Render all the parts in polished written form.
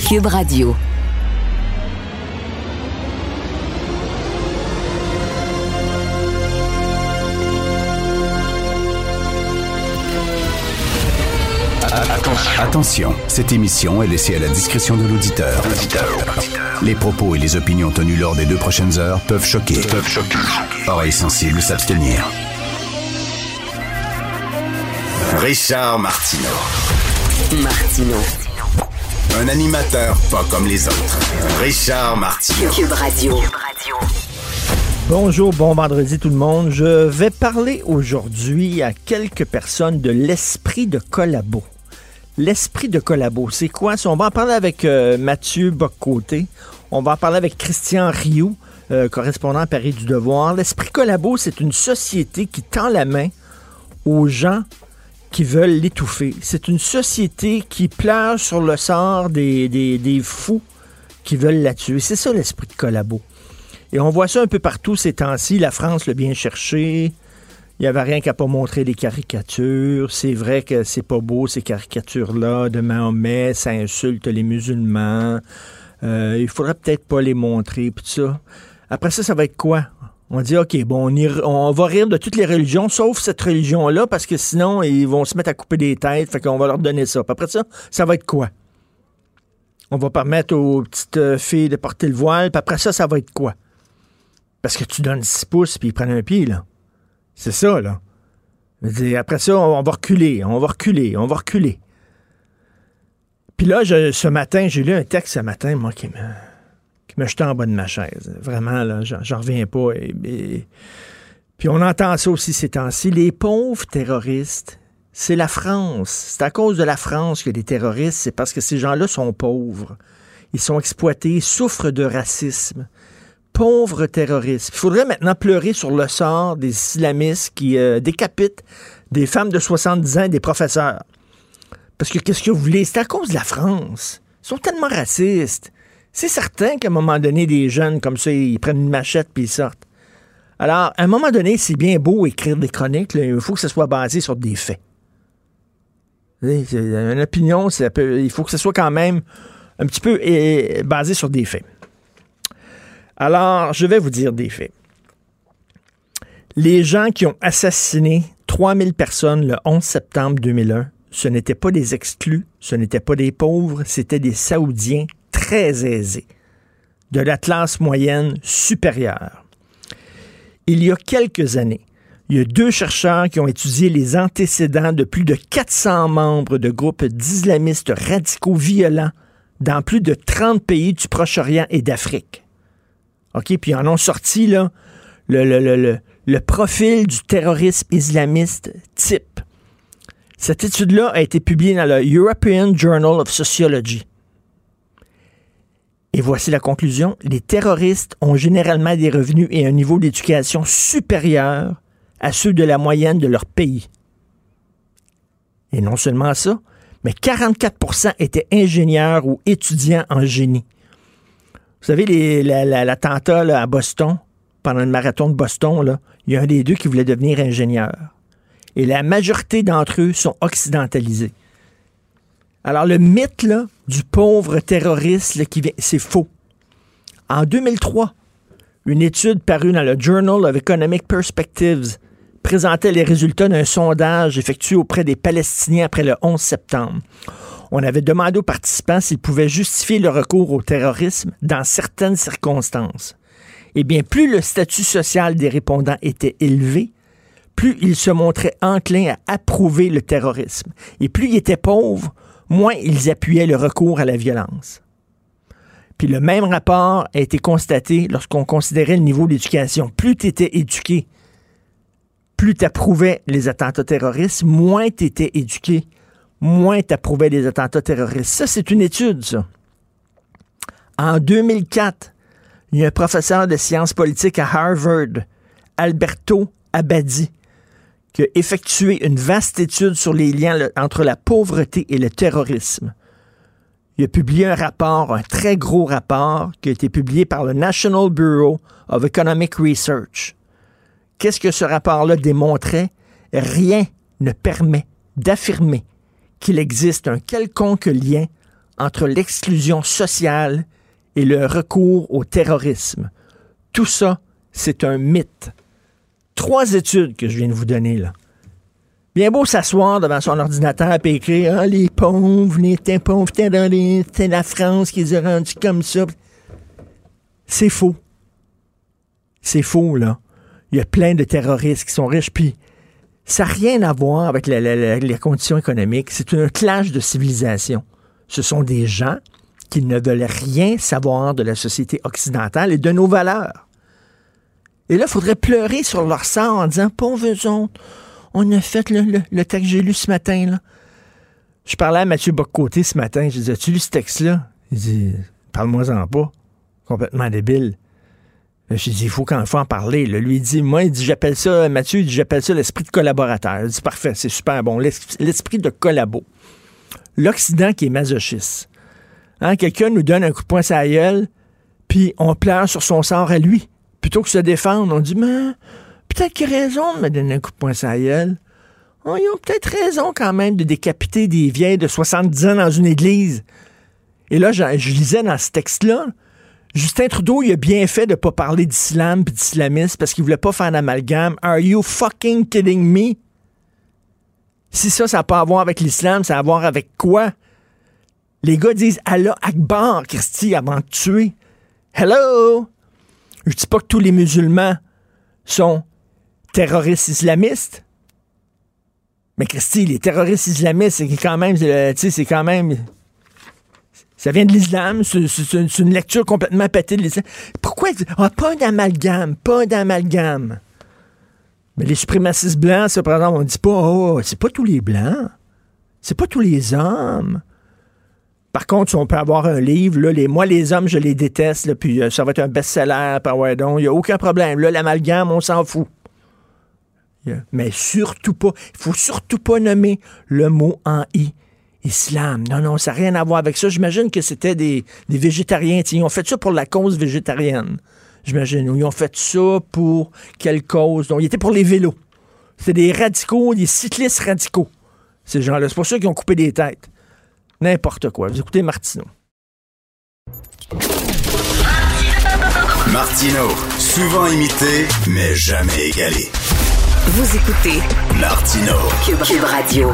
Cube Radio. Attention, cette émission est laissée à la discrétion de l'auditeur. Les propos et les opinions tenues lors des 2 prochaines heures peuvent choquer. Oreilles sensibles s'abstenir. Richard Martineau. Un animateur pas comme les autres. Richard Martineau. Cube Radio. Bonjour, bon vendredi tout le monde. Je vais parler aujourd'hui à quelques personnes de l'esprit de collabo. L'esprit de collabo, c'est quoi? On va en parler avec Mathieu Boccoté. On va en parler avec Christian Rioux, correspondant à Paris du Devoir. L'esprit collabo, c'est une société qui tend la main aux gens qui veulent l'étouffer. C'est une société qui pleure sur le sort des fous qui veulent la tuer. C'est ça l'esprit de collabo. Et on voit ça un peu partout ces temps-ci. La France l'a bien cherché. Il n'y avait rien qu'à pas montrer des caricatures. C'est vrai que c'est pas beau, ces caricatures-là de Mahomet. Ça insulte les musulmans. Il faudrait peut-être pas les montrer, pis tout ça. Après ça, ça va être quoi? On dit, OK, bon, on va rire de toutes les religions, sauf cette religion-là, parce que sinon, ils vont se mettre à couper des têtes, fait qu'on va leur donner ça. Puis après ça, ça va être quoi? On va permettre aux petites filles de porter le voile, puis après ça, ça va être quoi? Parce que tu donnes 6 pouces, puis ils prennent un pied, là. C'est ça, là. Après ça, on va reculer. Puis là, ce matin, j'ai lu un texte ce matin, moi, qui me jetait en bas de ma chaise. Vraiment, là, j'en reviens pas. Puis on entend ça aussi ces temps-ci. Les pauvres terroristes, c'est la France. C'est à cause de la France que les terroristes, c'est parce que ces gens-là sont pauvres. Ils sont exploités, ils souffrent de racisme. Pauvres terroristes. Il faudrait maintenant pleurer sur le sort des islamistes qui décapitent des femmes de 70 ans et des professeurs. Parce que qu'est-ce que vous voulez? C'est à cause de la France. Ils sont tellement racistes. C'est certain qu'à un moment donné, des jeunes comme ça, ils prennent une machette puis ils sortent. Alors, à un moment donné, c'est bien beau écrire des chroniques, là, il faut que ça soit basé sur des faits. Une opinion, il faut que ce soit quand même un petit peu basé sur des faits. Alors, je vais vous dire des faits. Les gens qui ont assassiné 3000 personnes le 11 septembre 2001, ce n'étaient pas des exclus, ce n'étaient pas des pauvres, c'était des Saoudiens très aisés, de la classe moyenne supérieure. Il y a quelques années, il y a 2 chercheurs qui ont étudié les antécédents de plus de 400 membres de groupes d'islamistes radicaux violents dans plus de 30 pays du Proche-Orient et d'Afrique. OK, puis ils en ont sorti là, le profil du terrorisme islamiste type. Cette étude-là a été publiée dans le European Journal of Sociology. Et voici la conclusion. Les terroristes ont généralement des revenus et un niveau d'éducation supérieur à ceux de la moyenne de leur pays. Et non seulement ça, mais 44% étaient ingénieurs ou étudiants en génie. Vous savez, l'attentat là, à Boston, pendant le marathon de Boston, là, il y a un des 2 qui voulait devenir ingénieur. Et la majorité d'entre eux sont occidentalisés. Alors, le mythe là, du pauvre terroriste, là, c'est faux. En 2003, une étude parue dans le Journal of Economic Perspectives présentait les résultats d'un sondage effectué auprès des Palestiniens après le 11 septembre. On avait demandé aux participants s'ils pouvaient justifier le recours au terrorisme dans certaines circonstances. Eh bien, plus le statut social des répondants était élevé, plus ils se montraient enclins à approuver le terrorisme. Et plus ils étaient pauvres, moins ils appuyaient le recours à la violence. Puis le même rapport a été constaté lorsqu'on considérait le niveau d'éducation. Plus tu étais éduqué, plus tu approuvais les attentats terroristes, moins tu étais éduqué, moins tu approuvais les attentats terroristes. Ça, c'est une étude, ça. En 2004, il y a un professeur de sciences politiques à Harvard, Alberto Abadi, qui a effectué une vaste étude sur les liens entre la pauvreté et le terrorisme. Il a publié un rapport, un très gros rapport, qui a été publié par le National Bureau of Economic Research. Qu'est-ce que ce rapport-là démontrait? Rien ne permet d'affirmer qu'il existe un quelconque lien entre l'exclusion sociale et le recours au terrorisme. Tout ça, c'est un mythe. 3 études que je viens de vous donner, là. Bien beau s'asseoir devant son ordinateur et écrire « Ah, les pauvres, les pauvres terroristes, c'est la France qui les a rendus comme ça. » C'est faux. C'est faux, là. Il y a plein de terroristes qui sont riches, puis ça n'a rien à voir avec les conditions économiques. C'est un clash de civilisation. Ce sont des gens qui ne veulent rien savoir de la société occidentale et de nos valeurs. Et là, il faudrait pleurer sur leur sort en disant « Pauvres autres, on a fait le texte que j'ai lu ce matin, là. » Je parlais à Mathieu Boccoté ce matin. Je disais, as-tu lu ce texte-là? Il dit, parle-moi-en pas. Complètement débile. J'ai dit, il faut en parler. Là. Lui, il dit, moi, il dit, j'appelle ça, Mathieu, il dit, j'appelle ça l'esprit de collaborateur. Il dit, parfait, c'est super bon. L'esprit de collabo. L'Occident qui est masochiste. Hein, quelqu'un nous donne un coup de poing sur la gueule, puis on pleure sur son sort à lui. Plutôt que de se défendre, on dit, mais peut-être qu'il a raison de me donner un coup de poing sur la gueule. Oh, ils ont peut-être raison quand même de décapiter des vieilles de 70 ans dans une église. Et là, je lisais dans ce texte-là, Justin Trudeau, il a bien fait de ne pas parler d'islam et d'islamisme parce qu'il ne voulait pas faire d'amalgame. Are you fucking kidding me? Si ça n'a pas à voir avec l'islam, ça a à voir avec quoi? Les gars disent Allah Akbar, Christy, avant de tuer. Hello? Je dis pas que tous les musulmans sont terroristes islamistes. Mais Christy, les terroristes islamistes, c'est quand même, c'est quand même... Ça vient de l'islam, c'est une lecture complètement pétée de l'islam. Pourquoi? Pas d'amalgame. Mais les suprémacistes blancs, ça, par exemple, on dit pas, c'est pas tous les blancs. C'est pas tous les hommes. Par contre, si on peut avoir un livre, là, moi, les hommes, je les déteste, là, puis ça va être un best-seller, par ouais, donc, il n'y a aucun problème. Là, l'amalgame, on s'en fout. Mais surtout pas, il faut surtout pas nommer le mot en I. Islam. Non, ça n'a rien à voir avec ça. J'imagine que c'était des végétariens. Ils ont fait ça pour la cause végétarienne. J'imagine. Ou ils ont fait ça pour quelle cause? Donc, ils étaient pour les vélos. C'était des radicaux, des cyclistes radicaux. Ces gens-là. C'est pour ça qu'ils ont coupé des têtes. N'importe quoi. Vous écoutez Martineau. Martineau, souvent imité, mais jamais égalé. Vous écoutez Martineau. Cube Radio.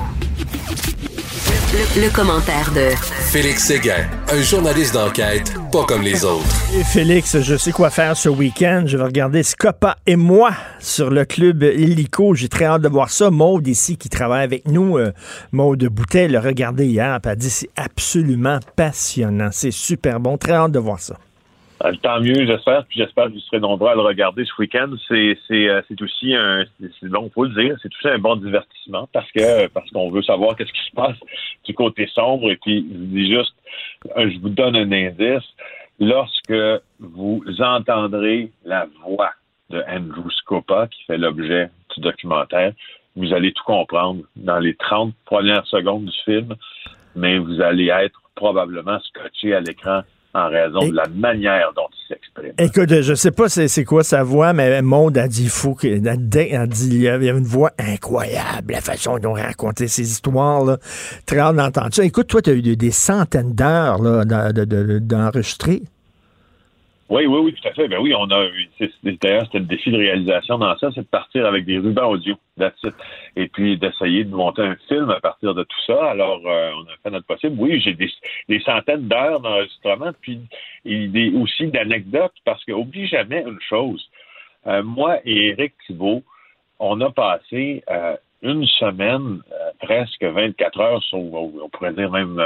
Le commentaire de Félix Séguin, un journaliste d'enquête pas comme les autres. Et Félix, je sais quoi faire ce week-end. Je vais regarder Scopa et moi sur le club Illico. J'ai très hâte de voir ça. Maude ici qui travaille avec nous, Maude Boutet, l'a regardé hier, puis elle a dit c'est absolument passionnant. C'est super bon. Très hâte de voir ça. Tant mieux, j'espère. Puis j'espère que vous serez nombreux à le regarder ce week-end. C'est aussi bon, faut le dire, c'est aussi un bon divertissement parce qu'on veut savoir qu'est-ce qui se passe du côté sombre. Et puis, je vous dis juste, je vous donne un indice. Lorsque vous entendrez la voix de Andrew Scopa, qui fait l'objet du documentaire, vous allez tout comprendre dans les 30 premières secondes du film, mais vous allez être probablement scotché à l'écran en raison de la manière dont il s'exprime. Écoute, je sais pas c'est quoi sa voix, mais Maude a dit il y a une voix incroyable, la façon dont on racontait ces histoires, là. Très hâte d'entendre ça. Écoute, toi, tu as eu des centaines d'heures là, d'enregistrer. Oui, tout à fait. Ben oui, d'ailleurs, c'était le défi de réalisation dans ça, c'est de partir avec des rubans audio, that's it. Et puis d'essayer de monter un film à partir de tout ça. Alors, on a fait notre possible. Oui, j'ai des centaines d'heures d'enregistrement, puis aussi d'anecdotes, parce qu'oublie jamais une chose. Moi et Éric Thibault, on a passé une semaine, presque 24 heures, on pourrait dire même,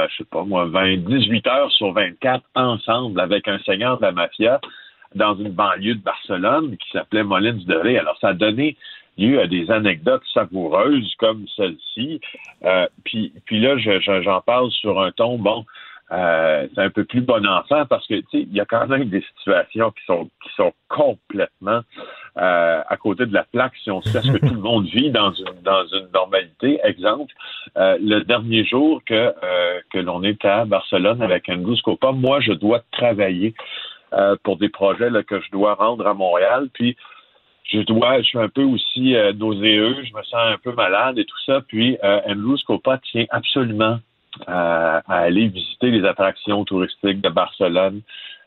18 heures sur 24 ensemble avec un seigneur de la mafia dans une banlieue de Barcelone qui s'appelait Molins de Rey. Alors, ça a donné lieu à des anecdotes savoureuses comme celle-ci. Puis là, j'en parle sur un ton, c'est un peu plus bon enfant parce que, tu sais, il y a quand même des situations qui sont complètement à côté de la plaque si on sait ce que tout le monde vit dans une normalité. Exemple, le dernier jour que l'on est à Barcelone avec Andrew Scopa, moi, je dois travailler pour des projets là, que je dois rendre à Montréal, puis je suis un peu aussi nauséeux, je me sens un peu malade et tout ça, puis Andrew Scopa tient absolument à aller visiter les attractions touristiques de Barcelone,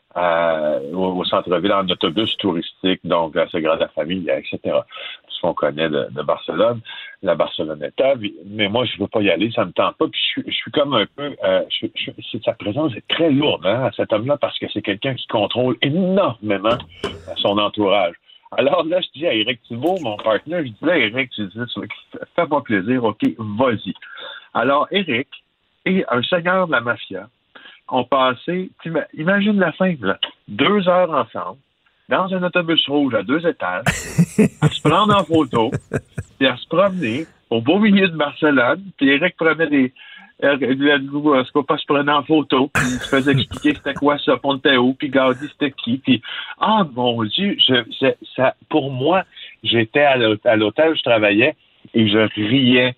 au centre-ville en autobus touristique, donc la Sagrada Familia, etc. Tout ce qu'on connaît de Barcelone, la Barceloneta. Mais moi, je veux pas y aller, ça me tente pas. Puis je suis comme un peu... sa présence est très lourde, à cet homme-là, parce que c'est quelqu'un qui contrôle énormément son entourage. Alors là, je dis à Éric Thibault, mon partenaire, je dis là, Éric, fais-moi plaisir, OK, vas-y. Alors, Éric et un seigneur de la mafia ont passé, imagine la fin, là, 2 heures ensemble, dans un autobus rouge à 2 étages, à se prendre en photo, puis à se promener au beau milieu de Barcelone, puis Éric prenait est-ce qu'on pas se prenait en photo, puis il se faisait expliquer c'était quoi ça, Ponteo, puis Gaudi c'était qui, puis mon Dieu, ça, pour moi, j'étais à l'hôtel où je travaillais et je riais,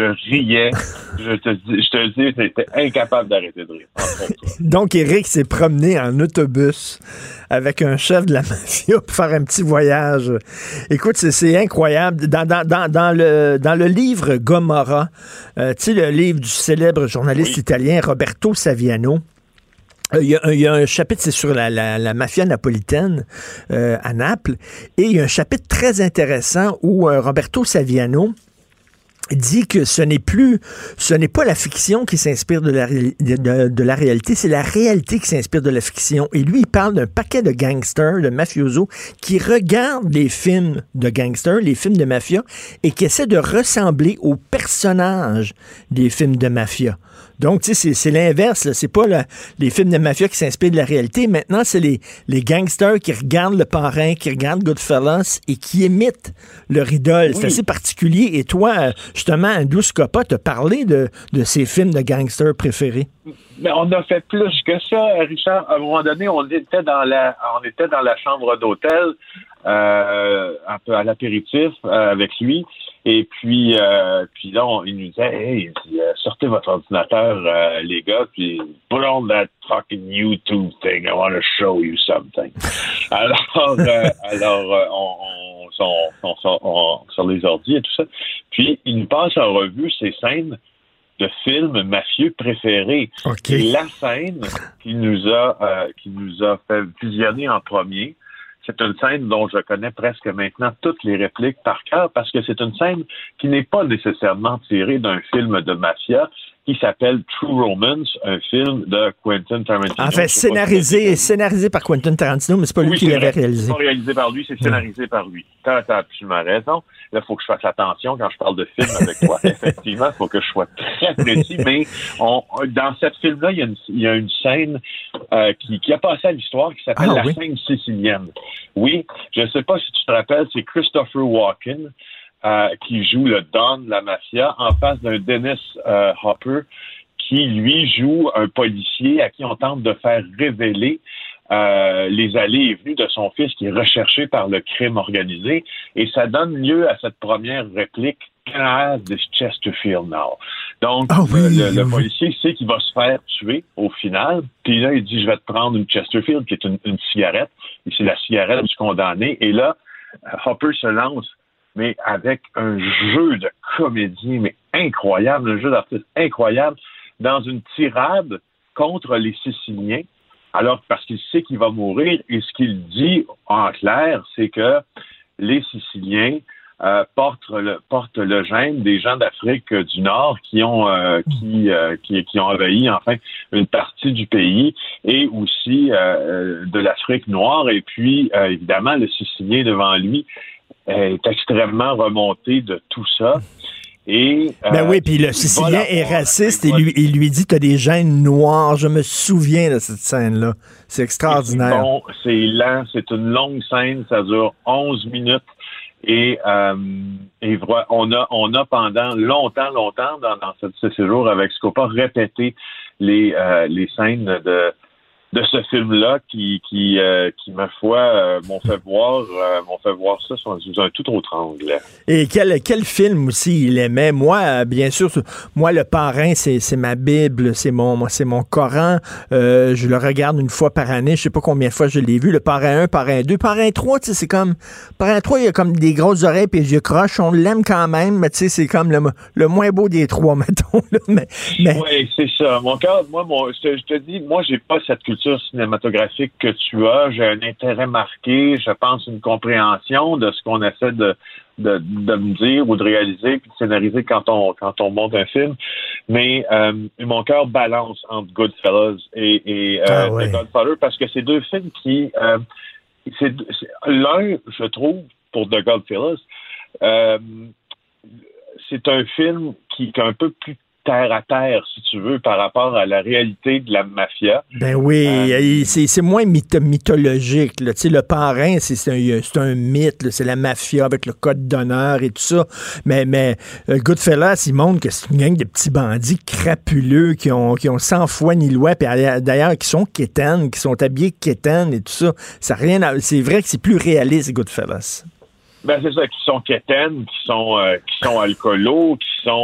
je te dis, j'étais incapable d'arrêter de rire. Donc, Éric s'est promené en autobus avec un chef de la mafia pour faire un petit voyage. Écoute, c'est incroyable. Dans le livre Gomorra, tu sais, le livre du célèbre journaliste italien Roberto Saviano, il y a un chapitre, c'est sur la mafia napolitaine à Naples, et il y a un chapitre très intéressant où Roberto Saviano dit que ce n'est pas la fiction qui s'inspire de la réalité, c'est la réalité qui s'inspire de la fiction. Et lui, il parle d'un paquet de gangsters, de mafiosos, qui regardent les films de gangsters, les films de mafia, et qui essaient de ressembler aux personnages des films de mafia. Donc, tu sais, c'est l'inverse, là. C'est pas les films de mafia qui s'inspirent de la réalité. Maintenant, c'est les gangsters qui regardent Le Parrain, qui regardent Goodfellas et qui imitent leur idole. Oui. C'est assez particulier. Et toi, justement, Andrew Scopa t'a parlé de ces films de gangsters préférés. Mais on a fait plus que ça, Richard. À un moment donné, on était dans la chambre d'hôtel, un peu à l'apéritif avec lui. Et puis là, il nous disait, hey, sortez votre ordinateur, les gars, puis put on that fucking YouTube thing. I want to show you something. Alors, on sur les ordi et tout ça. Puis il nous passe en revue ces scènes de films mafieux préférés. Okay. Et la scène qui nous a fait visionner en premier, c'est une scène dont je connais presque maintenant toutes les répliques par cœur parce que c'est une scène qui n'est pas nécessairement tirée d'un film de mafia qui s'appelle True Romance, un film de Quentin Tarantino. En fait, scénarisé par Quentin Tarantino, mais c'est pas lui qui l'avait réalisé. C'est pas réalisé par lui, c'est scénarisé par lui. T'as absolument raison. Là, il faut que je fasse attention quand je parle de film avec toi. Effectivement, il faut que je sois très précis, mais dans cette film-là, il y a une scène qui a passé à l'histoire qui s'appelle la scène sicilienne. Oui, je ne sais pas si tu te rappelles, c'est Christopher Walken qui joue le Don de la mafia en face d'un Dennis Hopper qui, lui, joue un policier à qui on tente de faire révéler les allées et venues de son fils qui est recherché par le crime organisé. Et ça donne lieu à cette première réplique « Can I have this Chesterfield now? » Donc, le policier sait qu'il va se faire tuer au final. Puis là, il dit « Je vais te prendre une Chesterfield, qui est une cigarette. » Et c'est la cigarette du condamné. Et là, Hopper se lance, mais avec un jeu de comédie, mais incroyable, un jeu d'artiste incroyable, dans une tirade contre les Siciliens. Alors, parce qu'il sait qu'il va mourir, et ce qu'il dit en clair, c'est que les Siciliens portent le gène des gens d'Afrique du Nord qui ont envahi enfin une partie du pays et aussi de l'Afrique noire. Et puis, évidemment, le Sicilien devant lui est extrêmement remonté de tout ça. Et, oui, puis le Sicilien est raciste et il lui dit « T'as des gènes noirs ». Je me souviens de cette scène-là. C'est extraordinaire. Bon, c'est lent, c'est une longue scène, ça dure 11 minutes. Et on a pendant longtemps dans ce séjour avec Scopa répété les scènes ce film-là qui ma foi, m'ont fait voir ça sous un tout autre angle. Et quel film aussi il aimait. Moi, bien sûr, moi, Le Parrain, c'est ma Bible, c'est mon Coran. Je le regarde une fois par année. Je sais pas combien de fois je l'ai vu. Le Parrain 1, Parrain 2, Parrain 3, tu sais, c'est comme... Parrain 3, il a comme des grosses oreilles et les yeux croches. On l'aime quand même, mais tu sais, c'est comme le moins beau des trois, mettons. Là. Mais... Oui, c'est ça. Je te dis, moi, j'ai pas cette culture cinématographique que tu as. J'ai un intérêt marqué, je pense une compréhension de ce qu'on essaie de me dire ou de réaliser puis de scénariser quand on monte un film. Mais mon cœur balance entre Goodfellas et The Godfather parce que c'est deux films qui... l'un, je trouve, pour The Godfellas, c'est un film qui est un peu plus terre à terre, si tu veux, par rapport à la réalité de la mafia. Ben oui, c'est moins mythologique. Là. Tu sais, Le Parrain, c'est un mythe. Là. C'est la mafia avec le code d'honneur et tout ça. Mais Goodfellas, il montre que c'est une gang de petits bandits crapuleux qui ont sans foi ni loi, puis d'ailleurs qui sont quétaines, qui sont habillés quétaines et tout ça. C'est vrai que c'est plus réaliste, Goodfellas. Ben c'est ça, qui sont quétaines, qui sont alcoolos,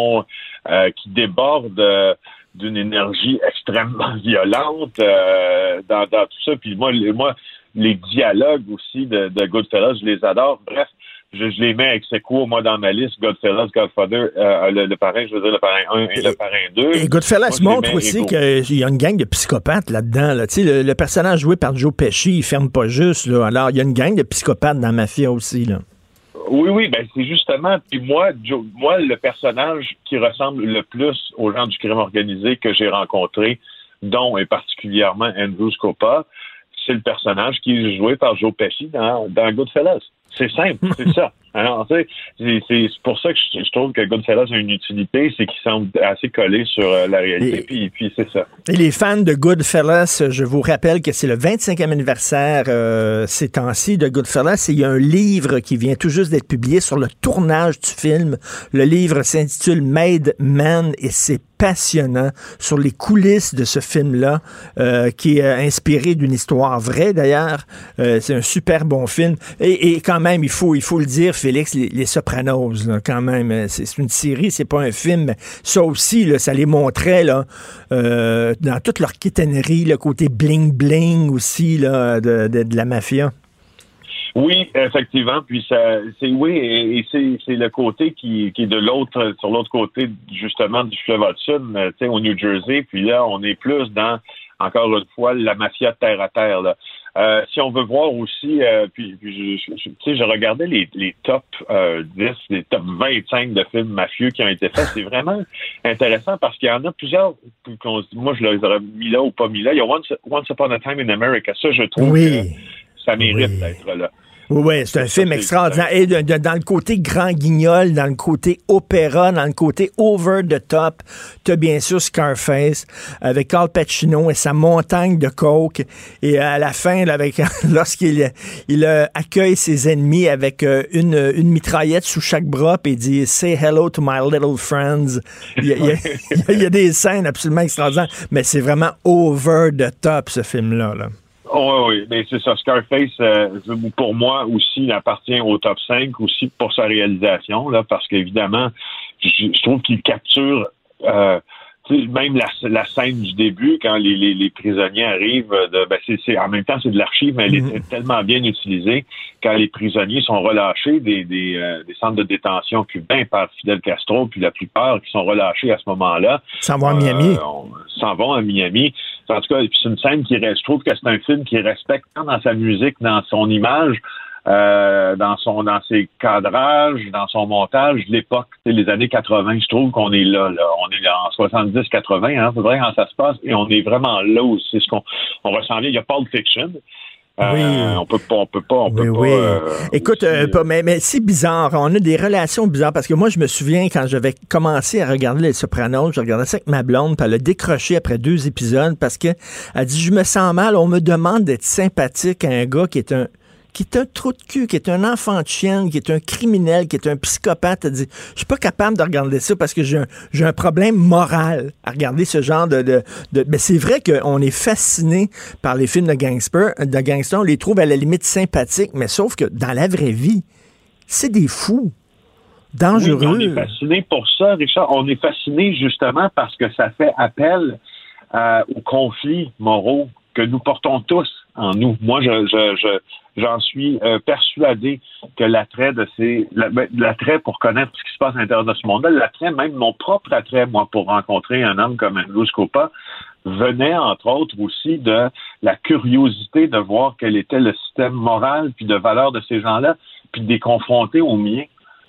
qui débordent d'une énergie extrêmement violente dans tout ça. Puis moi, les dialogues aussi de Goodfellas, je les adore. Bref, je les mets avec ses cours, moi, dans ma liste. Goodfellas, Godfather, le Parrain, je veux dire le Parrain 1 et le Parrain 2. Et Goodfellas montre aussi qu'il y a une gang de psychopathes là-dedans. Là. Tu sais, le personnage joué par Joe Pesci, il ferme pas juste. Là. Alors, il y a une gang de psychopathes dans la mafia aussi, là. Oui, ben c'est justement, puis moi, le personnage qui ressemble le plus aux gens du crime organisé que j'ai rencontré, dont et particulièrement Andrew Scopa, c'est le personnage qui est joué par Joe Pesci dans Goodfellas. C'est simple, c'est ça. Alors, tu sais, c'est pour ça que je trouve que Goodfellas a une utilité, c'est qu'il semble assez collé sur la réalité, puis c'est ça. Et les fans de Goodfellas, je vous rappelle que c'est le 25e anniversaire ces temps-ci de Goodfellas, et il y a un livre qui vient tout juste d'être publié sur le tournage du film. Le livre s'intitule Made Man, et c'est passionnant sur les coulisses de ce film-là, qui est inspiré d'une histoire vraie, d'ailleurs. C'est un super bon film. Et quand même, il faut le dire, Félix, les Sopranos, là, quand même, c'est une série, c'est pas un film. Mais ça aussi, là, ça les montrait là, dans toute leur quétainerie, le côté bling-bling aussi là, de la mafia. Oui, effectivement. Puis c'est le côté qui est sur l'autre côté justement du fleuve Hudson, tu sais, au New Jersey. Puis là, on est plus dans, encore une fois, la mafia terre à terre là. Si on veut voir aussi, je regardais les top 10, les top 25 de films mafieux qui ont été faits. C'est vraiment intéressant parce qu'il y en a plusieurs moi je les aurais mis là ou pas mis là. Il y a Once Upon a Time in America. Ça, je trouve que ça mérite d'être là. Oui, c'est un film extraordinaire. Et dans le côté grand guignol, dans le côté opéra, dans le côté over the top, t'as bien sûr Scarface avec Al Pacino et sa montagne de coke. Et à la fin, là, lorsqu'il accueille ses ennemis avec une mitraillette sous chaque bras, puis il dit « Say hello to my little friends ». Il y a des scènes absolument extraordinaires, mais c'est vraiment over the top, ce film-là, là. Oui, mais c'est ça. Scarface, pour moi aussi, appartient au top 5 aussi pour sa réalisation, là, parce qu'évidemment, je trouve qu'il capture même la scène du début, quand les prisonniers arrivent, en même temps, c'est de l'archive, mais elle est tellement bien utilisée. Quand les prisonniers sont relâchés des centres de détention cubains par Fidel Castro, puis la plupart qui sont relâchés à ce moment-là s'en vont à Miami. S'en vont à Miami. En tout cas, c'est une scène qui reste. Je trouve que c'est un film qui respecte tant dans sa musique, dans son image, dans ses cadrages, dans son montage, l'époque, les années 80, je trouve qu'on est là. On est là en 70-80, c'est vrai quand ça se passe, et on est vraiment là où c'est ce qu'on ressent bien. Il y a Pulp Fiction. Oui. On peut pas. Écoute, mais c'est bizarre. On a des relations bizarres parce que moi, je me souviens quand j'avais commencé à regarder Les Sopranos, je regardais ça avec ma blonde, puis elle a décroché après 2 épisodes parce que elle dit, je me sens mal. On me demande d'être sympathique à un gars qui qui est un trou de cul, qui est un enfant de chienne, qui est un criminel, qui est un psychopathe, a dit, je suis pas capable de regarder ça parce que j'ai un problème moral à regarder ce genre de... Mais c'est vrai qu'on est fasciné par les films de gangsters, on les trouve à la limite sympathiques, mais sauf que dans la vraie vie, c'est des fous. Dangereux. Oui, on est fasciné pour ça, Richard. On est fasciné justement parce que ça fait appel aux conflits moraux que nous portons tous en nous. Moi, j'en suis persuadé que l'attrait pour connaître ce qui se passe à l'intérieur de ce monde-là, l'attrait, même mon propre attrait, moi, pour rencontrer un homme comme Andrew Scopa, venait, entre autres, aussi de la curiosité de voir quel était le système moral puis de valeur de ces gens-là, puis de les confronter aux miens.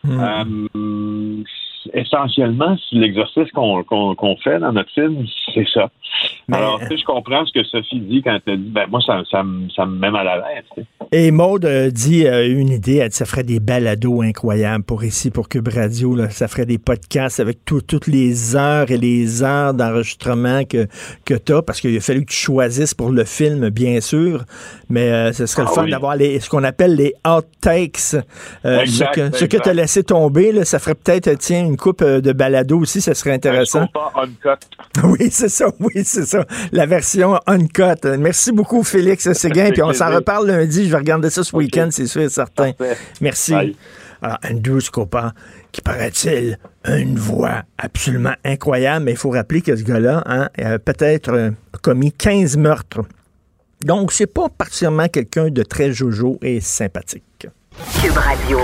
Essentiellement, l'exercice qu'on fait dans notre film, c'est ça. Alors, je comprends ce que Sophie dit quand elle dit, moi, ça me met mal à l'aise. Tu sais. Et Maude dit une idée, elle dit, ça ferait des balados incroyables pour Cube Radio, là. Ça ferait des podcasts avec toutes les heures et les heures d'enregistrement que tu as, parce qu'il a fallu que tu choisisses pour le film, bien sûr, ce serait le fun d'avoir ce qu'on appelle les outtakes, ce que tu as laissé tomber, là, ça ferait peut-être, une coupe de balado aussi, ça serait intéressant. Pas uncut. Oui, c'est ça. La version uncut. Merci beaucoup, Félix Séguin. Puis on s'en reparle lundi. Je vais regarder ça ce week-end, c'est sûr et certain. Parfait. Merci. Bye. Alors, Andrew Scopa, qui paraît-il a une voix absolument incroyable, mais il faut rappeler que ce gars-là a peut-être commis 15 meurtres. Donc, c'est pas particulièrement quelqu'un de très jojo et sympathique. Cube Radio.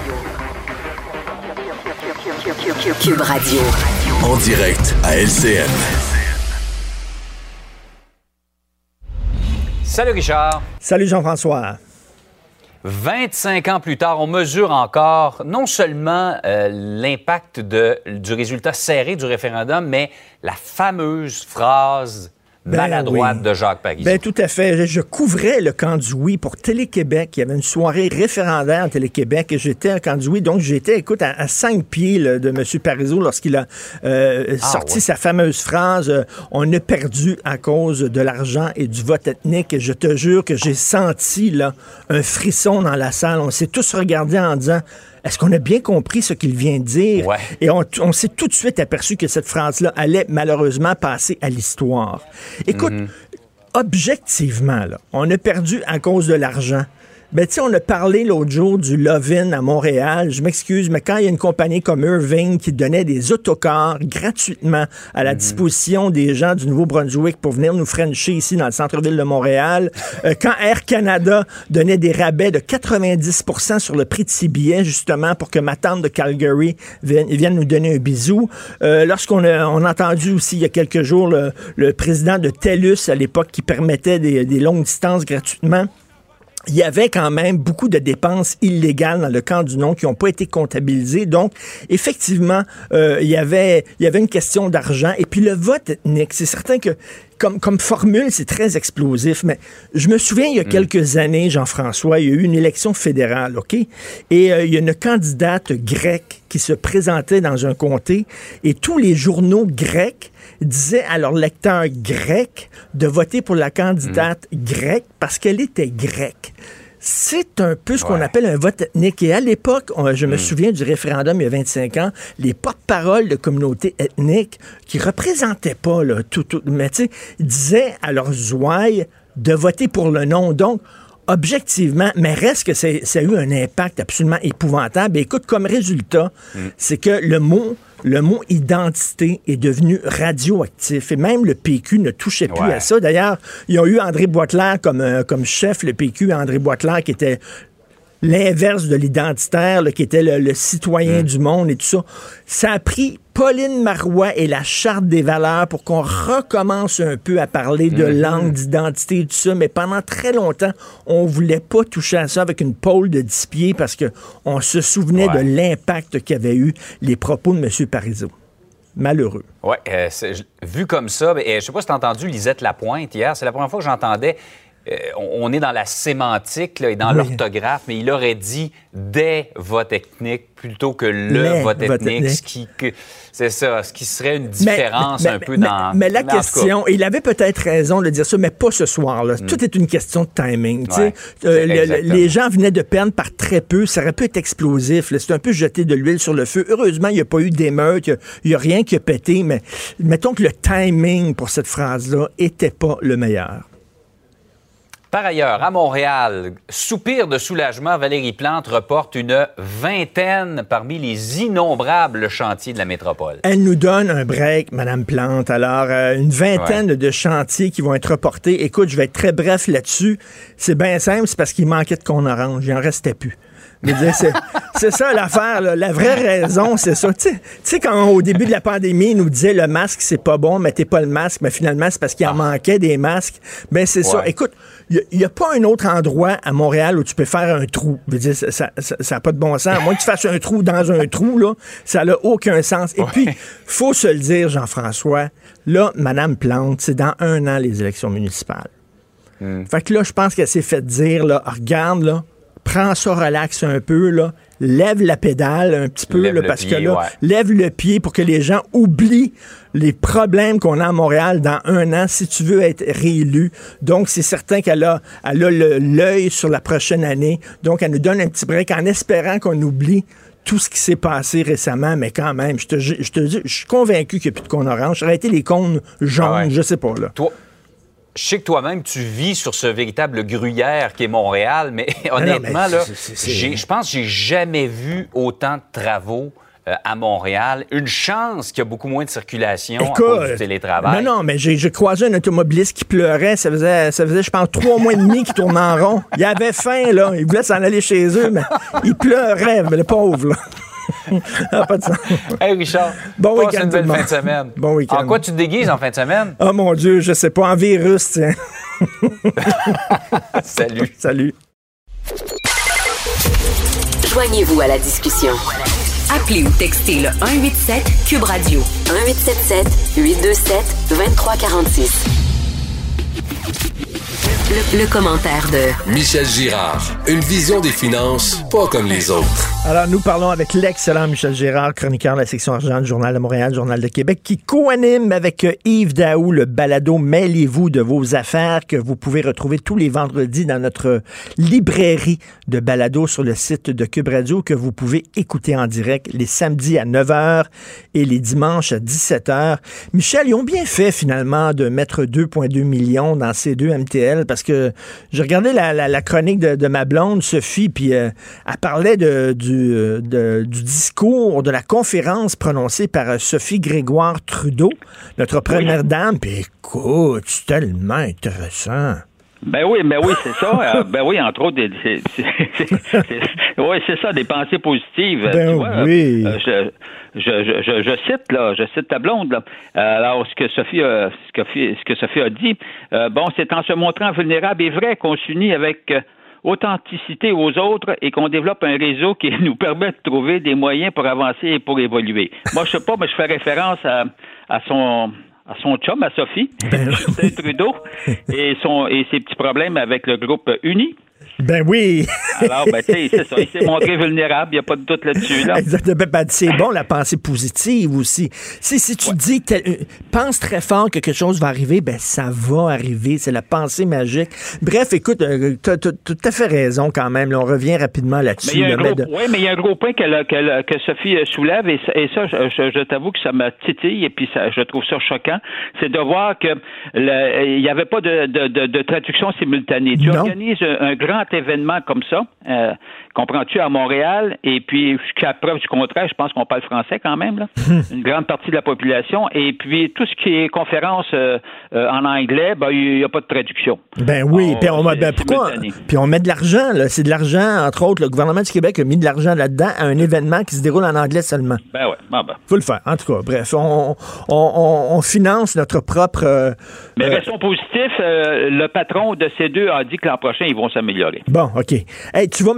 Cube Radio. En direct à LCN. Salut Richard. Salut Jean-François. 25 ans plus tard, on mesure encore non seulement l'impact du résultat serré du réféendum, mais la fameuse phrase maladroite de Jacques Parizeau. Tout à fait. Je couvrais le camp du oui pour Télé-Québec. Il y avait une soirée référendaire à Télé-Québec et j'étais à camp du oui. Donc, j'étais, à 5 pieds de M. Parizeau lorsqu'il a sorti sa fameuse phrase « On a perdu à cause de l'argent et du vote ethnique ». Et je te jure que j'ai senti un frisson dans la salle. On s'est tous regardés en disant « Est-ce qu'on a bien compris ce qu'il vient de dire? » Et on s'est tout de suite aperçu que cette phrase-là allait malheureusement passer à l'histoire. Écoute, objectivement, on a perdu à cause de l'argent. On a parlé l'autre jour du Love-In à Montréal. Je m'excuse, mais quand il y a une compagnie comme Irving qui donnait des autocars gratuitement à la disposition des gens du Nouveau-Brunswick pour venir nous frencher ici dans le centre-ville de Montréal, quand Air Canada donnait des rabais de 90% sur le prix de ses billets, justement, pour que ma tante de Calgary vienne nous donner un bisou. Lorsqu'on a entendu aussi, il y a quelques jours, le président de TELUS, à l'époque, qui permettait des longues distances gratuitement, il y avait quand même beaucoup de dépenses illégales dans le camp du non qui n'ont pas été comptabilisées. Donc, effectivement, il y avait une question d'argent. Et puis, le vote ethnique, c'est certain que comme formule, c'est très explosif, mais je me souviens, il y a quelques années, Jean-François, il y a eu une élection fédérale, OK? Et il y a une candidate grecque qui se présentait dans un comté et tous les journaux grecs disaient à leurs lecteurs grecs de voter pour la candidate grecque parce qu'elle était grecque. C'est un peu ce qu'on appelle un vote ethnique. Et à l'époque, je me souviens du référendum il y a 25 ans, les porte-paroles de communautés ethniques qui représentaient pas tout, mais tu sais, disaient à leurs ouailles de voter pour le non. Donc, objectivement, mais reste que ça a eu un impact absolument épouvantable. Et écoute, comme résultat, c'est que le mot identité est devenu radioactif. Et même le PQ ne touchait plus à ça. D'ailleurs, ils ont eu André Boisclair comme chef, le PQ, André Boisclair, qui était l'inverse de l'identitaire, qui était le citoyen du monde et tout ça. Ça a pris Pauline Marois et la Charte des valeurs pour qu'on recommence un peu à parler de langue, d'identité et tout ça. Mais pendant très longtemps, on voulait pas toucher à ça avec une pôle de 10 pieds parce qu'on se souvenait de l'impact qu'avaient eu les propos de M. Parizeau. Malheureux. Oui, vu comme ça, je sais pas si tu as entendu Lisette Lapointe hier, c'est la première fois que j'entendais on est dans la sémantique là, et dans l'orthographe, mais il aurait dit des votes ethniques plutôt que le vote ethnique, c'est ça, ce qui serait une différence un peu dans... Mais la question, il avait peut-être raison de dire ça, mais pas ce soir-là. Tout est une question de timing. Ouais, les gens venaient de perdre par très peu, ça aurait pu être explosif. C'est un peu jeter de l'huile sur le feu. Heureusement, il n'y a pas eu d'émeute, il n'y a rien qui a pété, mais mettons que le timing pour cette phrase-là était pas le meilleur. Par ailleurs, à Montréal, soupir de soulagement, Valérie Plante reporte une vingtaine parmi les innombrables chantiers de la métropole. Elle nous donne un break, Mme Plante. Alors, une vingtaine de chantiers qui vont être reportés. Écoute, je vais être très bref là-dessus. C'est bien simple, c'est parce qu'il manquait de cône orange. Il n'en restait plus. C'est ça l'affaire, là. La vraie raison, c'est ça. Tu sais, quand au début de la pandémie, ils nous disaient le masque, c'est pas bon, mettez pas le masque, mais finalement, c'est parce qu'il en manquait des masques. Ben, c'est ça. Écoute, il n'y a pas un autre endroit à Montréal où tu peux faire un trou. Je veux dire, ça n'a pas de bon sens. À moins que tu fasses un trou dans un trou, là, ça n'a aucun sens. Et puis, faut se le dire, Jean-François, là, Mme Plante, c'est dans 1 an les élections municipales. Fait que là, je pense qu'elle s'est fait dire, là, regarde, là, prends ça relax un peu, là. Lève la pédale un petit peu, là, parce que là, lève le pied pour que les gens oublient les problèmes qu'on a à Montréal dans 1 an si tu veux être réélu. Donc, c'est certain qu'elle a l'œil sur la prochaine année. Donc, elle nous donne un petit break en espérant qu'on oublie tout ce qui s'est passé récemment, mais quand même, je te dis, je suis convaincu qu'il n'y a plus de cônes orange. Ça aurait été les cônes jaunes, je sais pas, là. Je sais que toi-même, tu vis sur ce véritable gruyère qui est Montréal, mais honnêtement, je pense que j'ai jamais vu autant de travaux à Montréal. Une chance qu'il y a beaucoup moins de circulation à cause du télétravail. Non, mais j'ai croisé un automobiliste qui pleurait. Ça faisait, je pense, 3 mois et demi qu'il tournait en rond. Il avait faim, là. Il voulait s'en aller chez eux, mais il pleurait, mais le pauvre, là. Ah, pas de sens. Hey Richard, passe une belle fin de semaine. Bon week-end. En quoi tu te déguises en fin de semaine? Oh mon Dieu, je sais pas, en virus, tiens. Salut. Salut. Joignez-vous à la discussion. Appelez ou textez le 187 Cube Radio. 1877-827-2346. Le commentaire de Michel Girard. Une vision des finances pas comme les autres. Alors, nous parlons avec l'excellent Michel Girard, chroniqueur de la section argent du Journal de Montréal, Journal de Québec, qui co-anime avec Yves Daou le balado Mêlez-vous de vos affaires que vous pouvez retrouver tous les vendredis dans notre librairie de balado sur le site de Cube Radio que vous pouvez écouter en direct les samedis à 9h et les dimanches à 17h. Michel, ils ont bien fait finalement de mettre 2,2 millions dans ces 2 MTL parce que j'ai regardé la chronique de ma blonde, Sophie, puis elle parlait du discours, de la conférence prononcée par Sophie Grégoire Trudeau, notre première dame, puis écoute, c'est tellement intéressant. Ben oui, c'est ça. Ben oui, entre autres, c'est ça, des pensées positives. Ben tu vois, oui. Je cite ta blonde, là. Alors, ce que Sophie a dit, c'est en se montrant vulnérable et vrai qu'on s'unit avec authenticité aux autres et qu'on développe un réseau qui nous permet de trouver des moyens pour avancer et pour évoluer. Moi, je sais pas, mais je fais référence à son chum, à Sophie, Justin Trudeau, et ses petits problèmes avec le groupe Uni. Ben oui. Alors, tu sais, c'est ça. Il s'est montré vulnérable. Il n'y a pas de doute là-dessus. Là. Exactement. Ben, c'est bon, la pensée positive aussi. Si tu dis, pense très fort que quelque chose va arriver, ben ça va arriver. C'est la pensée magique. Bref, écoute, tu as tout à fait raison quand même. Là, on revient rapidement là-dessus. Mais il y a un gros point que Sophie soulève, et ça, je t'avoue que ça me titille, et puis ça, je trouve ça choquant. C'est de voir que il n'y avait pas de traduction simultanée. Tu organises un grand événement comme ça, comprends-tu, à Montréal, et puis jusqu'à preuve du contraire, je pense qu'on parle français quand même, là, une grande partie de la population, et puis tout ce qui est conférence en anglais, il n'y a pas de traduction. Ben oui, puis pourquoi? Puis on met de l'argent, là, c'est de l'argent, entre autres, le gouvernement du Québec a mis de l'argent là-dedans à un événement qui se déroule en anglais seulement. Ben ouais, faut le faire, en tout cas, bref, on finance notre propre... Mais restons positifs, le patron de ces deux a dit que l'an prochain, ils vont s'améliorer. Bon, OK. Hey, tu vas me parler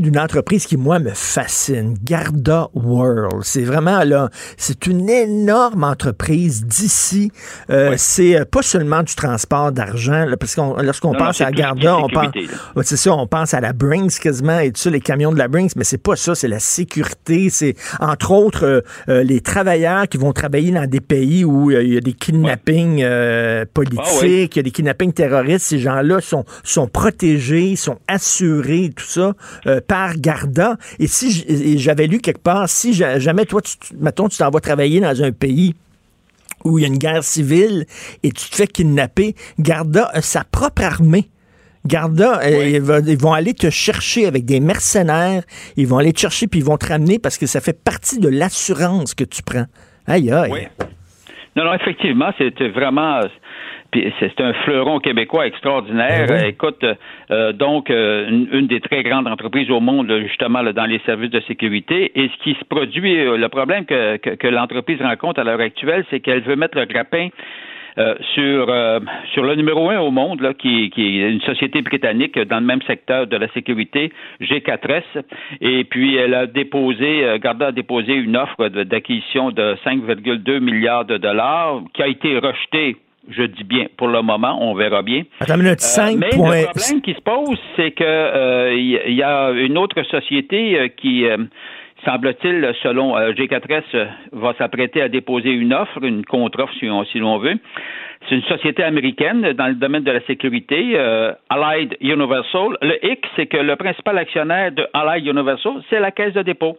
d'une entreprise qui, moi, me fascine, Garda World. C'est vraiment, là, c'est une énorme entreprise d'ici. C'est pas seulement du transport d'argent, là, parce que lorsqu'on pense à Garda, on pense à la Brinks quasiment, et tout ça, les camions de la Brinks, mais c'est pas ça, c'est la sécurité, c'est, entre autres, les travailleurs qui vont travailler dans des pays où il y a des kidnappings politiques, il y a des kidnappings terroristes. Ces gens-là sont protégés, sont assurés, tout ça, par Garda. Et si j'avais lu quelque part, si jamais toi, mettons, tu t'en vas travailler dans un pays où il y a une guerre civile et tu te fais kidnapper, Garda a sa propre armée. Garda, ils vont aller te chercher avec des mercenaires, ils vont aller te chercher puis ils vont te ramener parce que ça fait partie de l'assurance que tu prends. Aïe, aïe. Oui. Non, effectivement, c'est vraiment... C'est un fleuron québécois extraordinaire. Oui. Écoute, donc, une des très grandes entreprises au monde, justement, là, dans les services de sécurité. Et ce qui se produit, le problème que l'entreprise rencontre à l'heure actuelle, c'est qu'elle veut mettre le grappin sur le numéro 1 au monde, là, qui est une société britannique dans le même secteur de la sécurité, G4S. Et puis, Garda a déposé une offre d'acquisition de 5,2 milliards de dollars qui a été rejetée. Je dis bien, pour le moment, on verra bien. Attends une minute, 5 mais points. le problème qui se pose, c'est que il y a une autre société qui, semble-t-il, selon G4S, va s'apprêter à déposer une offre, une contre-offre, si l'on veut. C'est une société américaine dans le domaine de la sécurité, Allied Universal. Le hic, c'est que le principal actionnaire de Allied Universal, c'est la Caisse de dépôt.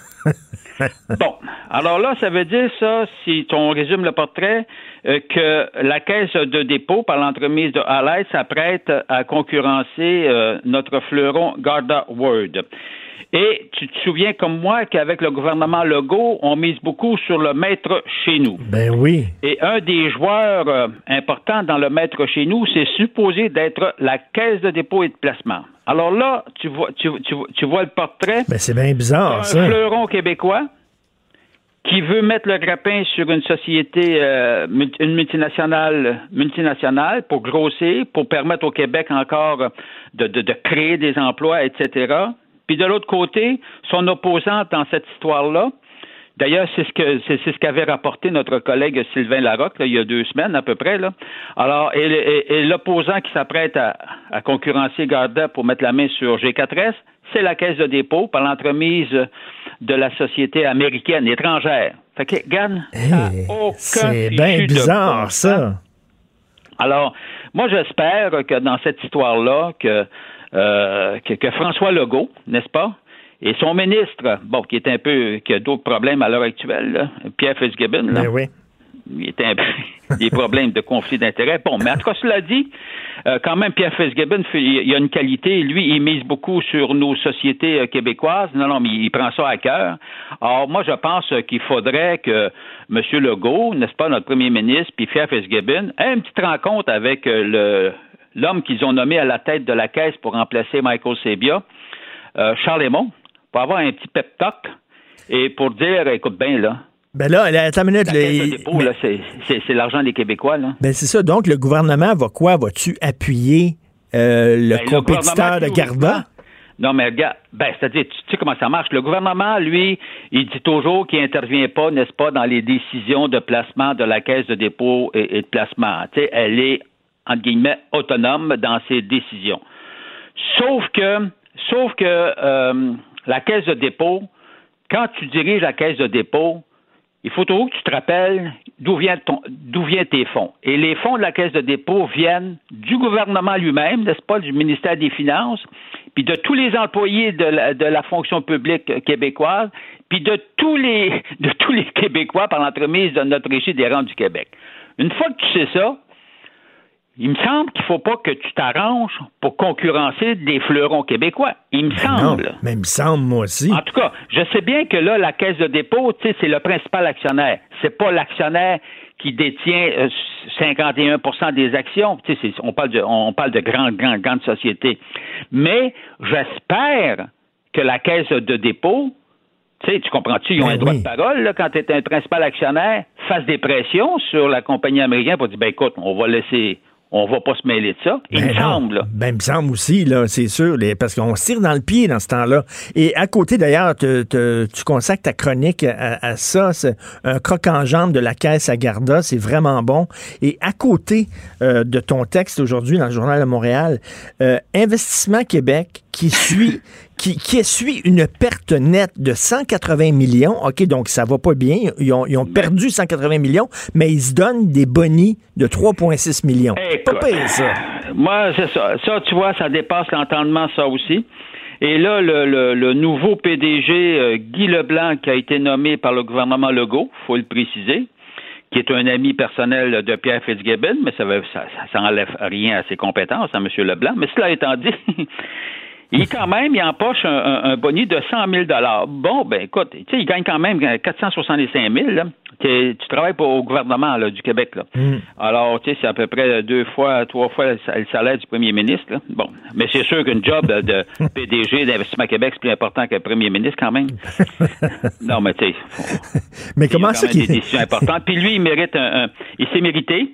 Bon, alors là, ça veut dire ça, si on résume le portrait, que la Caisse de dépôt, par l'entremise de Allied, s'apprête à concurrencer notre fleuron Garda World. Et tu te souviens comme moi qu'avec le gouvernement Legault, on mise beaucoup sur le maître chez nous. Ben oui. Et un des joueurs importants dans le maître chez nous, c'est supposé d'être la Caisse de dépôt et de placement. Alors là, tu vois le portrait. Ben c'est bien bizarre, ça. Un fleuron québécois qui veut mettre le grappin sur une société, une multinationale pour grossir, pour permettre au Québec encore de créer des emplois, etc. Puis de l'autre côté, son opposante dans cette histoire-là, d'ailleurs, c'est ce qu'avait rapporté notre collègue Sylvain Larocque, là, il y a 2 semaines à peu près, là. Alors, et l'opposant qui s'apprête à concurrencer Garda pour mettre la main sur G4S, c'est la Caisse de dépôt par l'entremise de la société américaine, étrangère. Fait que, regarde, c'est bien bizarre, ça. Alors, moi, j'espère que dans cette histoire-là, que François Legault, n'est-ce pas, et son ministre, qui a d'autres problèmes à l'heure actuelle, là, Pierre Fitzgibbon, là, oui. il était un peu des problèmes de conflit d'intérêts. Bon, mais en tout cas, cela dit, quand même, Pierre Fitzgibbon, il a une qualité. Lui, il mise beaucoup sur nos sociétés québécoises. Non, mais il prend ça à cœur. Alors, moi, je pense qu'il faudrait que M. Legault, n'est-ce pas, notre premier ministre, puis Pierre Fitzgibbon, ait une petite rencontre avec l'homme qu'ils ont nommé à la tête de la Caisse pour remplacer Michael Sabia, Charles Lemont, pour avoir un petit pep talk et pour dire, écoute bien, là, ben là, attends une minute. La Caisse de dépôt, là, c'est l'argent des Québécois, là. Ben c'est ça. Donc, le gouvernement va quoi? Va-tu appuyer le compétiteur de Garda? Non, mais regarde, c'est-à-dire, tu sais comment ça marche. Le gouvernement, lui, il dit toujours qu'il n'intervient pas, n'est-ce pas, dans les décisions de placement de la Caisse de dépôt et de placement. Tu sais, elle est, entre guillemets, autonome dans ses décisions. Sauf que la Caisse de dépôt, quand tu diriges la Caisse de dépôt, il faut toujours que tu te rappelles d'où viennent tes fonds. Et les fonds de la Caisse de dépôt viennent du gouvernement lui-même, n'est-ce pas, du ministère des Finances, puis de tous les employés de la fonction publique québécoise, puis de tous les Québécois par l'entremise de notre Régie des rentes du Québec. Une fois que tu sais ça, il me semble qu'il ne faut pas que tu t'arranges pour concurrencer des fleurons québécois. Il me semble. Non, mais il me semble, moi aussi. En tout cas, je sais bien que là, la Caisse de dépôt, tu sais, c'est le principal actionnaire. C'est pas l'actionnaire qui détient 51% des actions. Tu sais, on parle de grandes sociétés. Mais j'espère que la Caisse de dépôt, tu sais, tu comprends-tu, ils ont un droit de parole, là, quand tu es un principal actionnaire, fasse des pressions sur la compagnie américaine pour dire, écoute, on va laisser on va pas se mêler de ça. Il me semble. Là. Ben, il me semble aussi, là, c'est sûr, parce qu'on se tire dans le pied dans ce temps-là. Et à côté, d'ailleurs, tu consacres ta chronique à ça. C'est un croc en jambe de la Caisse à Garda. C'est vraiment bon. Et à côté de ton texte aujourd'hui dans le Journal de Montréal, Investissement Québec qui essuie une perte nette de 180 millions. OK, donc ça va pas bien. Ils ont perdu 180 millions, mais ils se donnent des bonis de 3,6 millions. Écoute, pas pire, ça. Moi, c'est ça. Ça, tu vois, ça dépasse l'entendement, ça aussi. Et là, le nouveau PDG, Guy Leblanc, qui a été nommé par le gouvernement Legault, faut le préciser, qui est un ami personnel de Pierre Fitzgibbon, mais ça n'enlève rien à ses compétences, à M. Leblanc. Mais cela étant dit, il empoche un boni de 100 000 $. Bon, ben écoute, tu sais, il gagne quand même 465 000 $. Tu travailles au gouvernement là, du Québec. Là. Alors, tu sais, c'est à peu près 2 fois, 3 fois le salaire du premier ministre. Là. Bon, mais c'est sûr qu'une job de PDG d'Investissement Québec, c'est plus important que le premier ministre quand même. Non, mais tu sais, mais comment ça qu'il des décisions importantes. Puis lui, il s'est mérité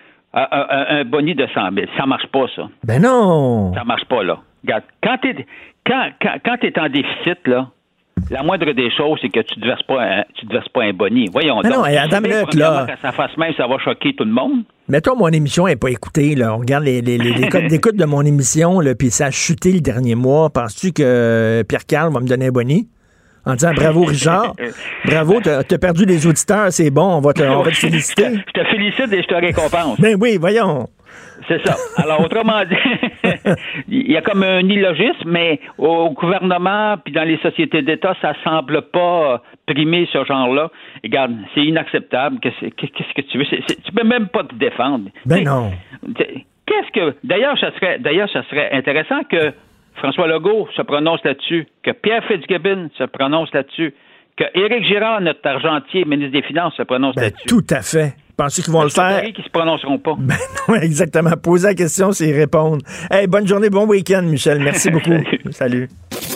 un boni de 100 000. Ça marche pas, ça. Ben non! Ça marche pas, là. Regarde, quand t'es en déficit, là, la moindre des choses, c'est que tu ne verses pas un boni. Voyons donc. Non, Adam Luc, là. Qu'à sa face même, ça va choquer tout le monde. Mettons, mon émission n'est pas écoutée, là. On regarde les codes d'écoute de mon émission, là, puis ça a chuté le dernier mois. Penses-tu que Pierre-Carl va me donner un boni? En disant bravo, Richard. Bravo, t'as perdu des auditeurs, c'est bon, on va te féliciter. Je te félicite et je te récompense. Ben oui, voyons. C'est ça. Alors, autrement dit, il y a comme un illogisme, mais au gouvernement puis dans les sociétés d'État, ça semble pas primer ce genre-là. Regarde, c'est inacceptable. Qu'est-ce que tu veux? Tu peux même pas te défendre. Ben non. D'ailleurs, ça serait intéressant que François Legault se prononce là-dessus, que Pierre Fitzgibbon se prononce là-dessus, que Éric Girard, notre argentier, ministre des Finances, se prononce là-dessus. Tout à fait. Pensez qu'ils vont le faire? Qu'ils se prononceront pas. Ben non, exactement. Poser la question, c'est y répondre. Hey, bonne journée, bon week-end, Michel. Merci beaucoup. Salut.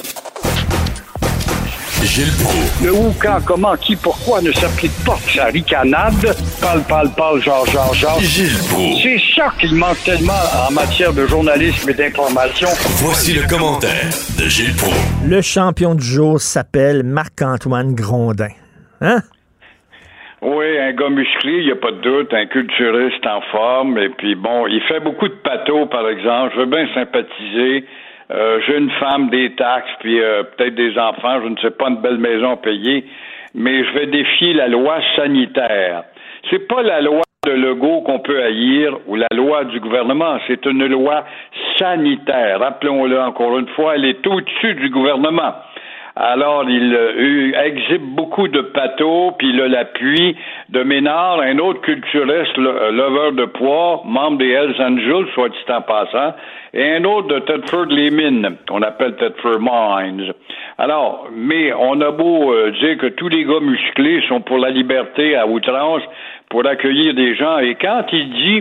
Gilles Proulx. Le où, quand, comment, qui, pourquoi ne s'applique pas sa ricanade. Parle, genre. Gilles Proulx. C'est ça qu'il manque tellement en matière de journalisme et d'information. Voici le commentaire de Gilles Proulx. Le champion du jour s'appelle Marc-Antoine Grondin. Hein? Oui, un gars musclé, il n'y a pas de doute, un culturiste en forme, et puis bon, il fait beaucoup de pâteaux, par exemple. Je veux bien sympathiser. J'ai une femme, des taxes, puis peut-être des enfants, je ne sais pas, une belle maison à payer, mais je vais défier la loi sanitaire. C'est pas la loi de Legault qu'on peut haïr ou la loi du gouvernement, c'est une loi sanitaire. Rappelons-le encore une fois, elle est au-dessus du gouvernement. Alors, il exhibe beaucoup de pâteaux, puis il a l'appui de Ménard, un autre culturiste, leveur de poids, membre des Hells Angels, soit dit en passant, et un autre de Thetford-les-Mines, qu'on appelle Thetford Mines. Alors, mais on a beau dire que tous les gars musclés sont pour la liberté à outrance, pour accueillir des gens, et quand il dit...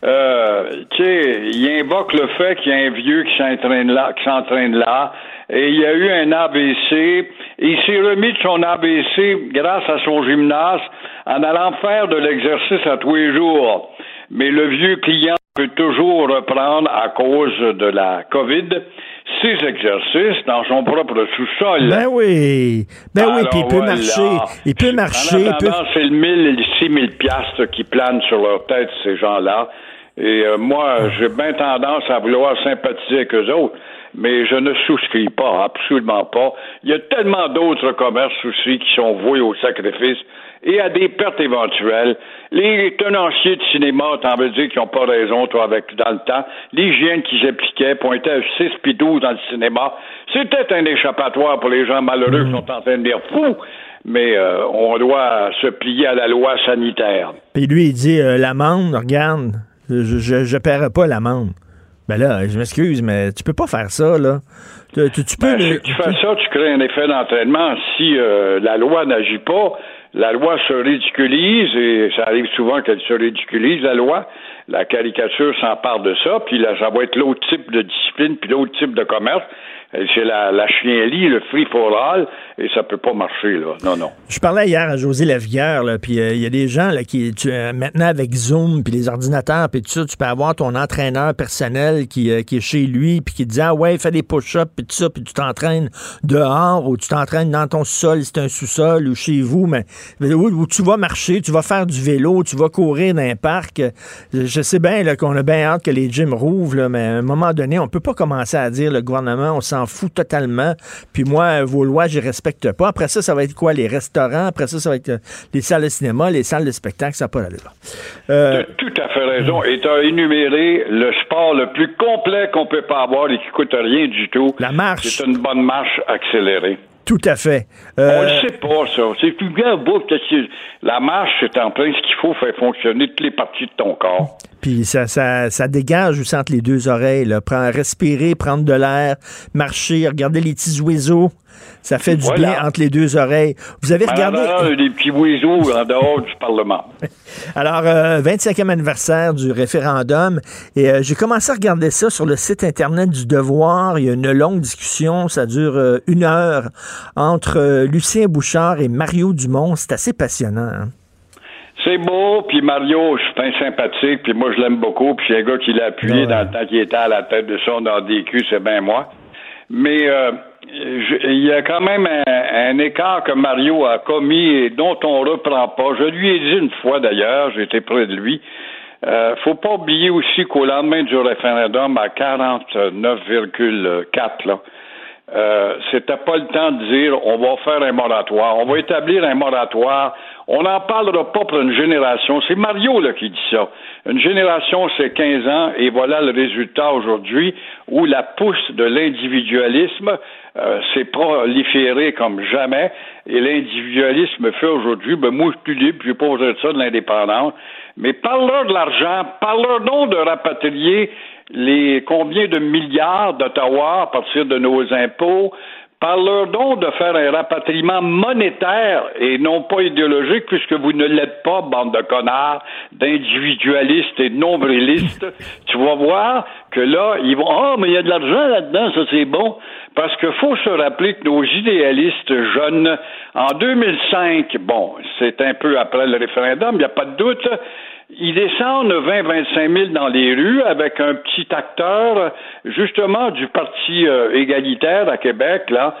tu sais, il invoque le fait qu'il y a un vieux qui s'entraîne là, et il y a eu un AVC, et il s'est remis de son AVC grâce à son gymnase en allant faire de l'exercice à tous les jours. Mais le vieux client peut toujours reprendre à cause de la COVID ses exercices dans son propre sous-sol. Ben oui, puis il peut marcher. Il peut marcher. En attendant, c'est le 1 000 et 6 000 piastres qui planent sur leur tête, ces gens-là. Et moi, j'ai bien tendance à vouloir sympathiser avec eux autres, mais je ne souscris pas, absolument pas. Il y a tellement d'autres commerces aussi qui sont voués au sacrifice et à des pertes éventuelles. Les tenanciers de cinéma, t'en veux dire qu'ils n'ont pas raison, toi, dans le temps. L'hygiène qu'ils appliquaient pointait à 6 puis 12 dans le cinéma. C'était un échappatoire pour les gens malheureux qui sont en train de dire fou. Mais on doit se plier à la loi sanitaire. Puis lui, il dit, l'amende, regarde, je paierai pas l'amende. Ben là, je m'excuse, mais tu peux pas faire ça, là. Tu peux... Si tu fais ça, tu crées un effet d'entraînement. Si la loi n'agit pas, la loi se ridiculise, et ça arrive souvent qu'elle se ridiculise, la loi. La caricature s'empare de ça, puis là, ça va être l'autre type de discipline, puis l'autre type de commerce. C'est la chienlit, le free for all, et ça peut pas marcher, là. Non. Je parlais hier à José Lavigueur, là, puis il y a des gens là, maintenant avec Zoom, puis les ordinateurs, puis tout ça, tu peux avoir ton entraîneur personnel qui est chez lui, puis qui te dit « Ah ouais, fais des push-ups, puis tout ça, puis tu t'entraînes dehors, ou tu t'entraînes dans ton sol, si c'est un sous-sol, ou chez vous, mais où tu vas marcher, tu vas faire du vélo, tu vas courir dans un parc. » Je sais bien là, qu'on a bien hâte que les gyms rouvrent, là, mais à un moment donné, on peut pas commencer à dire le gouvernement, on s'en fout totalement. Puis moi, vos lois, je les respecte pas. Après ça va être quoi? Les restaurants. Après ça va être les salles de cinéma, les salles de spectacle. Ça n'a pas d'allure. Tu as tout à fait raison. Et tu as énuméré le sport le plus complet qu'on peut pas avoir et qui coûte rien du tout. La marche. C'est une bonne marche accélérée. Tout à fait. On le sait pas, ça. C'est tout bien beau. La marche, c'est en plein ce qu'il faut faire fonctionner toutes les parties de ton corps. Puis ça dégage aussi entre les deux oreilles. Là. Respirer, prendre de l'air, marcher, regarder les petits oiseaux. Ça fait du bien entre les deux oreilles. Vous avez regardé... des petits oiseaux en dehors du Parlement. Alors, 25e anniversaire du référendum. Et j'ai commencé à regarder ça sur le site Internet du Devoir. Il y a une longue discussion. Ça dure 1 heure entre Lucien Bouchard et Mario Dumont. C'est assez passionnant. Hein? C'est beau, puis Mario, je suis bien sympathique, puis moi, je l'aime beaucoup, puis c'est un gars qui l'a appuyé dans le temps qu'il était à la tête de son ADQ, c'est bien moi. Mais il y a quand même un écart que Mario a commis et dont on reprend pas. Je lui ai dit une fois, d'ailleurs, j'étais près de lui, faut pas oublier aussi qu'au lendemain du référendum, à 49,4, là, c'était pas le temps de dire on va faire un moratoire, on va établir un moratoire, on n'en parlera pas pour une génération. C'est Mario là qui dit ça. Une génération, c'est 15 ans, et voilà le résultat aujourd'hui où la pousse de l'individualisme s'est proliférée comme jamais, et l'individualisme fait aujourd'hui, moi je suis libre, j'ai pas besoin de ça, de l'indépendance, mais parle-leur de l'argent, parle-leur donc de rapatrier les combien de milliards d'Ottawa à partir de nos impôts. Parle-leur donc de faire un rapatriement monétaire et non pas idéologique, puisque vous ne l'êtes pas, bande de connards, d'individualistes et de nombrilistes. Tu vas voir que là, ils vont, mais il y a de l'argent là-dedans, ça c'est bon. Parce qu'il faut se rappeler que nos idéalistes jeunes, en 2005, bon, c'est un peu après le référendum, il n'y a pas de doute, ils descendent 20-25 000 dans les rues avec un petit acteur, justement, du Parti égalitaire à Québec, là,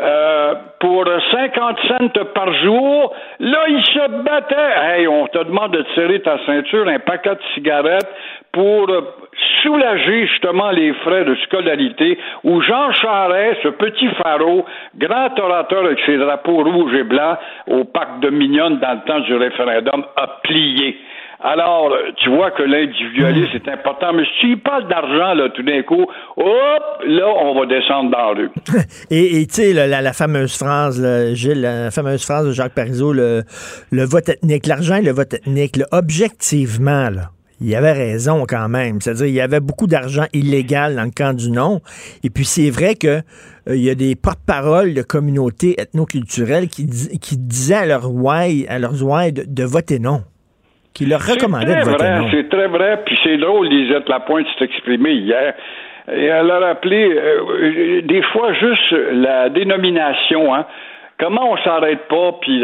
pour 50 cents par jour. Là, ils se battaient. Hey, on te demande de tirer ta ceinture, un paquet de cigarettes pour soulager justement les frais de scolarité, où Jean Charest, ce petit pharaon, grand orateur avec ses drapeaux rouges et blancs au parc de Mignonne dans le temps du référendum, a plié. Alors, tu vois que l'individualisme est important, mais si tu parles d'argent, là, tout d'un coup, hop, là, on va descendre dans la rue. Et tu sais, la fameuse phrase, là, Gilles, la fameuse phrase de Jacques Parizeau, le vote ethnique, l'argent et le vote ethnique, là, objectivement, là, il avait raison quand même. C'est-à-dire, il y avait beaucoup d'argent illégal dans le camp du non. Et puis, c'est vrai que il y a des porte-paroles de communautés ethnoculturelles qui disaient à leurs ouailles de voter non. Qui leur recommandait de voter non. C'est très vrai, puis c'est drôle, Lisette Lapointe s'est exprimée hier, et elle a rappelé, des fois, juste la dénomination, hein. Comment on s'arrête pas, puis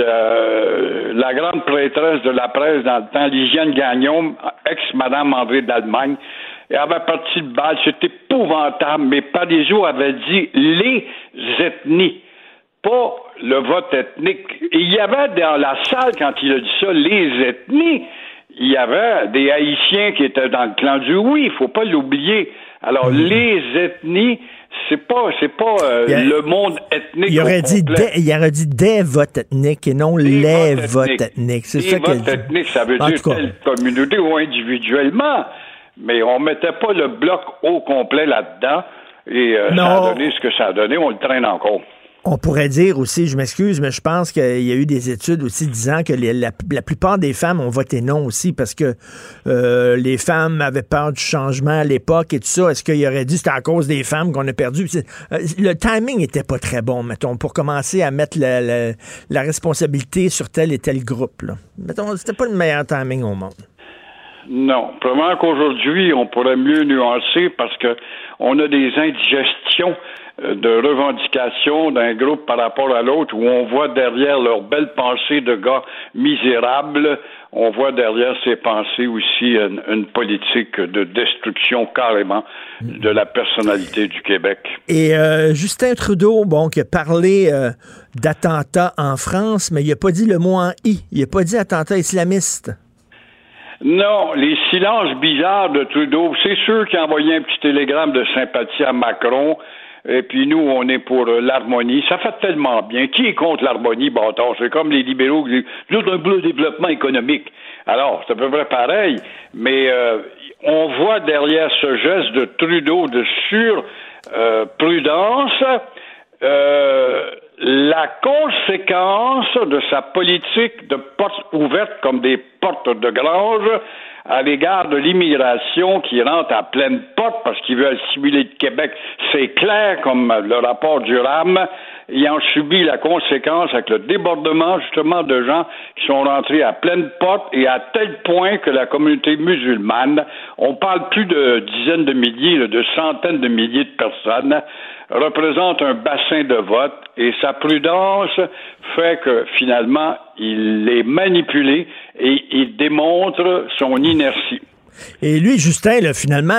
la grande prêtresse de la presse dans le temps, Lisiane Gagnon, ex-madame André d'Allemagne, elle avait parti de balle, c'était épouvantable, mais Parizeau avait dit les ethnies, pas le vote ethnique. Et il y avait dans la salle, quand il a dit ça, les ethnies, il y avait des Haïtiens qui étaient dans le clan du oui, il faut pas l'oublier. Alors, les ethnies, c'est pas le monde ethnique. Il aurait dit des votes ethniques et non les votes ethniques. C'est ça votes ethniques, ça veut dire telle communauté ou individuellement. Mais on mettait pas le bloc au complet là-dedans. Et ça a donné ce que ça a donné, on le traîne encore. On pourrait dire aussi, je m'excuse, mais je pense qu'il y a eu des études aussi disant que la plupart des femmes ont voté non aussi parce que les femmes avaient peur du changement à l'époque et tout ça. Est-ce qu'il aurait dit que c'était à cause des femmes qu'on a perdu? Le timing était pas très bon, mettons, pour commencer à mettre la responsabilité sur tel et tel groupe. Là. Mettons, c'était pas le meilleur timing au monde. Non. Probablement qu'aujourd'hui, on pourrait mieux nuancer parce que on a des indigestions de revendications d'un groupe par rapport à l'autre où on voit derrière leurs belles pensées de gars misérables, on voit derrière ces pensées aussi une politique de destruction carrément de la personnalité du Québec. Et Justin Trudeau, qui a parlé d'attentats en France, mais il n'a pas dit le mot en I. Il n'a pas dit attentat islamiste. Non, les silences bizarres de Trudeau, c'est sûr qu'il a envoyé un petit télégramme de sympathie à Macron. Et puis nous, on est pour l'harmonie. Ça fait tellement bien. Qui est contre l'harmonie, bâtard? C'est comme les libéraux qui disent « nous, un bleu développement économique ». Alors, c'est à peu près pareil, mais on voit derrière ce geste de Trudeau de surprudence la conséquence de sa politique de portes ouvertes comme des portes de grange à l'égard de l'immigration qui rentre à pleine porte parce qu'il veut assimiler le Québec. C'est clair, comme le rapport du RAM, ayant subi la conséquence avec le débordement, justement, de gens qui sont rentrés à pleine porte et à tel point que la communauté musulmane, on parle plus de dizaines de milliers, de centaines de milliers de personnes, représente un bassin de vote et sa prudence fait que finalement il est manipulé et il démontre son inertie. Et lui, Justin, là, finalement,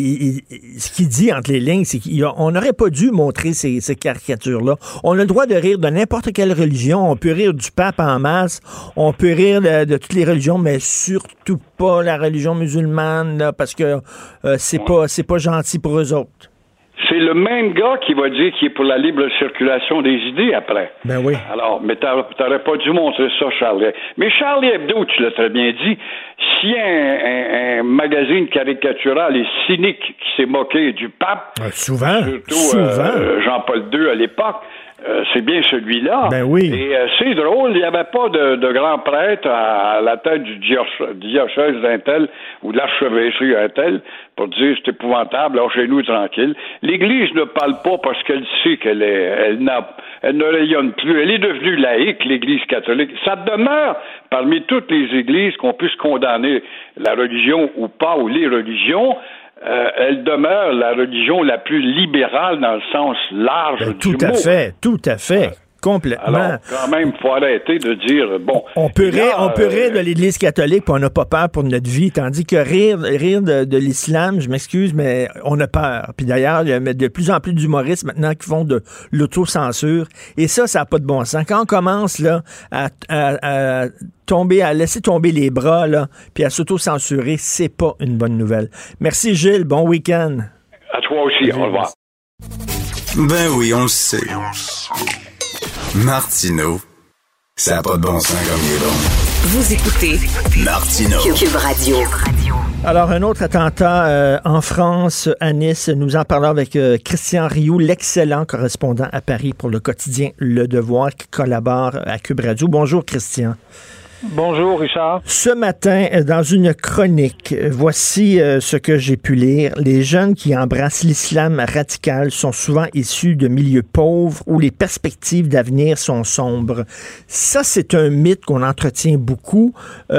ce qu'il dit entre les lignes, c'est qu'on n'aurait pas dû montrer ces caricatures-là. On a le droit de rire de n'importe quelle religion. On peut rire du pape en masse. On peut rire de toutes les religions, mais surtout pas la religion musulmane, là, parce que c'est pas gentil pour eux autres. C'est le même gars qui va dire qu'il est pour la libre circulation des idées après. Ben oui. Alors, mais t'aurais pas dû montrer ça, Charlie. Mais Charlie Hebdo, tu l'as très bien dit, si un magazine caricatural et cynique qui s'est moqué du pape, souvent, Jean-Paul II à l'époque, c'est bien celui-là. Ben oui. Et c'est drôle, il n'y avait pas de grand prêtre à la tête du diocèse d'un tel ou de l'archevêché d'un tel pour dire c'est épouvantable, alors chez nous tranquille. L'Église ne parle pas parce qu'elle sait qu'elle ne rayonne plus. Elle est devenue laïque, l'Église catholique. Ça demeure parmi toutes les églises qu'on puisse condamner la religion ou pas, ou les religions. Elle demeure la religion la plus libérale dans le sens large du mot. Tout à fait. Complètement. Alors, quand même, il faut arrêter de dire, bon... On peut rire de l'Église catholique, puis on n'a pas peur pour notre vie, tandis que rire de l'islam, je m'excuse, mais on a peur. Puis d'ailleurs, il y a de plus en plus d'humoristes maintenant qui font de l'autocensure, et ça n'a pas de bon sens. Quand on commence là à laisser tomber les bras, là, puis à s'autocensurer, c'est pas une bonne nouvelle. Merci Gilles, bon week-end. À toi aussi, au revoir. Ben oui, on le sait. Martineau, ça n'a pas de bon sens comme il est bon. Vous écoutez Martineau. Cube Radio. Alors, un autre attentat en France, à Nice. Nous en parlons avec Christian Rioux, l'excellent correspondant à Paris pour le quotidien Le Devoir, qui collabore à Cube Radio. Bonjour, Christian. Bonjour, Richard. Ce matin, dans une chronique, voici ce que j'ai pu lire. Les jeunes qui embrassent l'islam radical sont souvent issus de milieux pauvres où les perspectives d'avenir sont sombres. Ça, c'est un mythe qu'on entretient beaucoup.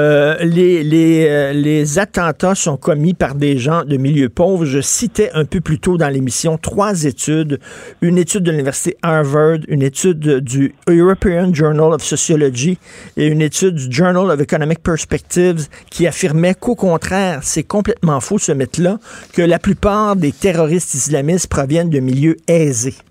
Les attentats sont commis par des gens de milieux pauvres. Je citais un peu plus tôt dans l'émission 3 études. Une étude de l'université Harvard, une étude du European Journal of Sociology et une étude du Journal of Economic Perspectives qui affirmait qu'au contraire, c'est complètement faux ce mythe-là, que la plupart des terroristes islamistes proviennent de milieux aisés.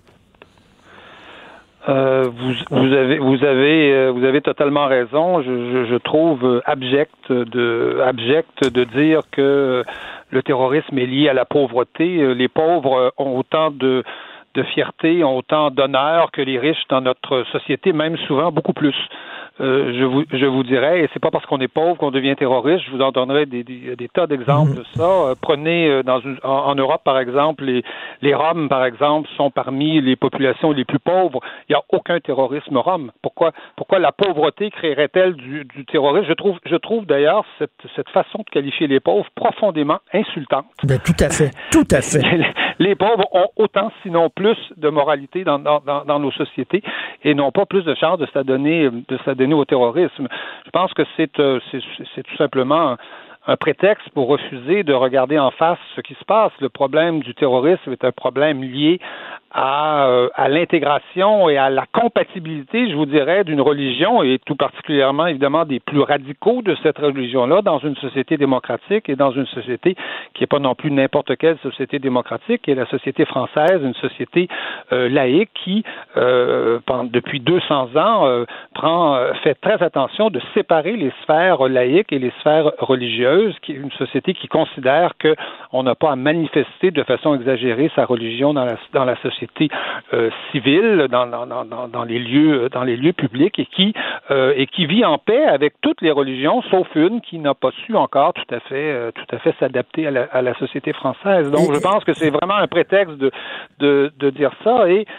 Vous avez totalement raison. Je trouve abject de dire que le terrorisme est lié à la pauvreté. Les pauvres ont autant de fierté, ont autant d'honneur que les riches dans notre société, même souvent beaucoup plus. Je vous dirais, et c'est pas parce qu'on est pauvre qu'on devient terroriste. Je vous en donnerai des tas d'exemples de ça. Prenez en Europe, par exemple, les Roms, par exemple, sont parmi les populations les plus pauvres. Il n'y a aucun terrorisme rom. Pourquoi la pauvreté créerait-elle du terrorisme? Je trouve d'ailleurs cette façon de qualifier les pauvres profondément insultante. Ben, tout à fait. Les pauvres ont autant, sinon plus, de moralité dans nos sociétés et n'ont pas plus de chance de s'adonner au terrorisme. Je pense que c'est tout simplement un prétexte pour refuser de regarder en face ce qui se passe. Le problème du terrorisme est un problème lié à l'intégration et à la compatibilité, je vous dirais, d'une religion et tout particulièrement, évidemment, des plus radicaux de cette religion-là dans une société démocratique et dans une société qui n'est pas non plus n'importe quelle société démocratique, qui est la société française, une société laïque qui, depuis 200 ans, fait très attention de séparer les sphères laïques et les sphères religieuses, qui est une société qui considère qu'on n'a pas à manifester de façon exagérée sa religion dans la société civile, dans les lieux publics et qui vit en paix avec toutes les religions, sauf une qui n'a pas su encore tout à fait s'adapter à la société française. Donc, je pense que c'est vraiment un prétexte de dire ça et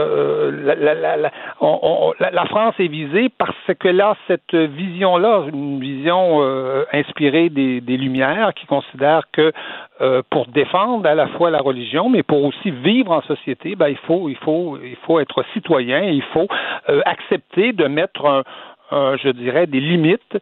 la France est visée parce qu'elle a cette vision-là, une vision inspirée des Lumières qui considère que pour défendre à la fois la religion, mais pour aussi vivre en société, il faut être citoyen, il faut accepter de mettre je dirais, des limites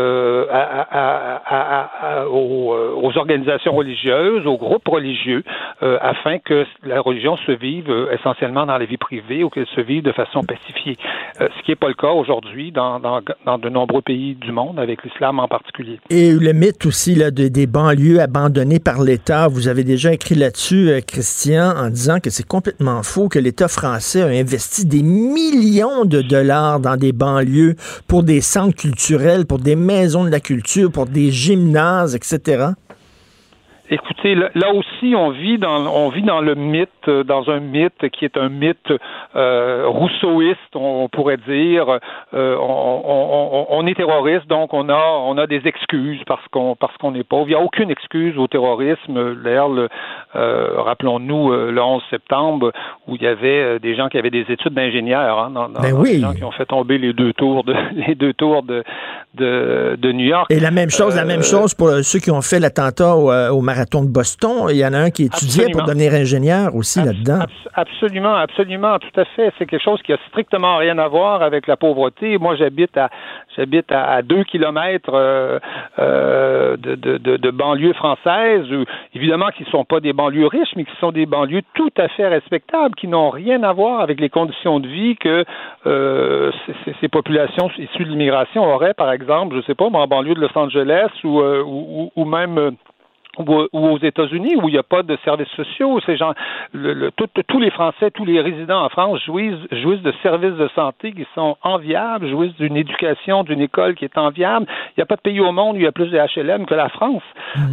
aux organisations religieuses, aux groupes religieux, afin que la religion se vive essentiellement dans la vie privée ou qu'elle se vive de façon pacifiée. Ce qui n'est pas le cas aujourd'hui dans de nombreux pays du monde, avec l'islam en particulier. Et le mythe aussi là, des banlieues abandonnées par l'État, vous avez déjà écrit là-dessus, Christian, en disant que c'est complètement faux, que l'État français a investi des millions de dollars dans des banlieues pour des centres culturels, pour des maisons de la culture, pour des gymnases, etc. Écoutez, là aussi, on vit dans le mythe, dans un mythe qui est un mythe rousseauiste, on pourrait dire. On est terroriste, donc on a des excuses parce qu'on est pauvre. Il n'y a aucune excuse au terrorisme. D'ailleurs, rappelons-nous le 11 septembre où il y avait des gens qui avaient des études d'ingénieurs, des gens qui ont fait tomber les deux tours de New York. Et la même chose pour ceux qui ont fait l'attentat au marathon de Boston. Il y en a un qui étudiait pour devenir ingénieur aussi là-dedans. Absolument, tout à fait. C'est quelque chose qui a strictement rien à voir avec la pauvreté. Moi, j'habite à 2 kilomètres de banlieues françaises, évidemment qui ne sont pas des banlieues riches, mais qui sont des banlieues tout à fait respectables, qui n'ont rien à voir avec les conditions de vie que ces populations issues de l'immigration auraient, par exemple, je ne sais pas, en banlieue de Los Angeles ou même ou aux États-Unis où il n'y a pas de services sociaux. Ces gens, tous les Français, tous les résidents en France jouissent de services de santé qui sont enviables, jouissent d'une éducation, d'une école qui est enviable. Il n'y a pas de pays au monde où il y a plus de HLM que la France.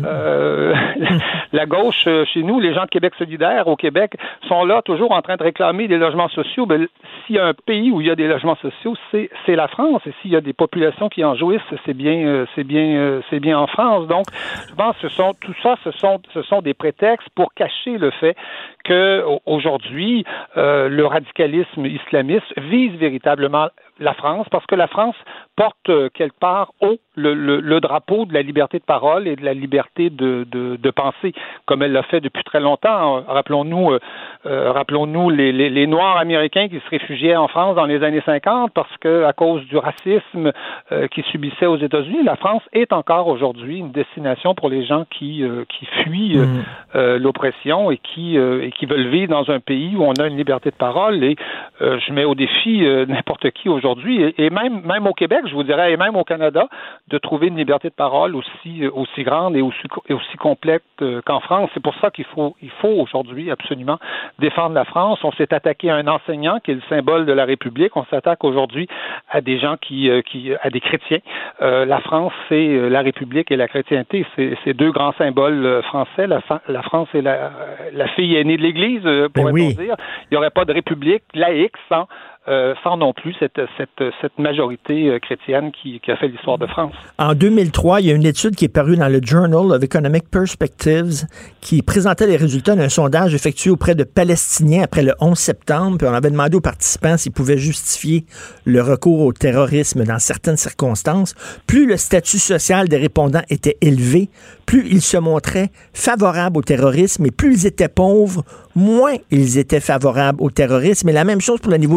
La gauche, chez nous, les gens de Québec solidaire au Québec sont là toujours en train de réclamer des logements sociaux. Ben, s'il y a un pays où il y a des logements sociaux, c'est la France. Et s'il y a des populations qui en jouissent, c'est bien en France. Donc, je pense que tout ça, ce sont des prétextes pour cacher le fait que aujourd'hui, le radicalisme islamiste vise véritablement la France, parce que la France porte quelque part haut le drapeau de la liberté de parole et de la liberté de penser, comme elle l'a fait depuis très longtemps. Rappelons-nous les Noirs américains qui se réfugiaient en France dans les années 50 parce que à cause du racisme qu'ils subissaient aux États-Unis, la France est encore aujourd'hui une destination pour les gens qui fuient l'oppression et qui veulent vivre dans un pays où on a une liberté de parole. Et je mets au défi n'importe qui aujourd'hui, et même au Québec, je vous dirais, et même au Canada, de trouver une liberté de parole aussi grande et aussi complète qu'en France. C'est pour ça qu'il faut aujourd'hui absolument défendre la France. On s'est attaqué à un enseignant qui est le symbole de la République. On s'attaque aujourd'hui à des gens à des chrétiens. La France, c'est la République et la chrétienté. C'est deux grands symboles français. La France est la fille aînée de l'Église, pourrait-on dire. Il n'y aurait pas de République laïque sans non plus cette majorité chrétienne qui a fait l'histoire de France. En 2003, il y a une étude qui est parue dans le Journal of Economic Perspectives qui présentait les résultats d'un sondage effectué auprès de Palestiniens après le 11 septembre. Puis on avait demandé aux participants s'ils pouvaient justifier le recours au terrorisme dans certaines circonstances. Plus le statut social des répondants était élevé, plus ils se montraient favorables au terrorisme et plus ils étaient pauvres, moins ils étaient favorables au terrorisme. Et la même chose pour le niveau d'éducation.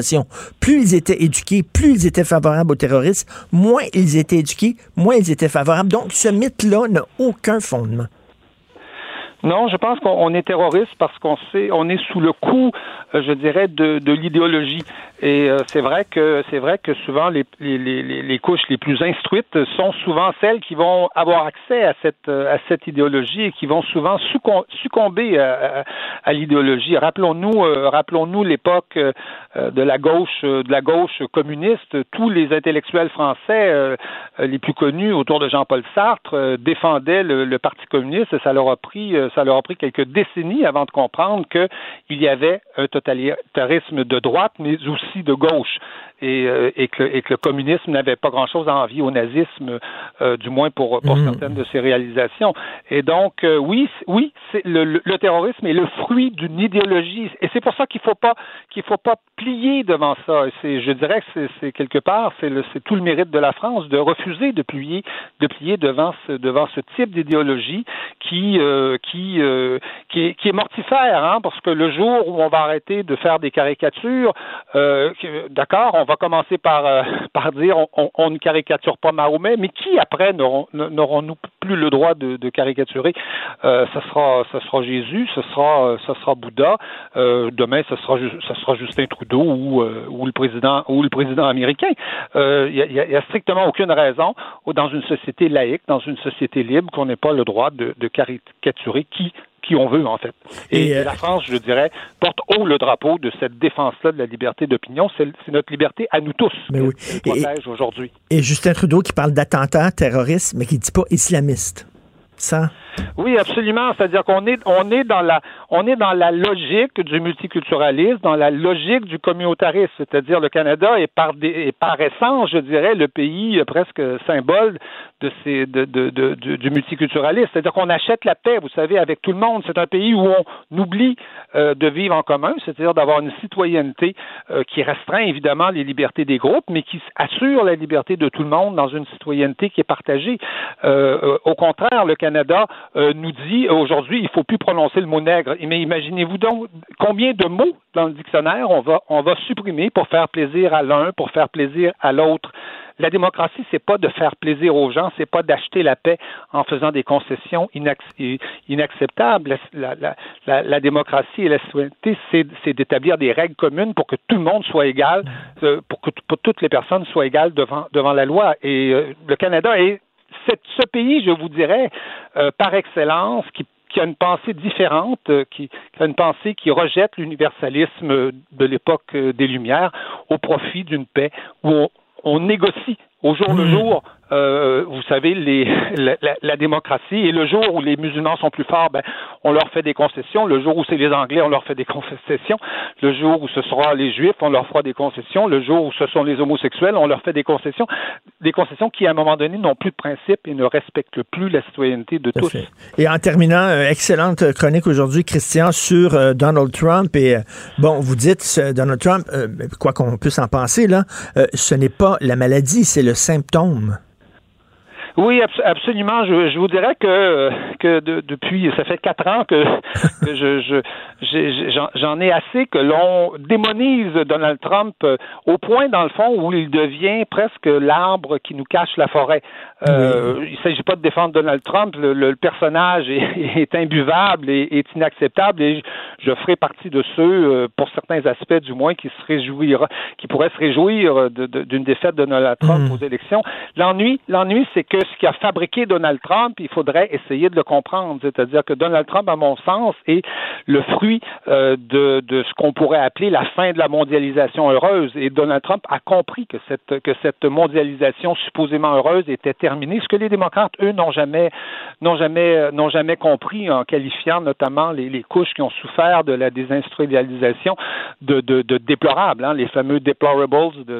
éducation. Plus ils étaient éduqués, plus ils étaient favorables aux terroristes, moins ils étaient éduqués, moins ils étaient favorables. Donc, ce mythe-là n'a aucun fondement. Non, je pense qu'on est terroriste parce on est sous le coup, je dirais, de l'idéologie. Et c'est vrai que souvent les couches les plus instruites sont souvent celles qui vont avoir accès à cette idéologie et qui vont souvent succomber à l'idéologie. Rappelons-nous l'époque de la gauche communiste. Tous les intellectuels français les plus connus autour de Jean-Paul Sartre défendaient le Parti communiste et ça leur a pris quelques décennies avant de comprendre qu'il y avait un totalitarisme de droite, mais aussi de gauche, et que le communisme n'avait pas grand-chose à envier au nazisme, du moins pour certaines de ses réalisations. Et donc, oui, c'est le terrorisme est le fruit d'une idéologie, et c'est pour ça qu'il faut pas plier devant ça. Je dirais que c'est quelque part, c'est tout le mérite de la France de refuser de plier devant ce type d'idéologie qui est mortifère, hein, parce que le jour où on va arrêter de faire des caricatures, d'accord, on va commencer par dire on ne caricature pas Mahomet, mais qui après n'aurons-nous plus le droit de caricaturer? Ça sera Jésus, ça sera Bouddha, demain ça sera Justin Trudeau ou le président américain. Il y a strictement aucune raison dans une société laïque, dans une société libre, qu'on n'ait pas le droit de caricaturer qui on veut, en fait. Et la France, je dirais, porte haut le drapeau de cette défense-là de la liberté d'opinion. C'est notre liberté à nous tous qui protège aujourd'hui. Et Justin Trudeau qui parle d'attentats terroristes, mais qui ne dit pas islamiste. Ça? Oui, absolument. C'est-à-dire qu'on est dans la logique du multiculturalisme, dans la logique du communautarisme. C'est-à-dire le Canada est par essence, je dirais, le pays presque symbole du multiculturalisme. C'est-à-dire qu'on achète la paix, vous savez, avec tout le monde. C'est un pays où on oublie de vivre en commun, c'est-à-dire d'avoir une citoyenneté qui restreint évidemment les libertés des groupes, mais qui assure la liberté de tout le monde dans une citoyenneté qui est partagée. Au contraire, le Canada nous dit aujourd'hui, il ne faut plus prononcer le mot nègre. Mais imaginez-vous donc combien de mots dans le dictionnaire on va supprimer pour faire plaisir à l'un, pour faire plaisir à l'autre. La démocratie, c'est pas de faire plaisir aux gens, c'est pas d'acheter la paix en faisant des concessions inacceptables. La démocratie et la citoyenneté, c'est d'établir des règles communes pour que tout le monde soit égal, pour que toutes les personnes soient égales devant la loi. Et le Canada est ce pays, je vous dirais, par excellence, qui a une pensée différente, qui a une pensée qui rejette l'universalisme de l'époque des Lumières au profit d'une paix où on négocie au jour le jour, vous savez, la démocratie, et le jour où les musulmans sont plus forts, on leur fait des concessions. Le jour où c'est les Anglais, on leur fait des concessions. Le jour où ce sera les Juifs, on leur fera des concessions. Le jour où ce sont les homosexuels, on leur fait des concessions. Des concessions qui, à un moment donné, n'ont plus de principe et ne respectent plus la citoyenneté de tous. Et en terminant, excellente chronique aujourd'hui, Christian, sur Donald Trump. Et bon, vous dites, Donald Trump, quoi qu'on puisse en penser, là, ce n'est pas la maladie, c'est le symptôme. Oui, absolument. Je vous dirais que depuis, ça fait 4 ans que j'en ai assez que l'on démonise Donald Trump au point, dans le fond, où il devient presque l'arbre qui nous cache la forêt. Il ne s'agit pas de défendre Donald Trump. Le personnage est imbuvable et est inacceptable, et je ferai partie de ceux, pour certains aspects du moins, qui pourraient se réjouir d'une défaite de Donald Trump aux élections. L'ennui, c'est que ce qui a fabriqué Donald Trump, il faudrait essayer de le comprendre. C'est-à-dire que Donald Trump, à mon sens, est le fruit de ce qu'on pourrait appeler la fin de la mondialisation heureuse. Et Donald Trump a compris que cette mondialisation supposément heureuse était terminée. Ce que les démocrates, eux, n'ont jamais compris, en qualifiant notamment les couches qui ont souffert de la désindustrialisation de déplorables, hein, les fameux deplorables de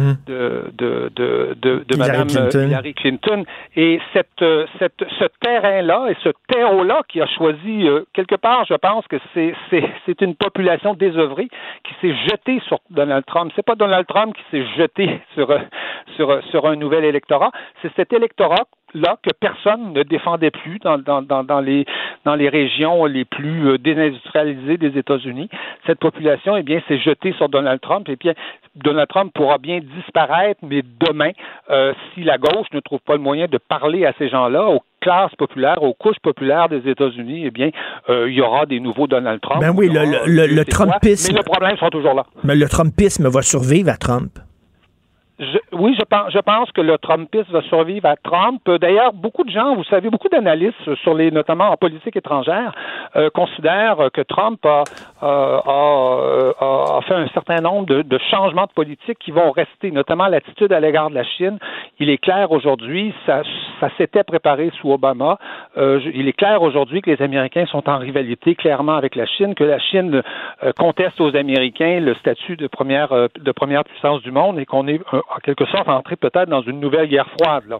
Madame Hillary Clinton. Et ce terrain-là et ce terreau-là qui a choisi, quelque part, je pense que c'est une population désœuvrée qui s'est jetée sur Donald Trump. C'est pas Donald Trump qui s'est jeté sur un nouvel électorat. C'est cet électorat là que personne ne défendait plus dans les régions les plus désindustrialisées des États-Unis. Cette population, eh bien, s'est jetée sur Donald Trump. Et puis, Donald Trump pourra bien disparaître, mais demain, si la gauche ne trouve pas le moyen de parler à ces gens-là, aux classes populaires, aux couches populaires des États-Unis, eh bien, il y aura des nouveaux Donald Trump. Ben oui, le Trumpisme. Mais le problème sera toujours là. Mais le Trumpisme va survivre à Trump. Je pense que le Trumpisme va survivre à Trump. D'ailleurs, beaucoup de gens, vous savez, beaucoup d'analystes, notamment en politique étrangère, considèrent que Trump a fait un certain nombre de changements de politique qui vont rester, notamment l'attitude à l'égard de la Chine. Il est clair aujourd'hui, ça s'était préparé sous Obama. Il est clair aujourd'hui que les Américains sont en rivalité clairement avec la Chine, que la Chine conteste aux Américains le statut de première puissance du monde et qu'on est en quelque sorte entré peut-être dans une nouvelle guerre froide, là.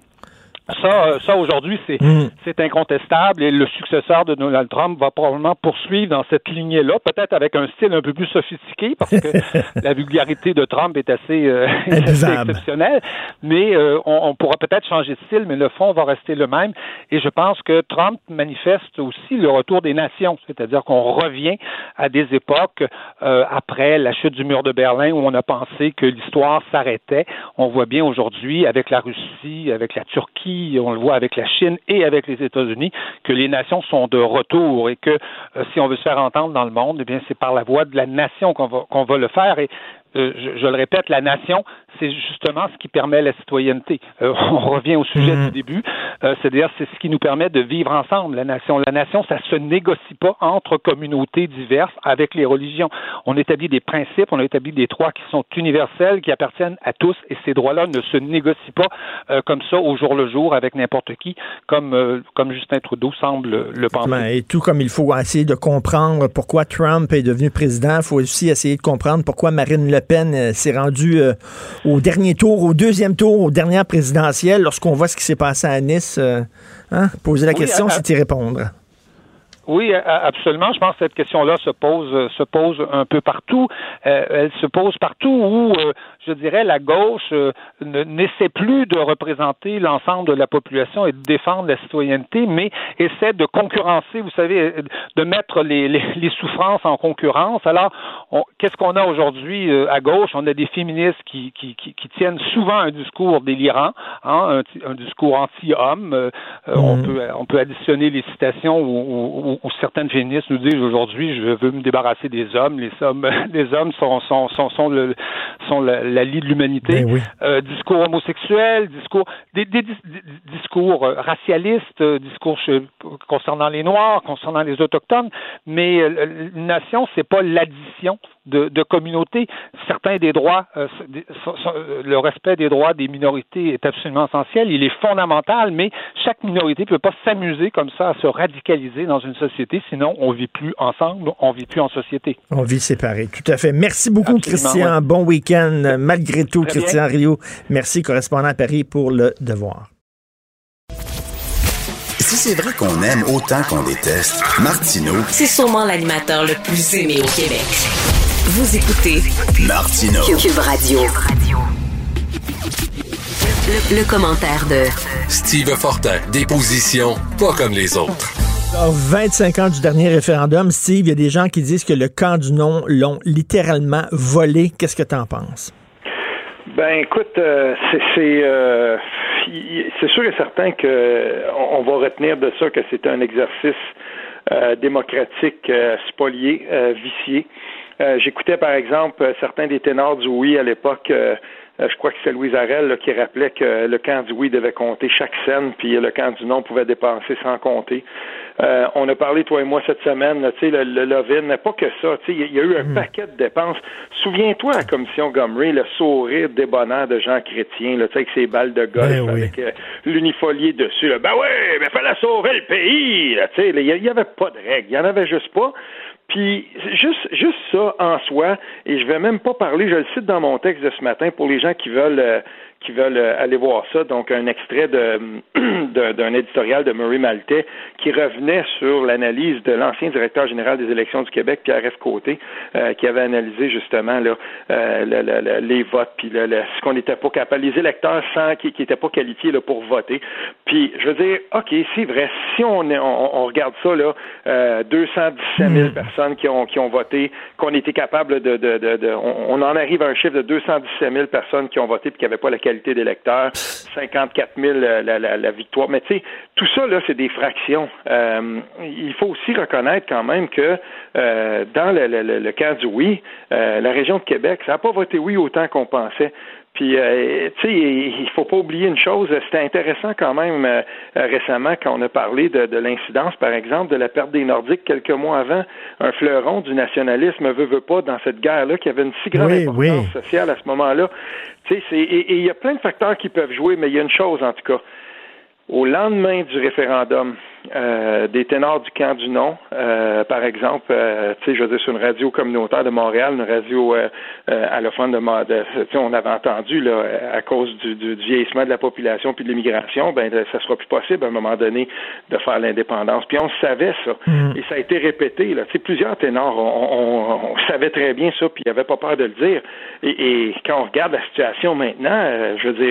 Ça aujourd'hui, c'est incontestable et le successeur de Donald Trump va probablement poursuivre dans cette lignée-là, peut-être avec un style un peu plus sophistiqué, parce que la vulgarité de Trump est assez exceptionnelle, mais on pourra peut-être changer de style, mais le fond va rester le même. Et je pense que Trump manifeste aussi le retour des nations, c'est-à-dire qu'on revient à des époques après la chute du mur de Berlin où on a pensé que l'histoire s'arrêtait. On voit bien aujourd'hui avec la Russie, avec la Turquie, on le voit avec la Chine et avec les États-Unis, que les nations sont de retour et que si on veut se faire entendre dans le monde, eh bien c'est par la voie de la nation qu'on va le faire. Et je le répète, la nation, c'est justement ce qui permet la citoyenneté. On revient au sujet du début, c'est-à-dire c'est ce qui nous permet de vivre ensemble, la nation. La nation, ça se négocie pas entre communautés diverses avec les religions. On établit des principes, on établit des droits qui sont universels, qui appartiennent à tous, et ces droits-là ne se négocient pas comme ça au jour le jour avec n'importe qui, comme Justin Trudeau semble le penser. Et tout comme il faut essayer de comprendre pourquoi Trump est devenu président, il faut aussi essayer de comprendre pourquoi Marine Le Pen s'est rendue au dernier tour, au deuxième tour, aux dernières présidentielles, lorsqu'on voit ce qui s'est passé à Nice. Poser la question, c'est y répondre. Oui, absolument. Je pense que cette question-là se pose un peu partout. Elle se pose partout où, je dirais, la gauche n'essaie plus de représenter l'ensemble de la population et de défendre la citoyenneté, mais essaie de concurrencer, vous savez, de mettre les souffrances en concurrence. Alors, qu'est-ce qu'on a aujourd'hui à gauche? On a des féministes qui tiennent souvent un discours délirant, un discours anti-homme. On peut additionner les citations où certaines féministes nous disent aujourd'hui, je veux me débarrasser des hommes. Les hommes sont la lie de l'humanité. Ben oui. Discours homosexuels, discours racialistes, discours concernant les Noirs, concernant les Autochtones. Mais une nation, c'est pas l'addition de communautés. Certains des droits, le respect des droits des minorités est absolument essentiel. Il est fondamental, mais chaque minorité ne peut pas s'amuser comme ça à se radicaliser dans une société, sinon on vit plus ensemble, on vit plus en société. On vit séparés, tout à fait. Merci beaucoup, absolument, Christian. Ouais. Bon week-end. Malgré tout, très Christian bien. Rio. Merci, correspondant à Paris pour Le Devoir. Si c'est vrai qu'on aime autant qu'on déteste, Martineau, c'est sûrement l'animateur le plus aimé au Québec. Vous écoutez Martineau. Cube Radio. Le commentaire de Steve Fortin. Des positions pas comme les autres. Alors, 25 ans du dernier référendum, Steve, il y a des gens qui disent que le camp du non l'ont littéralement volé. Qu'est-ce que tu en penses? Ben, écoute, c'est sûr et certain qu'on va retenir de ça que c'est un exercice démocratique spolié, vicié. J'écoutais, par exemple, certains des ténors du oui à l'époque. Je crois que c'est Louise Arel là, qui rappelait que le camp du oui devait compter chaque scène, puis le camp du non pouvait dépenser sans compter. On a parlé, toi et moi, cette semaine, tu sais, le Lovin, pas que ça, tu sais, il y a eu un paquet de dépenses. Souviens-toi à la commission Gomery, le sourire débonnant de Jean Chrétien, là, tu sais, avec ses balles de golf, avec l'unifolié dessus, là. Ben ouais, mais fallait sauver le pays, là, tu sais, il y avait pas de règles, il y en avait juste pas. Puis juste ça en soi, et je vais même pas parler, je le cite dans mon texte de ce matin pour les gens qui veulent qui veulent aller voir ça. Donc, un extrait d'un éditorial de Murray Maltais qui revenait sur l'analyse de l'ancien directeur général des élections du Québec, Pierre-F. Côté, qui avait analysé justement là, les votes, puis ce qu'on n'était pas capable, les électeurs qui n'étaient pas qualifiés là, pour voter. Puis, je veux dire, OK, c'est vrai, si on regarde ça, là, 217 000 personnes qui ont voté, qu'on était capable on en arrive à un chiffre de 217 000 personnes qui ont voté puis qui n'avaient pas la qualité d'électeur, 54 000 la victoire. Mais tu sais, tout ça, là, c'est des fractions. Il faut aussi reconnaître quand même que dans le cas du oui, la région de Québec, ça n'a pas voté oui autant qu'on pensait. Puis, tu sais, il faut pas oublier une chose, c'était intéressant quand même récemment quand on a parlé de l'incidence, par exemple, de la perte des Nordiques quelques mois avant, un fleuron du nationalisme veut pas dans cette guerre-là qui avait une si grande importance sociale à ce moment-là. Tu sais, et il y a plein de facteurs qui peuvent jouer, mais il y a une chose en tout cas. Au lendemain du référendum, des ténors du camp du non, par exemple, tu sais, je veux dire, sur une radio communautaire de Montréal, une radio allophone on avait entendu, là, à cause du vieillissement de la population puis de l'immigration, ben, ça sera plus possible à un moment donné de faire l'indépendance. Puis on savait ça. Et ça a été répété, là. Tu sais, plusieurs ténors, on savait très bien ça, puis ils n'avaient pas peur de le dire. Et quand on regarde la situation maintenant, je veux dire,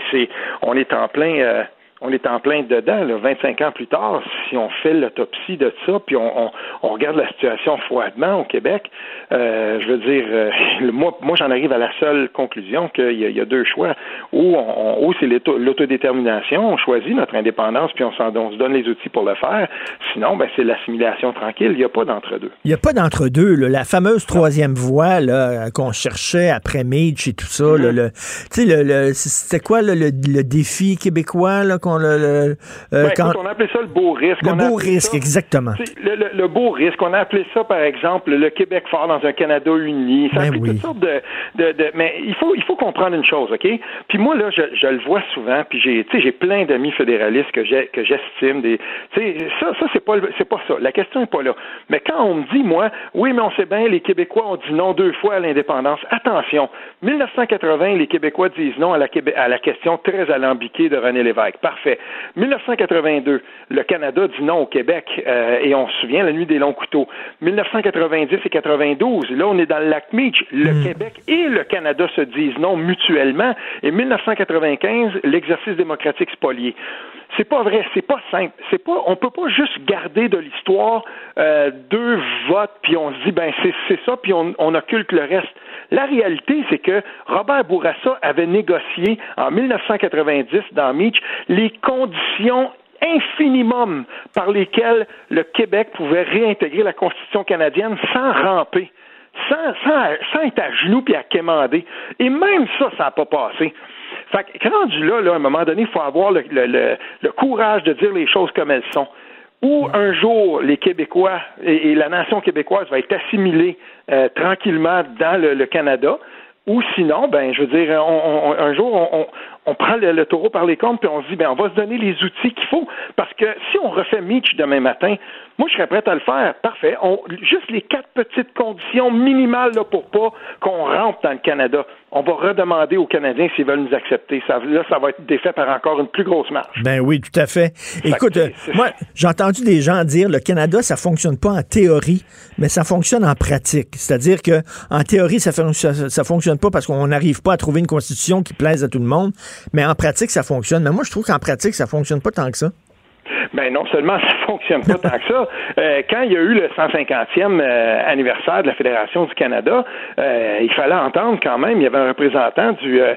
on est en plein... on est en plein dedans, là, 25 ans plus tard, si on fait l'autopsie de ça, puis on regarde la situation froidement au Québec, je veux dire, moi j'en arrive à la seule conclusion qu'il y a deux choix. Ou c'est l'autodétermination, on choisit notre indépendance, puis on se donne les outils pour le faire. Sinon, ben c'est l'assimilation tranquille, il n'y a pas d'entre-deux. Il n'y a pas d'entre-deux, là. La fameuse troisième voie là, qu'on cherchait après Meach et tout ça, tu sais, c'était quoi le défi québécois là, qu'on écoute, on a appelé ça le beau risque. Le beau risque, exactement. Le beau risque. On a appelé ça, par exemple, le Québec fort dans un Canada uni. Ça a pris toutes sortes mais il faut comprendre une chose, OK? Puis moi, là, je le vois souvent, puis j'ai plein d'amis fédéralistes que j'estime. Ça, c'est pas ça. La question n'est pas là. Mais quand on me dit, moi, oui, mais on sait bien, les Québécois ont dit non 2 fois à l'indépendance. Attention, 1980, les Québécois disent non à la question très alambiquée de René Lévesque. Parfait. 1982, le Canada dit non au Québec, et on se souvient, la nuit des longs couteaux. 1990 et 92, là, on est dans le lac Meach. Le Québec et le Canada se disent non mutuellement. Et 1995, l'exercice démocratique spolié. C'est pas vrai, c'est pas simple. On peut pas juste garder de l'histoire 2 votes, puis on se dit, ben c'est ça, puis on occulte le reste. La réalité, c'est que Robert Bourassa avait négocié en 1990 dans Meach les conditions infinimum par lesquelles le Québec pouvait réintégrer la Constitution canadienne sans ramper, sans être à genoux puis à quémander. Et même ça n'a pas passé. Fait que rendu là, à un moment donné, il faut avoir le courage de dire les choses comme elles sont. Ou un jour, les Québécois et la nation québécoise va être assimilée tranquillement dans le Canada. Ou sinon, ben, je veux dire, un jour, on prend le taureau par les cornes puis on se dit, ben, on va se donner les outils qu'il faut. Parce que si on refait Meach demain matin, moi, je serais prêt à le faire. Parfait. Juste les 4 petites conditions minimales là, pour pas qu'on rentre dans le Canada. On va redemander aux Canadiens s'ils veulent nous accepter. Ça va être défait par encore une plus grosse marge. Ben oui, tout à fait. Écoute, moi, j'ai entendu des gens dire le Canada, ça fonctionne pas en théorie, mais ça fonctionne en pratique. C'est-à-dire que en théorie, ça fonctionne pas parce qu'on n'arrive pas à trouver une constitution qui plaise à tout le monde, mais en pratique, ça fonctionne. Mais moi, je trouve qu'en pratique, ça fonctionne pas tant que ça. Ben non seulement ça fonctionne pas tant que ça, quand il y a eu le 150e anniversaire de la Fédération du Canada, il fallait entendre quand même, il y avait un représentant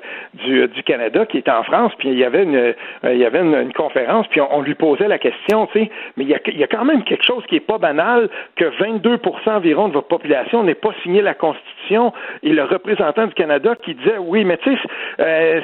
du Canada qui était en France, puis il y avait une conférence, puis on lui posait la question, tu sais, mais il y a quand même quelque chose qui est pas banal, que 22% environ de votre population n'ait pas signé la Constitution, et le représentant du Canada qui disait, oui, mais tu sais,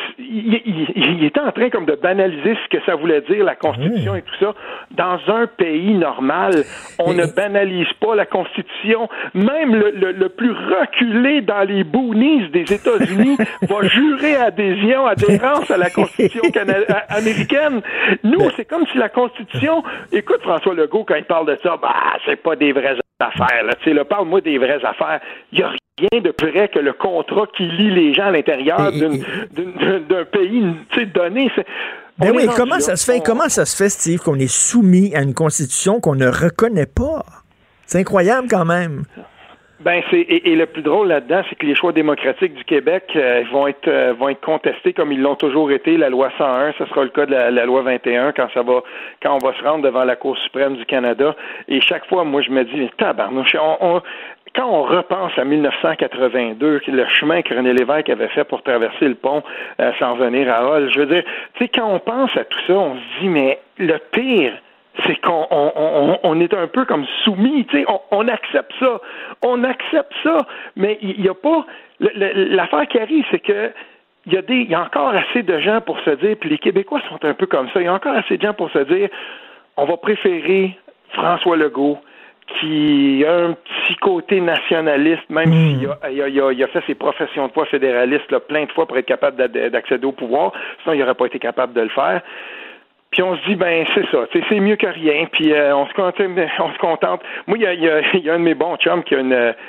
il était en train comme de banaliser ce que ça voulait dire, la Constitution et tout ça. Dans un pays normal, on ne banalise pas la Constitution. Même le plus reculé dans les boonies des États-Unis va jurer adhérence à la Constitution américaine. Nous, c'est comme si la Constitution... Écoute, François Legault, quand il parle de ça, c'est pas des vraies affaires. Là. Tu sais, parle-moi des vraies affaires. Il n'y a rien de plus vrai que le contrat qui lie les gens à l'intérieur d'un pays, donné. Ben oui, comment ça se fait, Steve, qu'on est soumis à une constitution qu'on ne reconnaît pas? C'est incroyable quand même. Ben et le plus drôle là-dedans, c'est que les choix démocratiques du Québec vont être contestés comme ils l'ont toujours été. La loi 101, ce sera le cas de la loi 21 quand on va se rendre devant la Cour suprême du Canada. Et chaque fois, moi, je me dis, tabarnouche, quand on repense à 1982, le chemin que René Lévesque avait fait pour traverser le pont sans venir à Hull, je veux dire, tu sais, quand on pense à tout ça, on se dit, mais le pire, c'est qu'on est un peu comme soumis, tu sais, on accepte ça, mais il y a pas, l'affaire qui arrive, c'est que il y a encore assez de gens pour se dire, puis les Québécois sont un peu comme ça, il y a encore assez de gens pour se dire, on va préférer François Legault, qui a un petit côté nationaliste, même s'il a fait ses professions de foi fédéralistes là, plein de fois pour être capable d'accéder au pouvoir, sinon il n'aurait pas été capable de le faire. Puis on se dit, ben c'est ça, c'est mieux que rien, puis on se contente. Moi, il y a un de mes bons chums qui a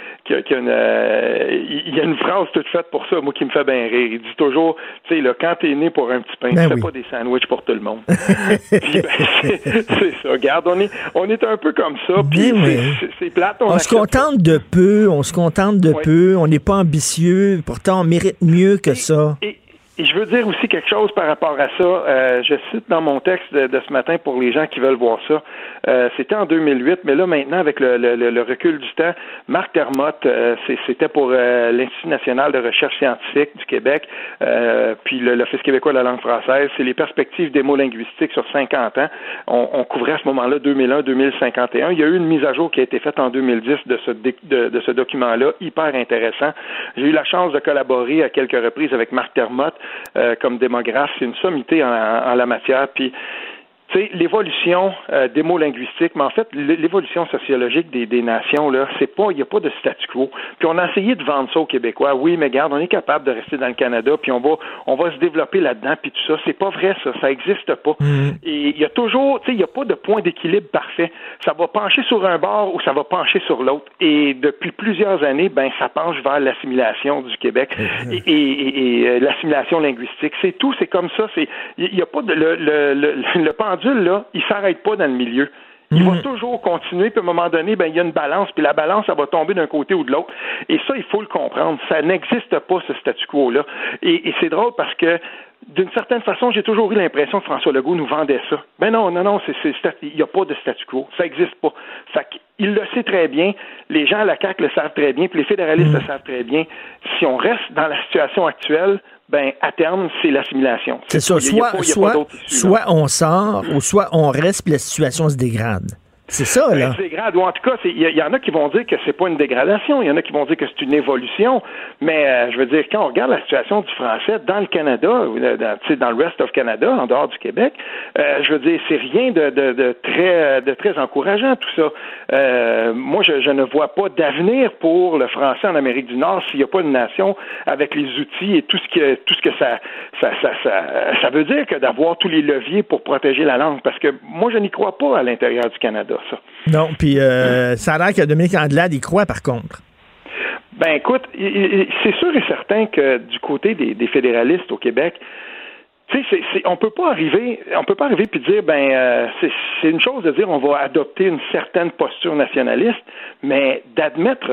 une phrase toute faite pour ça, moi, qui me fait bien rire. Il dit toujours, tu sais, là, quand t'es né pour un petit pain, tu fais pas des sandwichs pour tout le monde. Puis, c'est ça. Regarde, on est un peu comme ça, puis c'est plate. On se contente de peu, on n'est pas ambitieux, pourtant on mérite mieux que ça. Et je veux dire aussi quelque chose par rapport à ça. Je cite dans mon texte de ce matin pour les gens qui veulent voir ça. C'était en 2008, mais là maintenant avec le recul du temps, Marc Dermotte, c'était pour l'Institut national de recherche scientifique du Québec, puis l'Office québécois de la langue française. C'est les perspectives des mots linguistiques sur 50 ans. On couvrait à ce moment-là 2001-2051. Il y a eu une mise à jour qui a été faite en 2010 de ce document-là, hyper intéressant. J'ai eu la chance de collaborer à quelques reprises avec Marc Dermotte. Comme démographe, c'est une sommité en la matière. Puis, tu sais, l'évolution des mots linguistiques, mais en fait, l'évolution sociologique des nations, là, il n'y a pas de statu quo. Puis on a essayé de vendre ça aux Québécois. Oui, mais regarde, on est capable de rester dans le Canada, puis on va se développer là-dedans, puis tout ça. C'est pas vrai, ça n'existe pas. Et il y a toujours, tu sais, il n'y a pas de point d'équilibre parfait. Ça va pencher sur un bord ou ça va pencher sur l'autre. Et depuis plusieurs années, ben, ça penche vers l'assimilation du Québec et l'assimilation linguistique. C'est tout, c'est comme ça. Il n'y a pas de le pendule, là, il s'arrête pas dans le milieu. Il va toujours continuer, puis à un moment donné, ben il y a une balance, puis la balance, elle va tomber d'un côté ou de l'autre. Et ça, il faut le comprendre. Ça n'existe pas, ce statu quo-là. Et c'est drôle parce que, d'une certaine façon, j'ai toujours eu l'impression que François Legault nous vendait ça. Ben non, il n'y a pas de statu quo. Ça n'existe pas. Fait qu'il le sait très bien, les gens à la CAQ le savent très bien, puis les fédéralistes le savent très bien. Si on reste dans la situation actuelle, ben à terme, c'est l'assimilation. C'est ça. Soit on sort, ou soit on reste, puis la situation se dégrade. C'est ça, là. Se dégrade, ou en tout cas, il y en a qui vont dire que c'est pas une dégradation, il y en a qui vont dire que c'est une évolution, mais je veux dire, quand on regarde la situation du français dans le Canada, dans le rest of Canada, en dehors du Québec, je veux dire, c'est rien de très encourageant, tout ça. Moi, je ne vois pas d'avenir pour le français en Amérique du Nord s'il n'y a pas une nation avec les outils et tout ce que ça veut dire que d'avoir tous les leviers pour protéger la langue, parce que moi, je n'y crois pas à l'intérieur du Canada. Ça. Non, puis ça a l'air que Dominique Anglade y croit, par contre. Ben écoute, c'est sûr et certain que du côté des fédéralistes au Québec, tu sais, on peut pas arriver puis dire c'est une chose de dire on va adopter une certaine posture nationaliste, mais d'admettre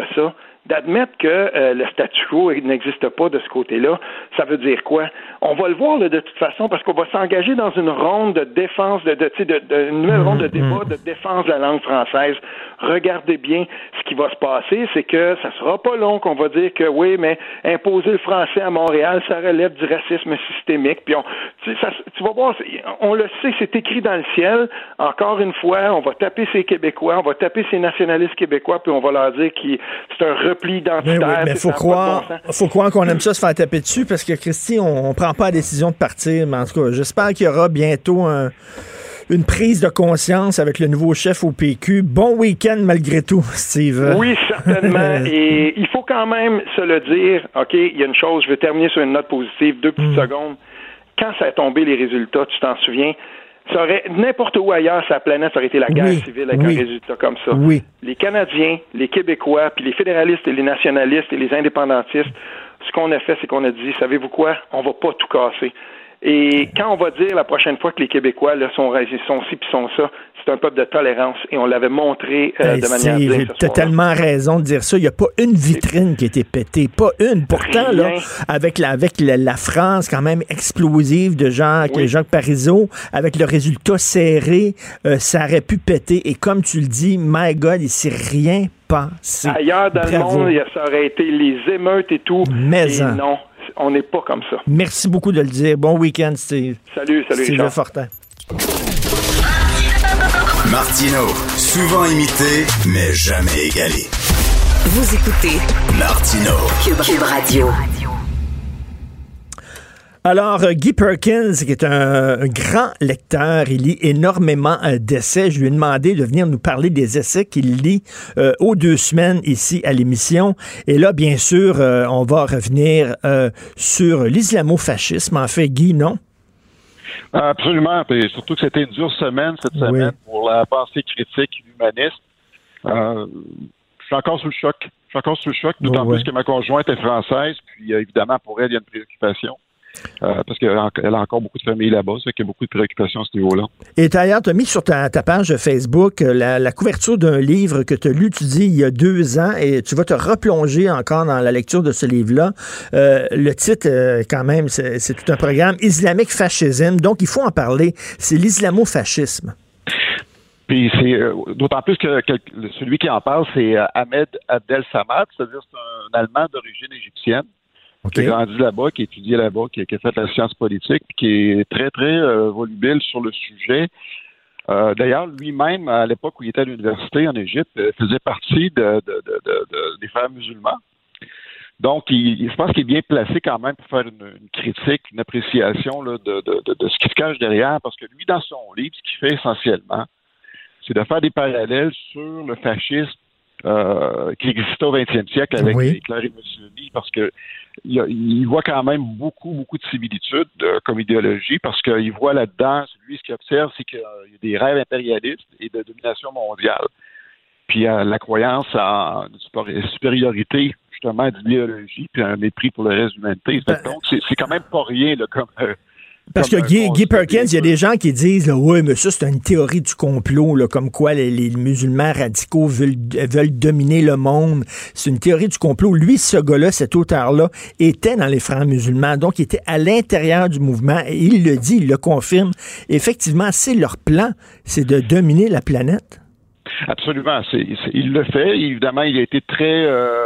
que le statu quo n'existe pas de ce côté-là, ça veut dire quoi? On va le voir là, de toute façon parce qu'on va s'engager dans une ronde de défense, une nouvelle ronde de débat de défense de la langue française. Regardez bien ce qui va se passer, c'est que ça sera pas long qu'on va dire que oui, mais imposer le français à Montréal, ça relève du racisme systémique. Puis tu vas voir, on le sait, c'est écrit dans le ciel. Encore une fois, on va taper ces Québécois, on va taper ces nationalistes québécois, puis on va leur dire que c'est un repli identitaire. Mais faut croire qu'on aime ça se faire taper dessus parce que, Christy, on prend pas la décision de partir. Mais en tout cas, j'espère qu'il y aura bientôt une prise de conscience avec le nouveau chef au PQ. Bon week-end malgré tout, Steve. Oui, certainement. Et il faut quand même se le dire. OK, il y a une chose, je vais terminer sur une note positive, 2 petites secondes. Quand ça a tombé les résultats, tu t'en souviens, Ça aurait, n'importe où ailleurs sur la planète, ça aurait été la guerre civile avec un résultat comme ça. Oui. Les Canadiens, les Québécois, puis les fédéralistes et les nationalistes et les indépendantistes, ce qu'on a fait, c'est qu'on a dit, savez-vous quoi? On va pas tout casser. Et quand on va dire la prochaine fois que les Québécois là, sont ci puis sont ça, c'est un peuple de tolérance et on l'avait montré de manière digne. J'ai totalement raison de dire ça. Il n'y a pas une vitrine qui a été pétée. Pas une. Pourtant, là, avec la France quand même explosive de Jacques Parizeau, avec le résultat serré, ça aurait pu péter. Et comme tu le dis, my God, il ne s'est rien passé. Ailleurs dans le monde, ça aurait été les émeutes et tout. Mais non. On n'est pas comme ça. Merci beaucoup de le dire. Bon week-end, Steve. Salut, Steve Fortin. Martineau, souvent imité, mais jamais égalé. Vous écoutez Martineau. Cube Radio. Alors, Guy Perkins, qui est un grand lecteur, il lit énormément d'essais. Je lui ai demandé de venir nous parler des essais qu'il lit aux 2 semaines ici à l'émission. Et là, bien sûr, on va revenir sur l'islamo-fascisme. En fait, Guy, non? Absolument. Et surtout que c'était une dure semaine cette semaine pour la pensée critique humaniste. Je suis encore sous le choc. D'autant plus que ma conjointe est française. Puis, évidemment, pour elle, il y a une préoccupation. Parce qu'elle a encore beaucoup de familles là-bas, ça fait qu'il y a beaucoup de préoccupations à ce niveau-là. Et d'ailleurs, tu as mis sur ta page Facebook la couverture d'un livre que tu as lu, tu dis, il y a 2 ans, et tu vas te replonger encore dans la lecture de ce livre-là. Le titre, quand même, c'est tout un programme, Islamic Fascism, donc il faut en parler. C'est l'islamo-fascisme. Puis c'est d'autant plus que celui qui en parle, c'est Ahmed Abdel Samad, c'est-à-dire c'est un Allemand d'origine égyptienne. Qui a grandi là-bas, qui a étudié là-bas, qui a fait la science politique, puis qui est très, très volubile sur le sujet. D'ailleurs, lui-même, à l'époque où il était à l'université en Égypte, faisait partie des frères musulmans. Donc, je pense qu'il est bien placé quand même pour faire une critique, une appréciation là, de ce qui se cache derrière, parce que lui, dans son livre, ce qu'il fait essentiellement, c'est de faire des parallèles sur le fascisme qui existait au 20e siècle avec Hitler et Mussolini, parce que il voit quand même beaucoup de similitudes comme idéologie, parce qu'il voit là-dedans, lui, ce qu'il observe, c'est qu'il y a des rêves impérialistes et de domination mondiale. Puis la croyance en une supériorité, justement, d'idéologie, puis un mépris pour le reste de l'humanité. Donc, c'est quand même pas rien, là, comme... Parce que Guy Perkins, il y a des gens qui disent oui, mais ça, c'est une théorie du complot, là, comme quoi les musulmans radicaux veulent dominer le monde. C'est une théorie du complot. Lui, ce gars-là, cet auteur-là, était dans les frères musulmans, donc il était à l'intérieur du mouvement, et il le dit, il le confirme. Effectivement, c'est leur plan, c'est de dominer la planète. Absolument. Il le fait. Évidemment, il a été très...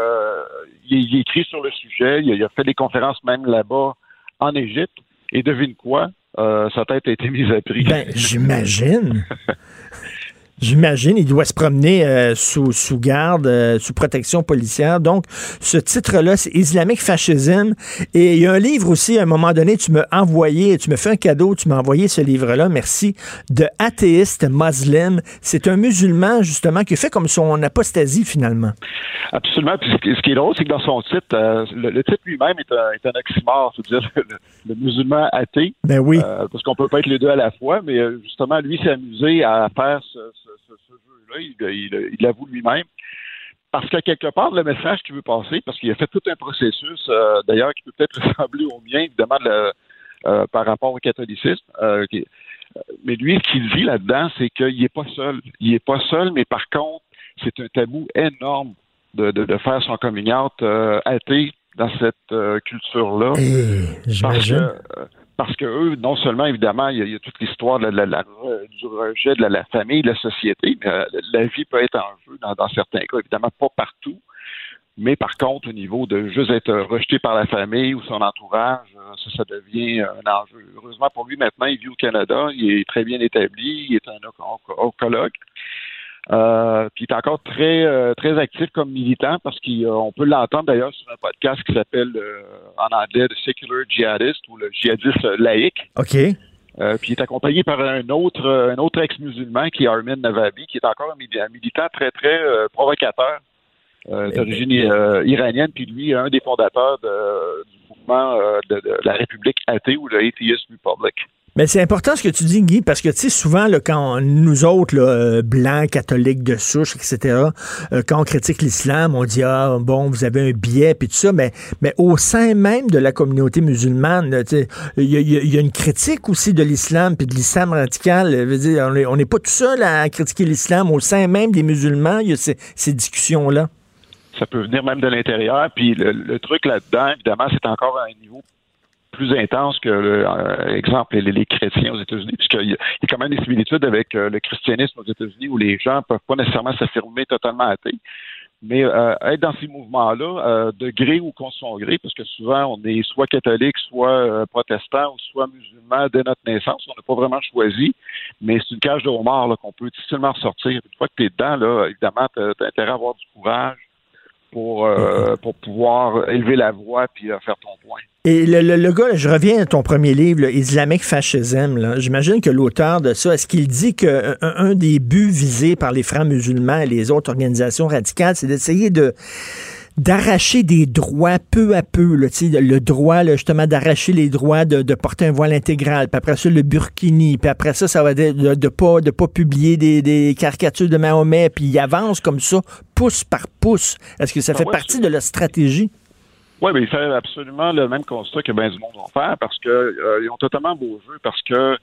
il écrit sur le sujet. Il a fait des conférences même là-bas en Égypte. Et devine quoi? Sa tête a été mise à prix. Ben, j'imagine. J'imagine, il doit se promener sous garde, sous protection policière. Donc, ce titre-là, c'est Islamic Fascism. Et il y a un livre aussi, à un moment donné, tu m'as envoyé, tu me fais un cadeau, tu m'as envoyé ce livre-là, merci, de Athéiste Muslim. C'est un musulman, justement, qui fait comme son apostasie, finalement. Absolument. Puis ce qui est drôle, c'est que dans son titre, le titre lui-même est un oxymore, c'est-à-dire le musulman athée. Ben oui. Parce qu'on peut pas être les deux à la fois, mais justement, lui s'est amusé à faire ce jeu-là, il l'avoue lui-même. Parce que quelque part, le message qu'il veut passer, parce qu'il a fait tout un processus, d'ailleurs, qui peut peut-être ressembler au mien, évidemment, par rapport au catholicisme. Mais lui, ce qu'il dit là-dedans, c'est qu'il n'est pas seul. Il n'est pas seul, mais par contre, c'est un tabou énorme de faire son coming out athée dans cette culture-là. J'imagine. Parce que eux, non seulement, évidemment, il y a toute l'histoire du rejet de la famille, de la société, mais la vie peut être en jeu dans certains cas, évidemment pas partout, mais par contre, au niveau de juste être rejeté par la famille ou son entourage, ça devient un enjeu. Heureusement pour lui, maintenant, il vit au Canada, il est très bien établi, il est un oncologue. Puis il est encore très très actif comme militant parce qu'on peut l'entendre d'ailleurs sur un podcast qui s'appelle en anglais The Secular Jihadist ou le djihadiste laïque. OK. Puis il est accompagné par un autre ex-musulman qui est Armin Navabi, qui est encore un militant très très provocateur d'origine iranienne. Puis lui, un des fondateurs du mouvement de la République athée ou le Atheist Republic. Mais c'est important ce que tu dis, Guy, parce que, tu sais, souvent, là, quand nous autres, là, blancs, catholiques de souche, etc., quand on critique l'islam, on dit, ah, bon, vous avez un biais, puis tout ça, mais au sein même de la communauté musulmane, il y a une critique aussi de l'islam, puis de l'islam radical. Je veux dire, on n'est pas tout seul à critiquer l'islam. Au sein même des musulmans, il y a ces discussions-là. Ça peut venir même de l'intérieur, puis le truc là-dedans, évidemment, c'est encore à un niveau plus intense que, exemple, les chrétiens aux États-Unis, puisqu'il y a quand même des similitudes avec le christianisme aux États-Unis où les gens ne peuvent pas nécessairement s'affirmer totalement athées. Mais être dans ces mouvements-là, de gré ou contre son gré, parce que souvent, on est soit catholique, soit protestant, ou soit musulman dès notre naissance. On n'a pas vraiment choisi, mais c'est une cage de homard là, qu'on peut difficilement ressortir. Une fois que tu es dedans, là, évidemment, tu as intérêt à avoir du courage pour pouvoir élever la voix puis faire ton point. Et le gars, je reviens à ton premier livre, là, Islamic Fascism, là, j'imagine que l'auteur de ça, est-ce qu'il dit qu'un des buts visés par les frères musulmans et les autres organisations radicales, c'est d'essayer d'arracher des droits peu à peu, là, le droit là, justement d'arracher les droits de porter un voile intégral, puis après ça le burkini, puis après ça va être de pas publier des caricatures de Mahomet, puis il avance comme ça, pouce par pouce. Est-ce que ça fait partie de la stratégie? Oui, mais il fait absolument le même constat que bien du monde vont faire, parce que ils ont totalement beau jeu, parce que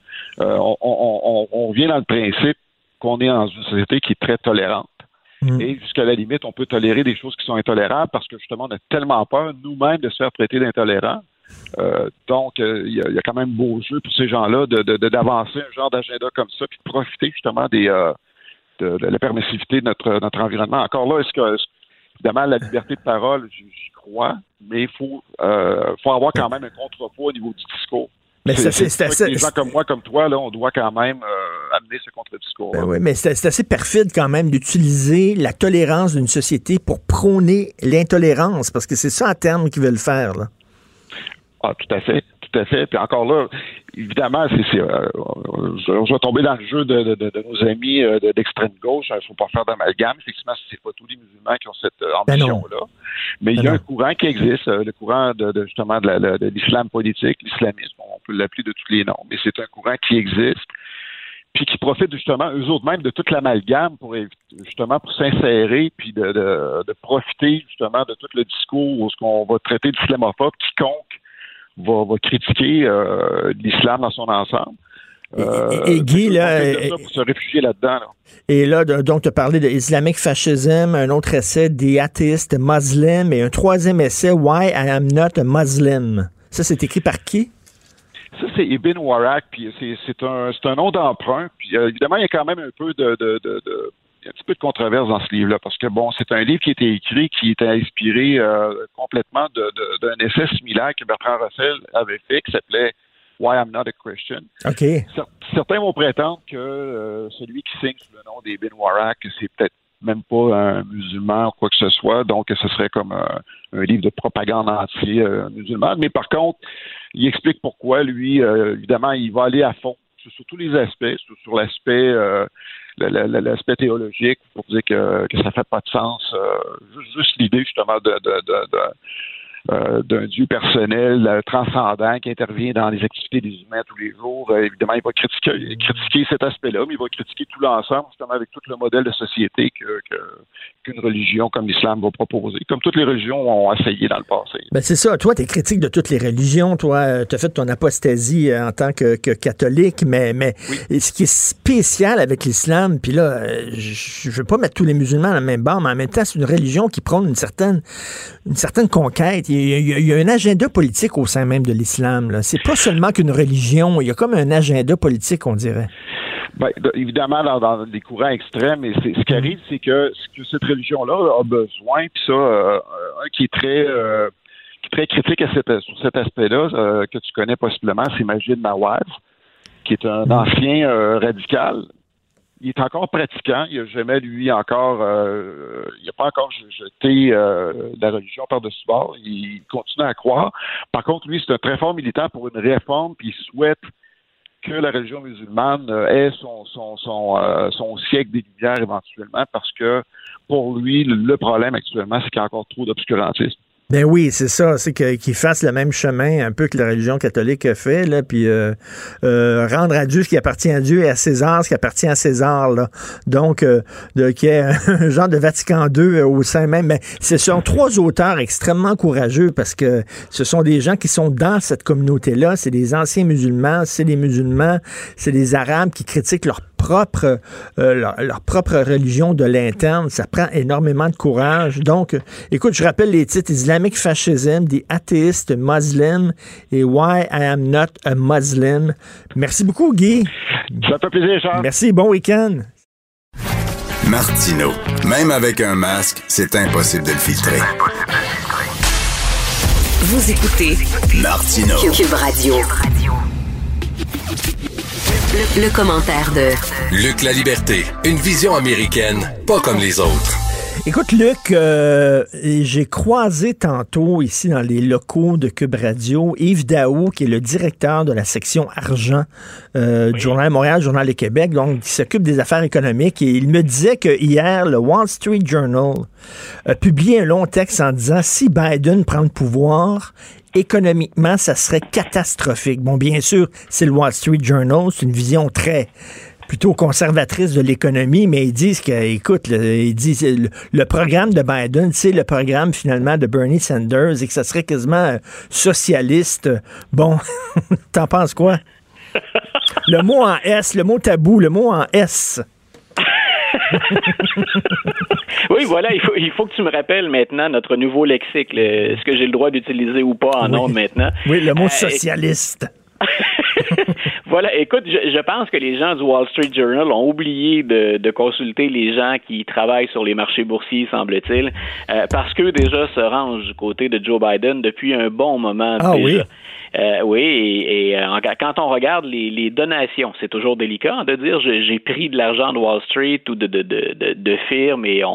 on vient dans le principe qu'on est dans une société qui est très tolérante. Et jusqu'à la limite, on peut tolérer des choses qui sont intolérables parce que justement, on a tellement peur nous-mêmes de se faire traiter d'intolérants. Donc, il y a quand même beau jeu pour ces gens-là d'avancer un genre d'agenda comme ça puis de profiter justement de la permissivité de notre environnement. Encore là, évidemment, la liberté de parole, j'y crois, mais il faut avoir quand même un contrepoids au niveau du discours. Mais les gens comme moi, comme toi, là, on doit quand même amener ce contre-discours. Ben oui, mais c'est assez perfide quand même d'utiliser la tolérance d'une société pour prôner l'intolérance, parce que c'est ça à terme qu'ils veulent faire, là. Ah, tout à fait. Puis encore là, évidemment, je vais tomber dans le jeu de nos amis d'extrême gauche. Il ne faut pas faire d'amalgame. Effectivement, c'est pas tous les musulmans qui ont cette ambition-là. Mais il y a un courant qui existe, le courant justement de l'islam politique, l'islamisme. On peut l'appeler de tous les noms, mais c'est un courant qui existe, puis qui profite justement, eux autres même, de toute l'amalgame pour s'insérer, puis de profiter justement de tout le discours où on va traiter d'islamophobe quiconque va critiquer l'islam dans son ensemble. Et Guy, là... pour se réfugier là-dedans. Là. Et là, donc, tu as parlé de Islamic Fascism, un autre essai, des athéistes Muslims, et un troisième essai, Why I Am Not a Muslim. Ça, c'est écrit par qui? Ça, c'est Ibn Warraq, puis c'est un nom d'emprunt. Puis évidemment, il y a quand même un peu il y a un petit peu de controverse dans ce livre-là, parce que, bon, c'est un livre qui a été écrit, qui était inspiré complètement d'un essai similaire que Bertrand Russell avait fait, qui s'appelait Why I'm Not a Christian. Okay. Certains vont prétendre que celui qui signe sous le nom d'Ibn Warraq, c'est peut-être même pas un musulman ou quoi que ce soit, donc ce serait comme un livre de propagande anti-musulmane. Mais par contre, il explique pourquoi, lui, évidemment, il va aller à fond sur tous les aspects, sur l'aspect l'aspect théologique pour dire que ça fait pas de sens. Juste l'idée justement d'un Dieu personnel, transcendant, qui intervient dans les activités des humains tous les jours. Évidemment, il va critiquer cet aspect-là, mais il va critiquer tout l'ensemble, justement, avec tout le modèle de société qu'une religion comme l'islam va proposer, comme toutes les religions ont essayé dans le passé. Ben c'est ça. Toi, tu es critique de toutes les religions. Toi, tu as fait ton apostasie en tant que catholique, mais oui. Ce qui est spécial avec l'islam, puis là, je veux pas mettre tous les musulmans à la même barre, mais en même temps, c'est une religion qui prône une certaine conquête. Il y a un agenda politique au sein même de l'islam. Là. C'est pas seulement qu'une religion. Il y a comme un agenda politique, on dirait. Ben, évidemment, dans les courants extrêmes, et ce qui arrive, c'est que cette religion-là a besoin, puis ça, un qui est très critique sur cet aspect-là, que tu connais possiblement, c'est Majid Nawaz, qui est un ancien radical. Il est encore pratiquant. Il n'a jamais, lui, il n'a pas encore jeté la religion par-dessus bord. Il continue à croire. Par contre, lui, c'est un très fort militant pour une réforme, puis il souhaite que la religion musulmane ait son siècle des Lumières éventuellement, parce que pour lui, le problème actuellement, c'est qu'il y a encore trop d'obscurantisme. Ben oui, c'est ça. C'est qu'ils fassent le même chemin un peu que la religion catholique a fait, là, puis rendre à Dieu ce qui appartient à Dieu et à César ce qui appartient à César, là. Donc, qu'il y ait un genre de Vatican II au sein même. Mais ce sont 3 auteurs extrêmement courageux parce que ce sont des gens qui sont dans cette communauté-là. C'est des anciens musulmans, c'est des musulmans, c'est des Arabes qui critiquent leur propre religion de l'interne. Ça prend énormément de courage. Donc, écoute, je rappelle les titres: Islamic Fascism, The Atheist Muslim et Why I Am Not a Muslim. Merci beaucoup, Guy. Ça fait plaisir, Charles. Merci, bon week-end. Martineau, même avec un masque, c'est impossible de le filtrer. Vous écoutez Martineau. Cube Radio. Le commentaire de Luc La Liberté, une vision américaine, pas comme les autres. Écoute, Luc, j'ai croisé tantôt ici dans les locaux de Cube Radio Yves Daou, qui est le directeur de la section argent du Journal de Montréal, Journal de Québec, donc qui s'occupe des affaires économiques. Et il me disait que hier, le Wall Street Journal a publié un long texte en disant si Biden prend le pouvoir, économiquement, ça serait catastrophique. Bon, bien sûr, c'est le Wall Street Journal, c'est une vision plutôt conservatrice de l'économie, mais ils disent que, écoute, ils disent le programme de Biden, c'est le programme finalement de Bernie Sanders et que ça serait quasiment socialiste. Bon, t'en penses quoi? Le mot en S, le mot tabou, le mot en S. Oui, voilà, il faut que tu me rappelles maintenant notre nouveau lexique. Est-ce que j'ai le droit d'utiliser ou pas en ondes maintenant? Oui, le mot socialiste. Voilà, écoute, je pense que les gens du Wall Street Journal ont oublié de consulter les gens qui travaillent sur les marchés boursiers, semble-t-il, parce qu'eux déjà se rangent du côté de Joe Biden depuis un bon moment déjà. Oui. Oui, quand on regarde les donations, c'est toujours délicat de dire j'ai pris de l'argent de Wall Street ou de firmes et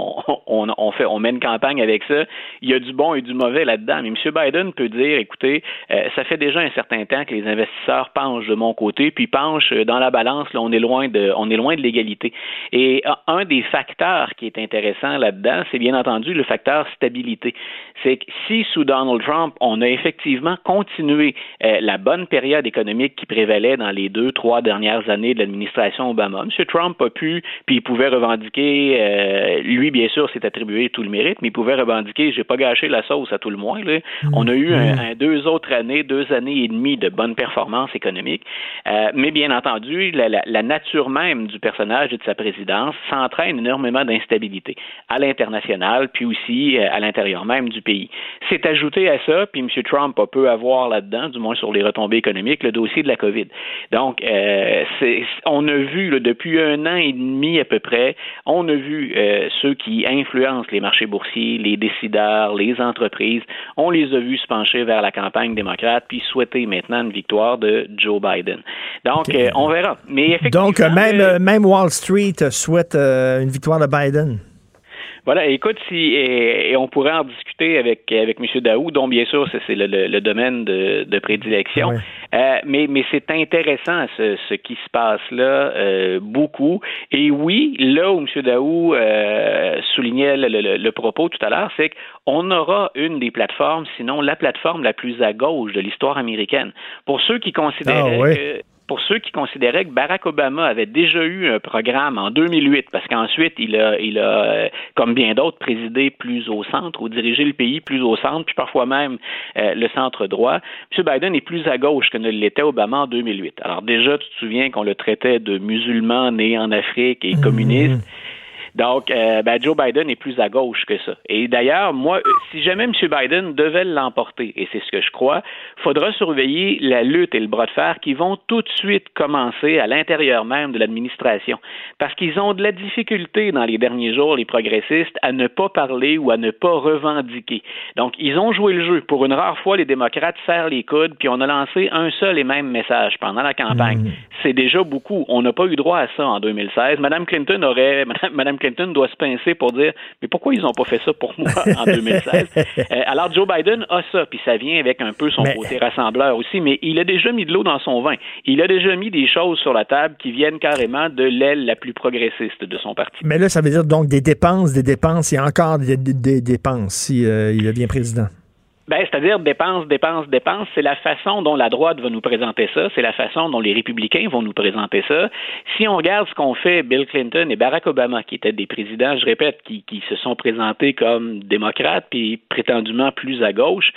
on met une campagne avec ça. Il y a du bon et du mauvais là-dedans. Mais M. Biden peut dire, écoutez, ça fait déjà un certain temps que les investisseurs penchent de mon côté, puis penchent dans la balance. Là, on est loin de l'égalité. Et un des facteurs qui est intéressant là-dedans, c'est bien entendu le facteur stabilité. C'est que si sous Donald Trump, on a effectivement continué la bonne période économique qui prévalait dans les 2-3 dernières années de l'administration Obama. M. Trump a pu, puis il pouvait revendiquer, lui bien sûr s'est attribué tout le mérite, mais il pouvait revendiquer, j'ai pas gâché la sauce à tout le moins. Là. On a eu 2 années et demie de bonne performance économique, mais bien entendu, la nature même du personnage et de sa présidence s'entraîne énormément d'instabilité à l'international, puis aussi à l'intérieur même du pays. C'est ajouté à ça, puis M. Trump peut avoir là-dedans, du moins sur les retombées économiques, le dossier de la COVID. Donc, on a vu là, depuis 1 an et demi à peu près, on a vu ceux qui influencent les marchés boursiers, les décideurs, les entreprises, on les a vus se pencher vers la campagne démocrate puis souhaiter maintenant une victoire de Joe Biden. Donc, on verra. Mais effectivement, donc, même Wall Street souhaite une victoire de Biden. Voilà, écoute, et on pourrait en discuter avec M. Daou, dont bien sûr c'est le domaine de prédilection, mais c'est intéressant ce qui se passe là, beaucoup. Et oui, là où M. Daou soulignait le propos tout à l'heure, c'est qu'on aura une des plateformes, sinon la plateforme la plus à gauche de l'histoire américaine. Pour ceux qui considéraient que Barack Obama avait déjà eu un programme en 2008, parce qu'ensuite, il a, comme bien d'autres, présidé plus au centre ou dirigé le pays plus au centre, puis parfois même le centre droit. M. Biden est plus à gauche que ne l'était Obama en 2008. Alors déjà, tu te souviens qu'on le traitait de musulman né en Afrique et communiste. Donc, Joe Biden est plus à gauche que ça. Et d'ailleurs, moi, si jamais M. Biden devait l'emporter, et c'est ce que je crois, il faudra surveiller la lutte et le bras de fer qui vont tout de suite commencer à l'intérieur même de l'administration. Parce qu'ils ont de la difficulté dans les derniers jours, les progressistes, à ne pas parler ou à ne pas revendiquer. Donc, ils ont joué le jeu. Pour une rare fois, les démocrates serrent les coudes, puis on a lancé un seul et même message pendant la campagne. C'est déjà beaucoup. On n'a pas eu droit à ça en 2016. Mme Clinton doit se pincer pour dire « Mais pourquoi ils n'ont pas fait ça pour moi en 2016? » Alors, Joe Biden a ça, puis ça vient avec un peu son côté rassembleur aussi, mais il a déjà mis de l'eau dans son vin. Il a déjà mis des choses sur la table qui viennent carrément de l'aile la plus progressiste de son parti. Mais là, ça veut dire donc des dépenses. Il y a encore des dépenses si il devient président. C'est-à-dire dépenses. C'est la façon dont la droite va nous présenter ça. C'est la façon dont les républicains vont nous présenter ça. Si on regarde ce qu'ont fait Bill Clinton et Barack Obama, qui étaient des présidents, je répète, qui se sont présentés comme démocrates puis prétendument plus à gauche,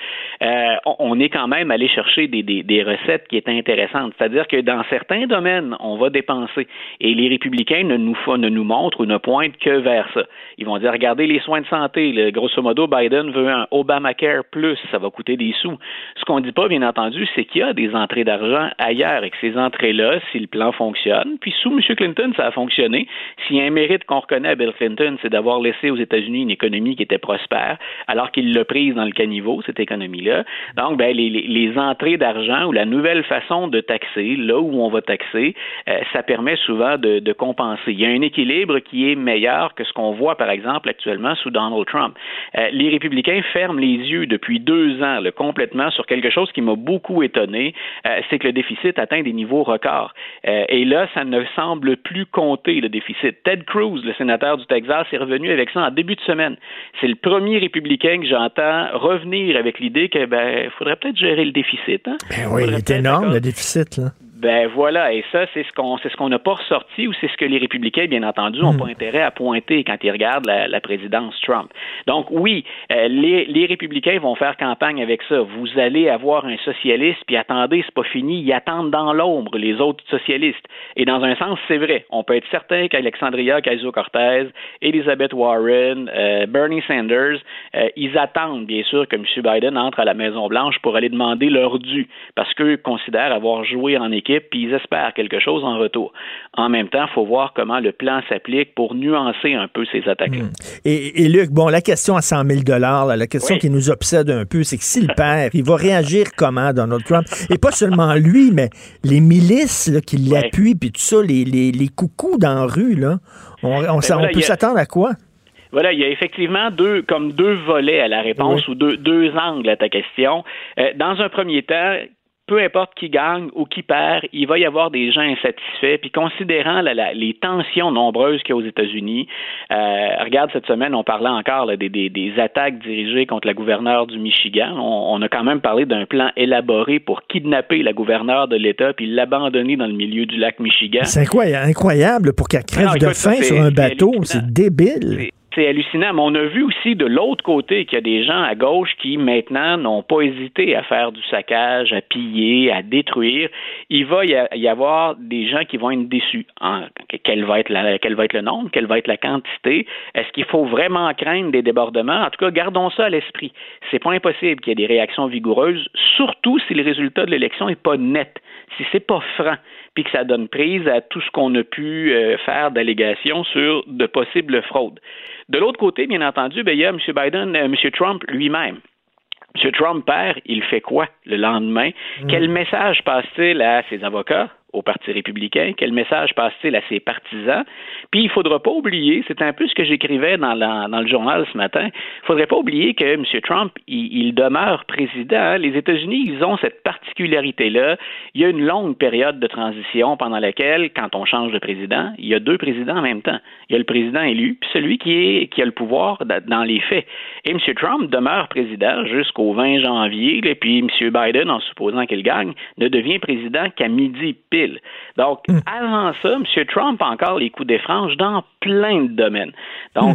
on est quand même allé chercher des recettes qui étaient intéressantes. C'est-à-dire que dans certains domaines, on va dépenser. Et les républicains ne nous montrent ou ne pointent que vers ça. Ils vont dire, regardez les soins de santé. Grosso modo, Biden veut un Obamacare plus. Ça va coûter des sous. Ce qu'on ne dit pas, bien entendu, c'est qu'il y a des entrées d'argent ailleurs et que ces entrées-là, si le plan fonctionne, puis sous M. Clinton, ça a fonctionné. S'il y a un mérite qu'on reconnaît à Bill Clinton, c'est d'avoir laissé aux États-Unis une économie qui était prospère, alors qu'il l'a prise dans le caniveau, cette économie-là. Donc, les entrées d'argent ou la nouvelle façon de taxer, là où on va taxer, ça permet souvent de compenser. Il y a un équilibre qui est meilleur que ce qu'on voit, par exemple, actuellement sous Donald Trump. Les républicains ferment les yeux depuis 2 ans complètement sur quelque chose qui m'a beaucoup étonné, c'est que le déficit atteint des niveaux records. Et là, ça ne semble plus compter, le déficit. Ted Cruz, le sénateur du Texas, est revenu avec ça en début de semaine. C'est le premier républicain que j'entends revenir avec l'idée que faudrait peut-être gérer le déficit. Hein? Oui, il est énorme, le déficit, là. Voilà, et ça, c'est ce qu'on n'a pas ressorti ou c'est ce que les républicains, bien entendu, n'ont pas intérêt à pointer quand ils regardent la présidence Trump. Donc oui, les républicains vont faire campagne avec ça. Vous allez avoir un socialiste, puis attendez, c'est pas fini, ils attendent dans l'ombre les autres socialistes. Et dans un sens, c'est vrai. On peut être certain qu'Alexandria Ocasio-Cortez, Elizabeth Warren, Bernie Sanders, ils attendent, bien sûr, que M. Biden entre à la Maison-Blanche pour aller demander leur dû, parce qu'eux considèrent avoir joué en équipe puis ils espèrent quelque chose en retour. En même temps, il faut voir comment le plan s'applique pour nuancer un peu ces attaques-là. Et Luc, la question à 100 000 $, la question qui nous obsède un peu, c'est que s'il perd, il va réagir comment, Donald Trump? Et pas seulement lui, mais les milices là, qui l'appuient, puis tout ça, les coucous dans la rue, là. On peut s'attendre à quoi? Voilà, il y a effectivement deux volets à la réponse ou deux angles à ta question. Dans un premier temps, peu importe qui gagne ou qui perd, il va y avoir des gens insatisfaits. Puis considérant les tensions nombreuses qu'il y a aux États-Unis, regarde, cette semaine, on parlait encore des attaques dirigées contre la gouverneure du Michigan. On a quand même parlé d'un plan élaboré pour kidnapper la gouverneure de l'État puis l'abandonner dans le milieu du lac Michigan. C'est incroyable pour qu'elle crève de faim sur un bateau. C'est débile. C'est hallucinant, mais on a vu aussi de l'autre côté qu'il y a des gens à gauche qui maintenant n'ont pas hésité à faire du saccage, à piller, à détruire. Il va y avoir des gens qui vont être déçus. Quel va être le nombre? Quelle va être la quantité? Est-ce qu'il faut vraiment craindre des débordements? En tout cas, gardons ça à l'esprit. C'est pas impossible qu'il y ait des réactions vigoureuses, surtout si le résultat de l'élection n'est pas net, si c'est pas franc, puis que ça donne prise à tout ce qu'on a pu faire d'allégations sur de possibles fraudes. De l'autre côté, bien entendu, il y a M. Biden, M. Trump lui-même. M. Trump perd, il fait quoi le lendemain? Quel message passe-t-il à ses avocats, au Parti républicain? Quel message passe-t-il à ses partisans? Puis il ne faudra pas oublier, c'est un peu ce que j'écrivais dans le journal ce matin, il ne faudrait pas oublier que M. Trump, il demeure président. Hein? Les États-Unis, ils ont cette particularité-là. Il y a une longue période de transition pendant laquelle, quand on change de président, il y a 2 présidents en même temps. Il y a le président élu, puis celui qui a le pouvoir dans les faits. Et M. Trump demeure président jusqu'au 20 janvier, et puis M. Biden, en supposant qu'il gagne, ne devient président qu'à midi pile. Donc, avant ça, M. Trump a encore les coups des franges dans plein de domaines. Donc,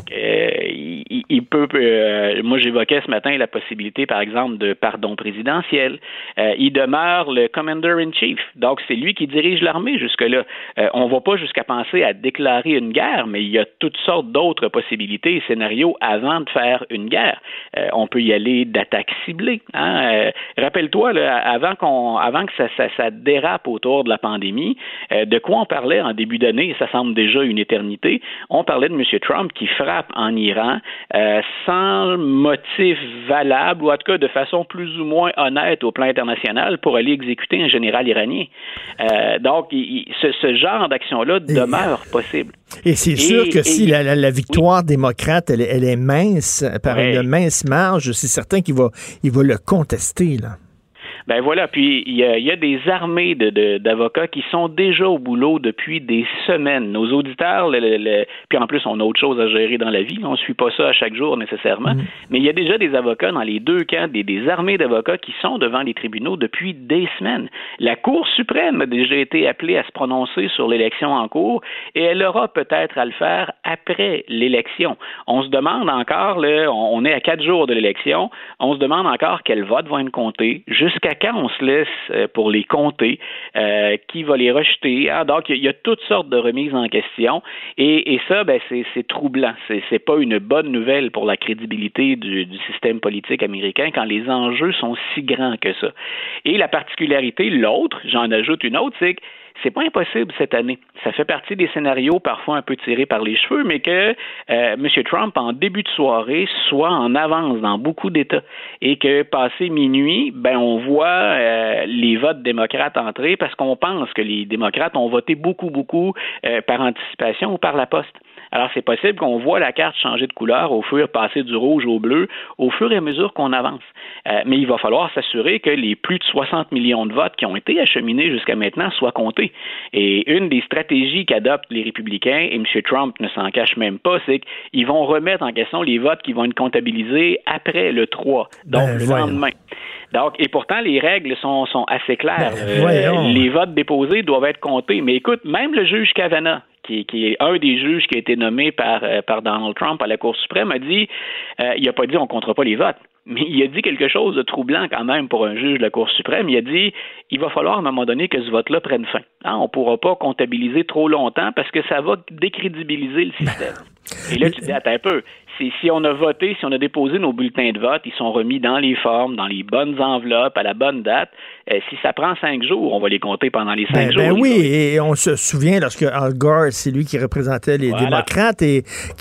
il peut... moi, j'évoquais ce matin la possibilité, par exemple, de pardon présidentiel. Il demeure le Commander-in-Chief. Donc, c'est lui qui dirige l'armée jusque-là. On ne va pas jusqu'à penser à déclarer une guerre, mais il y a toutes sortes d'autres possibilités et scénarios avant de faire une guerre. On peut y aller d'attaques ciblées. Hein? Rappelle-toi, là, avant que ça dérape autour de la pandémie, de quoi on parlait en début d'année, et ça semble déjà une éternité, on parlait de M. Trump qui frappe en Iran sans motif valable, ou en tout cas de façon plus ou moins honnête au plan international pour aller exécuter un général iranien. Donc, ce genre d'action-là demeure possible. Et c'est sûr que si la victoire démocrate, elle est mince, par une mince marge, c'est certain qu'il va le contester, là. Ben voilà, puis il y a des armées d'avocats qui sont déjà au boulot depuis des semaines. Nos auditeurs, puis en plus, on a autre chose à gérer dans la vie, on ne suit pas ça à chaque jour nécessairement, mais il y a déjà des avocats dans les deux camps, des armées d'avocats qui sont devant les tribunaux depuis des semaines. La Cour suprême a déjà été appelée à se prononcer sur l'élection en cours et elle aura peut-être à le faire après l'élection. On se demande encore, on est à 4 jours de l'élection, on se demande encore quels votes vont être comptés, jusqu'à quand on se laisse pour les compter, qui va les rejeter. Donc, il y a toutes sortes de remises en question et ça, ben, c'est troublant. C'est pas une bonne nouvelle pour la crédibilité du système politique américain quand les enjeux sont si grands que ça. Et la particularité, l'autre, j'en ajoute une autre, c'est que c'est pas impossible cette année. Ça fait partie des scénarios parfois un peu tirés par les cheveux, mais que M. Trump, en début de soirée, soit en avance dans beaucoup d'États et que, passé minuit, ben on voit les votes démocrates entrer parce qu'on pense que les démocrates ont voté beaucoup par anticipation ou par la poste. Alors, c'est possible qu'on voit la carte changer de couleur passer du rouge au bleu, au fur et à mesure qu'on avance. Mais il va falloir s'assurer que les plus de 60 millions de votes qui ont été acheminés jusqu'à maintenant soient comptés. Et une des stratégies qu'adoptent les républicains, et M. Trump ne s'en cache même pas, c'est qu'ils vont remettre en question les votes qui vont être comptabilisés après le 3, donc le lendemain. Donc, et pourtant, les règles sont assez claires. Les votes déposés doivent être comptés. Mais écoute, même le juge Kavanaugh, qui est un des juges qui a été nommé par Donald Trump à la Cour suprême, a dit, il n'a pas dit on ne comptera pas les votes, mais il a dit quelque chose de troublant quand même pour un juge de la Cour suprême. Il a dit, il va falloir à un moment donné que ce vote-là prenne fin. On ne pourra pas comptabiliser trop longtemps parce que ça va décrédibiliser le système. Et là, tu te dis, attends un peu. Si on a voté, si on a déposé nos bulletins de vote, ils sont remis dans les formes, dans les bonnes enveloppes, à la bonne date. Si ça prend 5 jours, on va les compter pendant les 5 jours. Oui, et on se souvient lorsque Al Gore, c'est lui qui représentait les démocrates et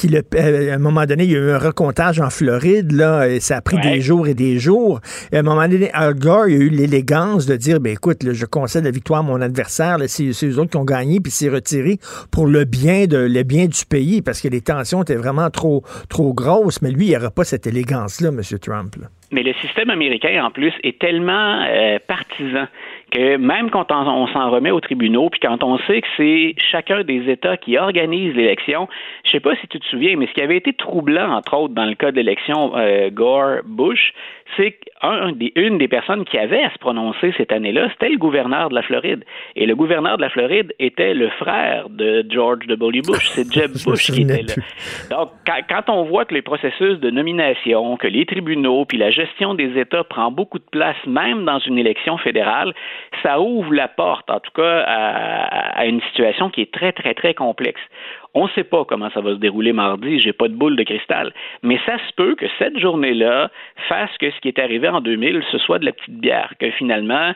à un moment donné, il y a eu un recomptage en Floride, là, et ça a pris des jours et des jours. Et à un moment donné, Al Gore, il a eu l'élégance de dire, écoute, là, je concède la victoire à mon adversaire, là, c'est eux autres qui ont gagné, puis s'est retiré pour le bien du pays, parce que les tensions étaient vraiment trop grosse, mais lui, il n'aura pas cette élégance-là, M. Trump. Là. Mais le système américain, en plus, est tellement partisan que même quand on s'en remet aux tribunaux, puis quand on sait que c'est chacun des États qui organise l'élection, je sais pas si tu te souviens, mais ce qui avait été troublant, entre autres, dans le cas de l'élection Gore-Bush, c'est qu'une des personnes qui avait à se prononcer cette année-là, c'était le gouverneur de la Floride. Et le gouverneur de la Floride était le frère de George W. Bush. C'est Jeb Bush qui était là. Donc, quand on voit que les processus de nomination, que les tribunaux, puis la gestion des États prend beaucoup de place, même dans une élection fédérale, ça ouvre la porte, en tout cas, à une situation qui est très, très, très complexe. On ne sait pas comment ça va se dérouler mardi, j'ai pas de boule de cristal, mais ça se peut que cette journée-là fasse que ce qui est arrivé en 2000, ce soit de la petite bière, que finalement,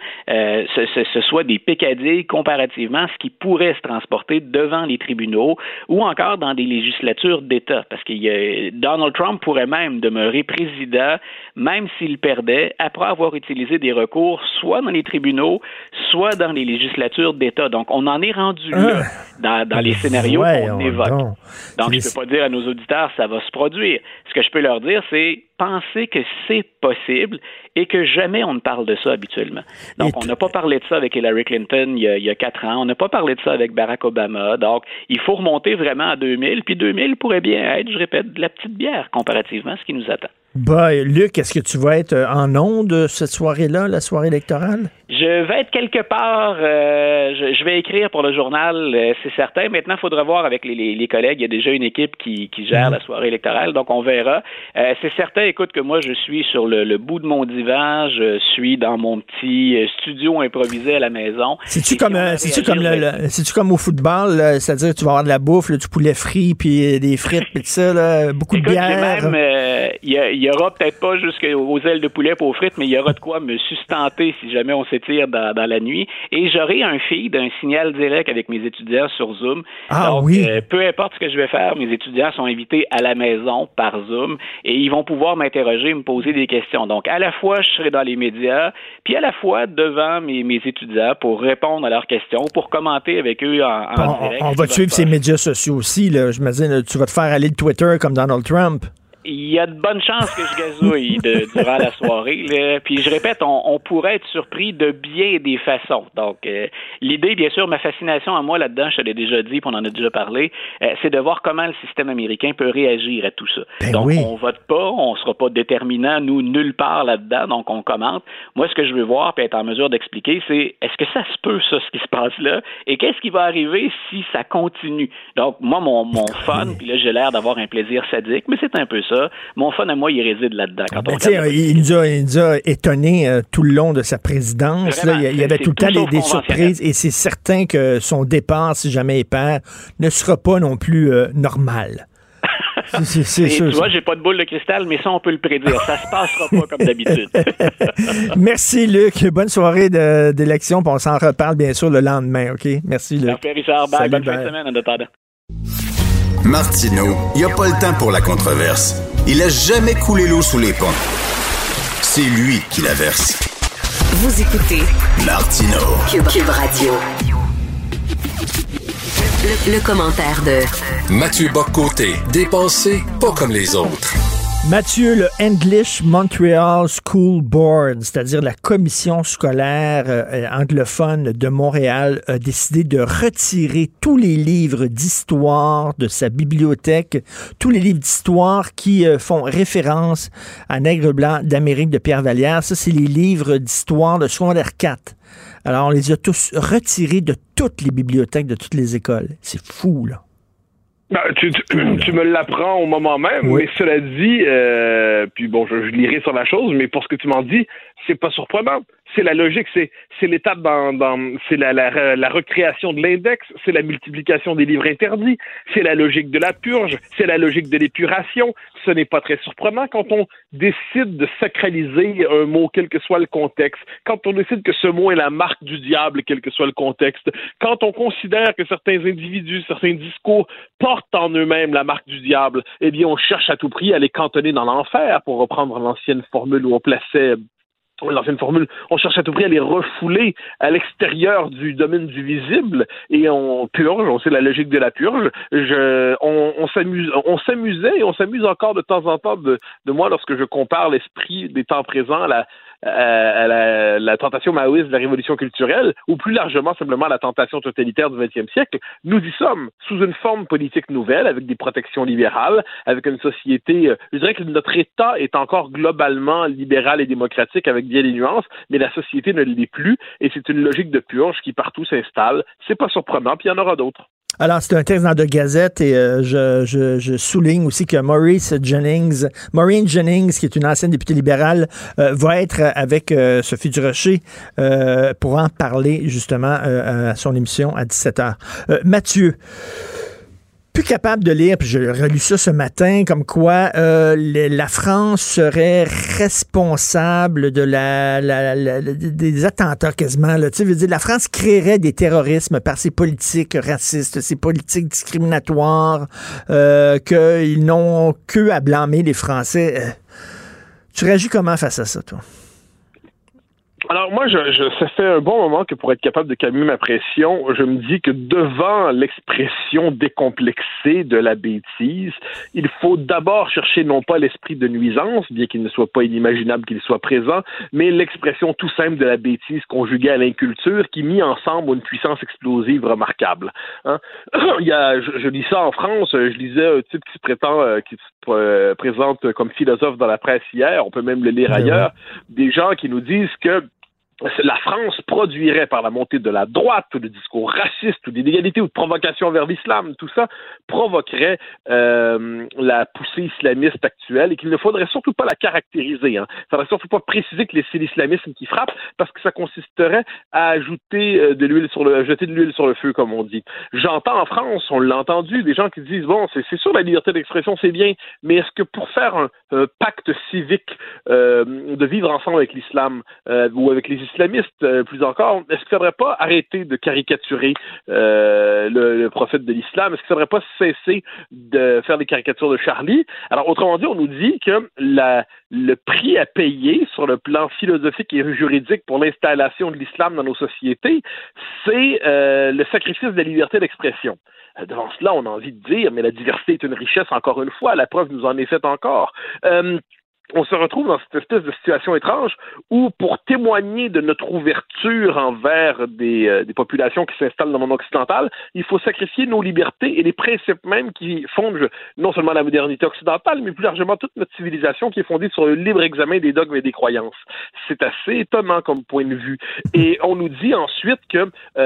ce soit des peccadilles comparativement à ce qui pourrait se transporter devant les tribunaux ou encore dans des législatures d'État, parce que Donald Trump pourrait même demeurer président, même s'il perdait, après avoir utilisé des recours soit dans les tribunaux, soit dans les législatures d'État. Donc, on en est rendu là dans les scénarios qu'on évoque. Donc, je ne peux pas dire à nos auditeurs ça va se produire. Ce que je peux leur dire, c'est penser que c'est possible et que jamais on ne parle de ça habituellement. Donc, on n'a pas parlé de ça avec Hillary Clinton il y a 4 ans. On n'a pas parlé de ça avec Barack Obama. Donc, il faut remonter vraiment à 2000. Puis 2000 pourrait bien être, je répète, de la petite bière comparativement à ce qui nous attend. Luc, est-ce que tu vas être en ondes cette soirée-là, la soirée électorale? Je vais être quelque part. Je vais écrire pour le journal, c'est certain. Maintenant, il faudra voir avec les collègues. Il y a déjà une équipe qui gère la soirée électorale, donc on verra. C'est certain, écoute, que moi, je suis sur le bout de mon divan. Je suis dans mon petit studio improvisé à la maison. C'est-tu comme au football, là, c'est-à-dire que tu vas avoir de la bouffe, là, du poulet frit, puis des frites, puis tout ça, là, beaucoup de bière? Il y aura peut-être pas jusqu'aux ailes de poulet pour aux frites, mais il y aura de quoi me sustenter si jamais on s'étire dans la nuit. Et j'aurai un feed, un signal direct avec mes étudiants sur Zoom. Donc, peu importe ce que je vais faire, mes étudiants sont invités à la maison par Zoom et ils vont pouvoir m'interroger, me poser des questions. Donc, à la fois, je serai dans les médias, puis à la fois devant mes étudiants pour répondre à leurs questions, pour commenter avec eux en direct. On va suivre ces médias sociaux aussi, là. Je me dis, tu vas te faire aller de Twitter comme Donald Trump. il y a de bonnes chances que je gazouille durant la soirée. Là. Puis je répète, on pourrait être surpris de bien des façons. Donc, l'idée, bien sûr, ma fascination à moi là-dedans, je te l'ai déjà dit, puis on en a déjà parlé, c'est de voir comment le système américain peut réagir à tout ça. Donc, on vote pas, on sera pas déterminant, nous, nulle part là-dedans, donc on commente. Moi, ce que je veux voir, puis être en mesure d'expliquer, c'est est-ce que ça se peut, ça, ce qui se passe là, et qu'est-ce qui va arriver si ça continue? Donc, moi, mon fun, puis là, j'ai l'air d'avoir un plaisir sadique, mais c'est un peu ça. Mon fun à moi, il réside là-dedans. Il nous a étonnés tout le long de sa présidence. Là, il y avait tout le temps des surprises et c'est certain que son départ, si jamais il perd, ne sera pas non plus normal. C'est sûr, tu vois, j'ai pas de boule de cristal, mais ça, on peut le prédire. Ça se passera pas comme d'habitude. Merci, Luc. Bonne soirée d'élection, puis on s'en reparle, bien sûr, le lendemain, OK? Merci, Luc. Parfait, Richard. Bonne fin de semaine, en attendant. Martineau, il n'y a pas le temps pour la controverse. Il a jamais coulé l'eau sous les ponts. C'est lui qui la verse. Vous écoutez Martineau. Cube Radio. Le commentaire de Mathieu Bock-Côté, dépensé pas comme les autres. Mathieu, le English Montreal School Board, c'est-à-dire la commission scolaire anglophone de Montréal, a décidé de retirer tous les livres d'histoire de sa bibliothèque, tous les livres d'histoire qui font référence à Nègre blanc d'Amérique de Pierre Vallière. Ça, c'est les livres d'histoire de secondaire 4. Alors, on les a tous retirés de toutes les bibliothèques de toutes les écoles. C'est fou, là. Tu me l'apprends au moment même, oui. Mais cela dit, puis bon, je lirai sur la chose, mais pour ce que tu m'en dis, c'est pas surprenant. C'est la logique, c'est l'étape c'est la recréation de l'index, c'est la multiplication des livres interdits, c'est la logique de la purge, c'est la logique de l'épuration. Ce n'est pas très surprenant quand on décide de sacraliser un mot, quel que soit le contexte, quand on décide que ce mot est la marque du diable, quel que soit le contexte, quand on considère que certains individus, certains discours portent en eux-mêmes la marque du diable, eh bien on cherche à tout prix à les cantonner dans l'enfer, pour reprendre l'ancienne formule où on plaçait l'ancienne formule, on cherche à tout prix à les refouler à l'extérieur du domaine du visible et on purge, on sait la logique de la purge. On s'amusait et on s'amuse encore de temps en temps de moi lorsque je compare l'esprit des temps présents à la tentation maoïste de la révolution culturelle, ou plus largement simplement à la tentation totalitaire du XXe siècle. Nous y sommes, sous une forme politique nouvelle, avec des protections libérales, avec une société, je dirais que notre État est encore globalement libéral et démocratique avec bien des nuances, mais la société ne l'est plus, et c'est une logique de purge qui partout s'installe. C'est pas surprenant, puis il y en aura d'autres. Alors, c'est un texte dans The Gazette et je souligne aussi que Maureen Jennings, qui est une ancienne députée libérale, va être avec Sophie Durocher pour en parler justement à son émission à 17h. Mathieu, plus capable de lire, puis j'ai relu ça ce matin, comme quoi la France serait responsable de des attentats quasiment. Là. Tu sais, veut dire, la France créerait des terrorismes par ses politiques racistes, ses politiques discriminatoires, qu'ils n'ont qu'eux à blâmer les Français. Tu réagis comment face à ça, toi? Alors moi, ça fait un bon moment que pour être capable de calmer ma pression, je me dis que devant l'expression décomplexée de la bêtise, il faut d'abord chercher non pas l'esprit de nuisance, bien qu'il ne soit pas inimaginable qu'il soit présent, mais l'expression tout simple de la bêtise conjuguée à l'inculture qui, mis ensemble, a une puissance explosive remarquable. Hein? Je lis ça en France, je lisais un type qui se présente comme philosophe dans la presse hier, on peut même le lire ailleurs, des gens qui nous disent que la France produirait par la montée de la droite ou de discours racistes ou d'inégalité ou de provocation vers l'islam, tout ça provoquerait la poussée islamiste actuelle et qu'il ne faudrait surtout pas la caractériser. Hein. Il ne faudrait surtout pas préciser que c'est l'islamisme qui frappe parce que ça consisterait à ajouter jeter de l'huile sur le feu, comme on dit. J'entends en France, on l'a entendu, des gens qui disent, bon, c'est sûr la liberté d'expression, c'est bien, mais est-ce que pour faire un pacte civique de vivre ensemble avec l'islam ou avec les islamistes, plus encore, est-ce qu'il ne faudrait pas arrêter de caricaturer le prophète de l'islam? Est-ce qu'il ne faudrait pas cesser de faire des caricatures de Charlie? Alors, autrement dit, on nous dit que le prix à payer sur le plan philosophique et juridique pour l'installation de l'islam dans nos sociétés, c'est le sacrifice de la liberté d'expression. Devant cela, on a envie de dire, mais la diversité est une richesse, encore une fois, la preuve nous en est faite encore. On se retrouve dans cette espèce de situation étrange où, pour témoigner de notre ouverture envers des populations qui s'installent dans le monde occidental, il faut sacrifier nos libertés et les principes même qui fondent non seulement la modernité occidentale, mais plus largement toute notre civilisation qui est fondée sur le libre examen des dogmes et des croyances. C'est assez étonnant comme point de vue. Et on nous dit ensuite que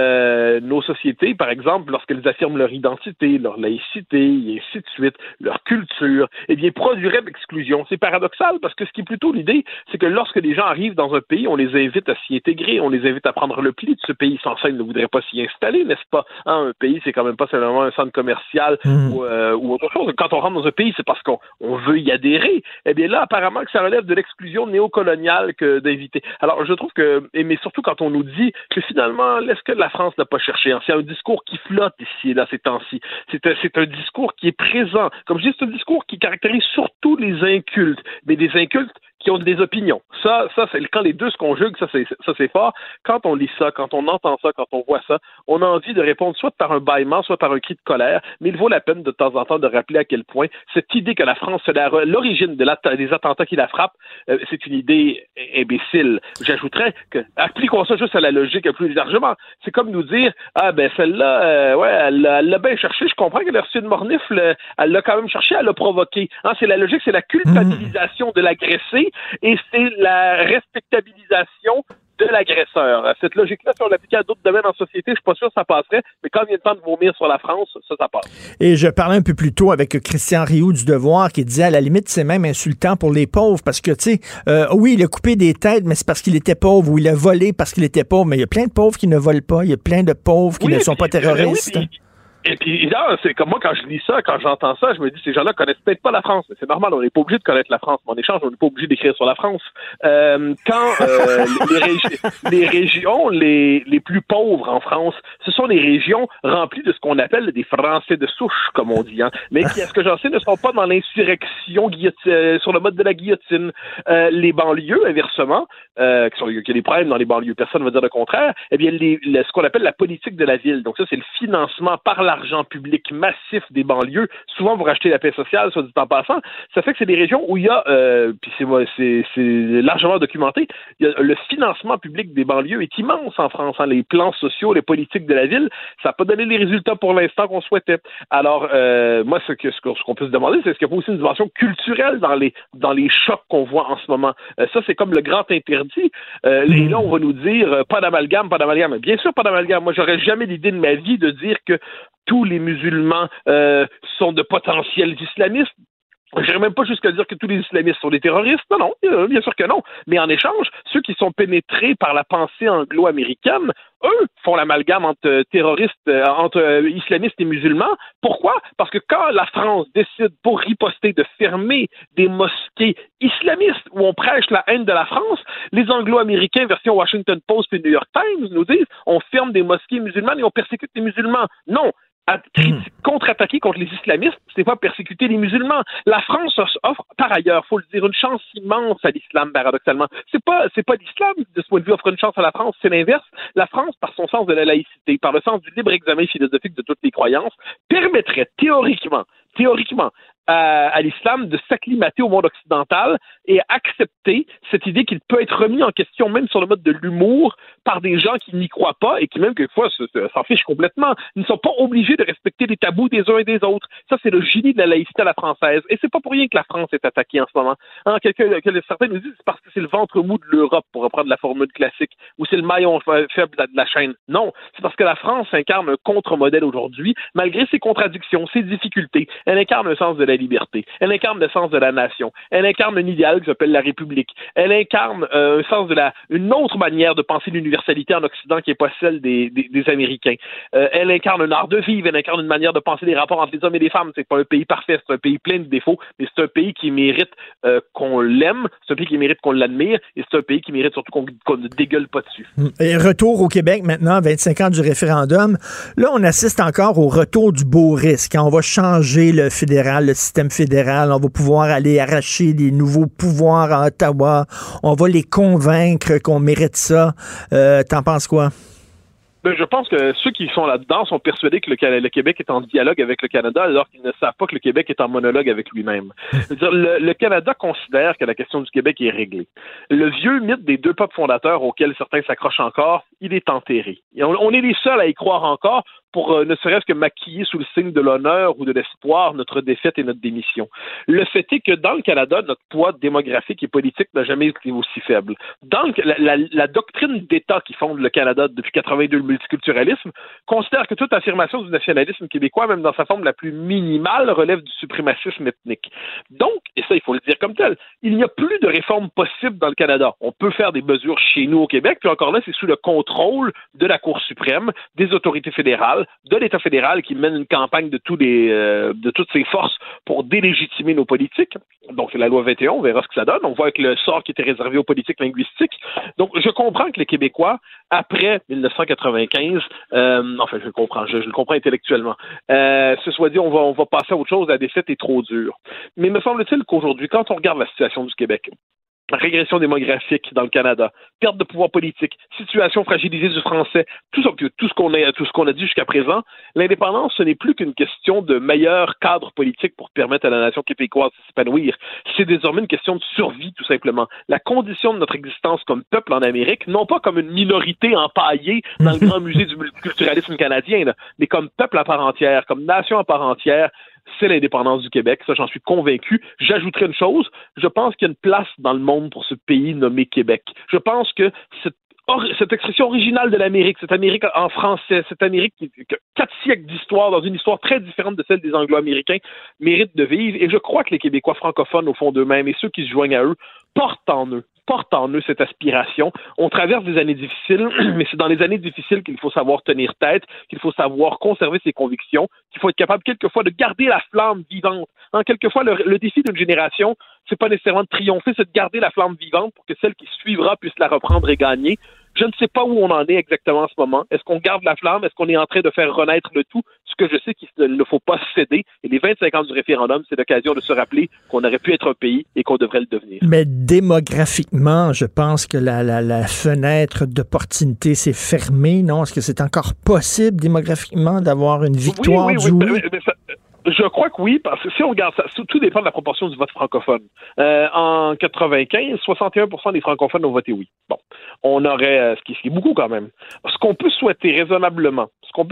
nos sociétés, par exemple, lorsqu'elles affirment leur identité, leur laïcité, et ainsi de suite, leur culture, eh bien, produiraient l'exclusion. C'est paradoxal, parce que ce qui est plutôt l'idée, c'est que lorsque les gens arrivent dans un pays, on les invite à s'y intégrer, on les invite à prendre le pli de ce pays sans ça, ils ne voudraient pas s'y installer, n'est-ce pas? Un pays, c'est quand même pas seulement un centre commercial ou autre chose. Quand on rentre dans un pays, c'est parce qu'on veut y adhérer. Eh bien là, apparemment que ça relève de l'exclusion néocoloniale que d'inviter. Alors, je trouve que, mais surtout quand on nous dit que finalement, est-ce que la France n'a pas cherché? C'est un discours qui flotte ici et là ces temps-ci. C'est un discours qui est présent. Comme je dis, c'est un discours qui caractérise surtout les incultes. Mais des incultes qui ont des opinions. Ça, c'est quand les deux se conjuguent, ça c'est fort. Quand on lit ça, quand on entend ça, quand on voit ça, on a envie de répondre soit par un bâillement, soit par un cri de colère, mais il vaut la peine de temps en temps de rappeler à quel point cette idée que la France c'est l'origine des attentats qui la frappent, c'est une idée imbécile. J'ajouterais que, appliquons ça juste à la logique plus largement. C'est comme nous dire, celle-là, elle l'a bien cherché, je comprends qu'elle a reçu une mornifle, elle l'a quand même cherché, elle l'a provoqué. C'est la logique, c'est la culpabilisation de l'agressé, et c'est la respectabilisation de l'agresseur. Cette logique-là, si on l'appliquait à d'autres domaines en société, je suis pas sûr que ça passerait, mais quand il vient le temps de vomir sur la France, ça passe. Et je parlais un peu plus tôt avec Christian Rioux du Devoir qui disait à la limite, c'est même insultant pour les pauvres parce que, tu sais, oui, il a coupé des têtes, mais c'est parce qu'il était pauvre, ou il a volé parce qu'il était pauvre, mais il y a plein de pauvres qui ne volent pas, il y a plein de pauvres qui ne sont pas terroristes. Et puis, là, c'est comme moi, quand je lis ça, quand j'entends ça, je me dis, ces gens-là connaissent peut-être pas la France. C'est normal, on n'est pas obligé de connaître la France. Mais en échange, on n'est pas obligé d'écrire sur la France. Les régions les plus pauvres en France, ce sont les régions remplies de ce qu'on appelle des Français de souche, comme on dit, mais qui, à ce que j'en sais, ne sont pas dans l'insurrection sur le mode de la guillotine. Les banlieues, inversement, qu'il y a des problèmes dans les banlieues, personne ne va dire le contraire, eh bien, ce qu'on appelle la politique de la ville. Donc ça, c'est le financement par l'argent public massif des banlieues. Souvent, vous rachetez la paix sociale, soit dit en passant. Ça fait que c'est des régions où il y a, puis c'est largement documenté, le financement public des banlieues est immense en France. Les plans sociaux, les politiques de la ville, ça n'a pas donné les résultats pour l'instant qu'on souhaitait. Alors, moi, ce qu'on peut se demander, c'est est-ce qu'il n'y a pas aussi une dimension culturelle dans les chocs qu'on voit en ce moment? Ça, c'est comme le grand interdit. Et là, on va nous dire, pas d'amalgame. Bien sûr, pas d'amalgame. Moi, j'aurais jamais l'idée de ma vie de dire que tous les musulmans sont de potentiels islamistes. Je n'irais même pas jusqu'à dire que tous les islamistes sont des terroristes. Non, bien sûr que non. Mais en échange, ceux qui sont pénétrés par la pensée anglo-américaine, eux, font l'amalgame entre terroristes, entre islamistes et musulmans. Pourquoi? Parce que quand la France décide, pour riposter, de fermer des mosquées islamistes où on prêche la haine de la France, les anglo-américains, version Washington Post et New York Times, nous disent on ferme des mosquées musulmanes et on persécute les musulmans. Non. Contre-attaquer contre les islamistes, c'est pas persécuter les musulmans. La France offre, par ailleurs, faut le dire, une chance immense à l'islam, paradoxalement. C'est pas l'islam, de ce point de vue, offre une chance à la France, c'est l'inverse. La France, par son sens de la laïcité, par le sens du libre examen philosophique de toutes les croyances, permettrait théoriquement, à l'islam de s'acclimater au monde occidental et accepter cette idée qu'il peut être remis en question, même sur le mode de l'humour, par des gens qui n'y croient pas et qui, même quelquefois, s'en fichent complètement. Ils ne sont pas obligés de respecter les tabous des uns et des autres. Ça, c'est le génie de la laïcité à la française. Et c'est pas pour rien que la France est attaquée en ce moment. Certains nous disent c'est parce que c'est le ventre mou de l'Europe, pour reprendre la formule classique, ou c'est le maillon faible de la chaîne. Non, c'est parce que la France incarne un contre-modèle aujourd'hui, malgré ses contradictions, ses difficultés. Elle incarne un sens de la liberté. Elle incarne le sens de la nation. Elle incarne un idéal qui s'appelle la République. Elle incarne un sens de une autre manière de penser l'universalité en Occident qui n'est pas celle des Américains. Elle incarne un art de vivre. Elle incarne une manière de penser les rapports entre les hommes et les femmes. C'est pas un pays parfait, c'est un pays plein de défauts, mais c'est un pays qui mérite qu'on l'aime, c'est un pays qui mérite qu'on l'admire, et c'est un pays qui mérite surtout qu'on ne dégueule pas dessus. Et retour au Québec maintenant, 25 ans du référendum. Là, on assiste encore au retour du beau risque. On va changer le fédéral, le système fédéral. On va pouvoir aller arracher des nouveaux pouvoirs à Ottawa. On va les convaincre qu'on mérite ça. T'en penses quoi? Je pense que ceux qui sont là-dedans sont persuadés que le Québec est en dialogue avec le Canada, alors qu'ils ne savent pas que le Québec est en monologue avec lui-même. C'est-à-dire, le Canada considère que la question du Québec est réglée. Le vieux mythe des deux peuples fondateurs auxquels certains s'accrochent encore, il est enterré. Et on est les seuls à y croire encore pour ne serait-ce que maquiller sous le signe de l'honneur ou de l'espoir notre défaite et notre démission. Le fait est que dans le Canada, notre poids démographique et politique n'a jamais été aussi faible. Donc, la doctrine d'État qui fonde le Canada depuis 82, le multiculturalisme, considère que toute affirmation du nationalisme québécois, même dans sa forme la plus minimale, relève du suprémacisme ethnique. Donc, et ça, il faut le dire comme tel, il n'y a plus de réforme possible dans le Canada. On peut faire des mesures chez nous au Québec, puis encore là, c'est sous le contrôle de la Cour suprême, des autorités fédérales, de l'État fédéral qui mène une campagne de toutes ses forces pour délégitimer nos politiques. Donc, c'est la loi 21, on verra ce que ça donne. On voit avec le sort qui était réservé aux politiques linguistiques. Donc, je comprends que les Québécois, après 1995, enfin, je le comprends intellectuellement, ce soit dit, on va passer à autre chose, la défaite est trop dure. Mais me semble-t-il qu'aujourd'hui, quand on regarde la situation du Québec, régression démographique dans le Canada, perte de pouvoir politique, situation fragilisée du français, tout ce qu'on a dit jusqu'à présent, l'indépendance, ce n'est plus qu'une question de meilleur cadre politique pour permettre à la nation québécoise de s'épanouir. C'est désormais une question de survie, tout simplement. La condition de notre existence comme peuple en Amérique, non pas comme une minorité empaillée dans le grand musée du multiculturalisme canadien, là, mais comme peuple à part entière, comme nation à part entière, c'est l'indépendance du Québec, ça j'en suis convaincu. J'ajouterai une chose, je pense qu'il y a une place dans le monde pour ce pays nommé Québec. Je pense que cette expression originale de l'Amérique, cette Amérique en français, cette Amérique qui a 4 siècles d'histoire, dans une histoire très différente de celle des Anglo-Américains, mérite de vivre, et je crois que les Québécois francophones au fond d'eux-mêmes et ceux qui se joignent à eux portent en eux cette aspiration. On traverse des années difficiles, mais c'est dans les années difficiles qu'il faut savoir tenir tête, qu'il faut savoir conserver ses convictions, qu'il faut être capable quelquefois de garder la flamme vivante. Quelquefois, le défi d'une génération, c'est pas nécessairement de triompher, c'est de garder la flamme vivante pour que celle qui suivra puisse la reprendre et gagner. Je ne sais pas où on en est exactement en ce moment. Est-ce qu'on garde la flamme? Est-ce qu'on est en train de faire renaître le tout? Ce que je sais qu'il ne faut pas céder. Et les 25 ans du référendum, c'est l'occasion de se rappeler qu'on aurait pu être un pays et qu'on devrait le devenir. Mais démographiquement, je pense que la fenêtre d'opportunité s'est fermée, non? Est-ce que c'est encore possible démographiquement d'avoir une victoire du oui? Je crois que oui, parce que si on regarde ça, tout dépend de la proportion du vote francophone. En 95, 61% des francophones ont voté oui. Bon, on aurait, ce qui est beaucoup quand même. Ce qu'on peut souhaiter raisonnablement,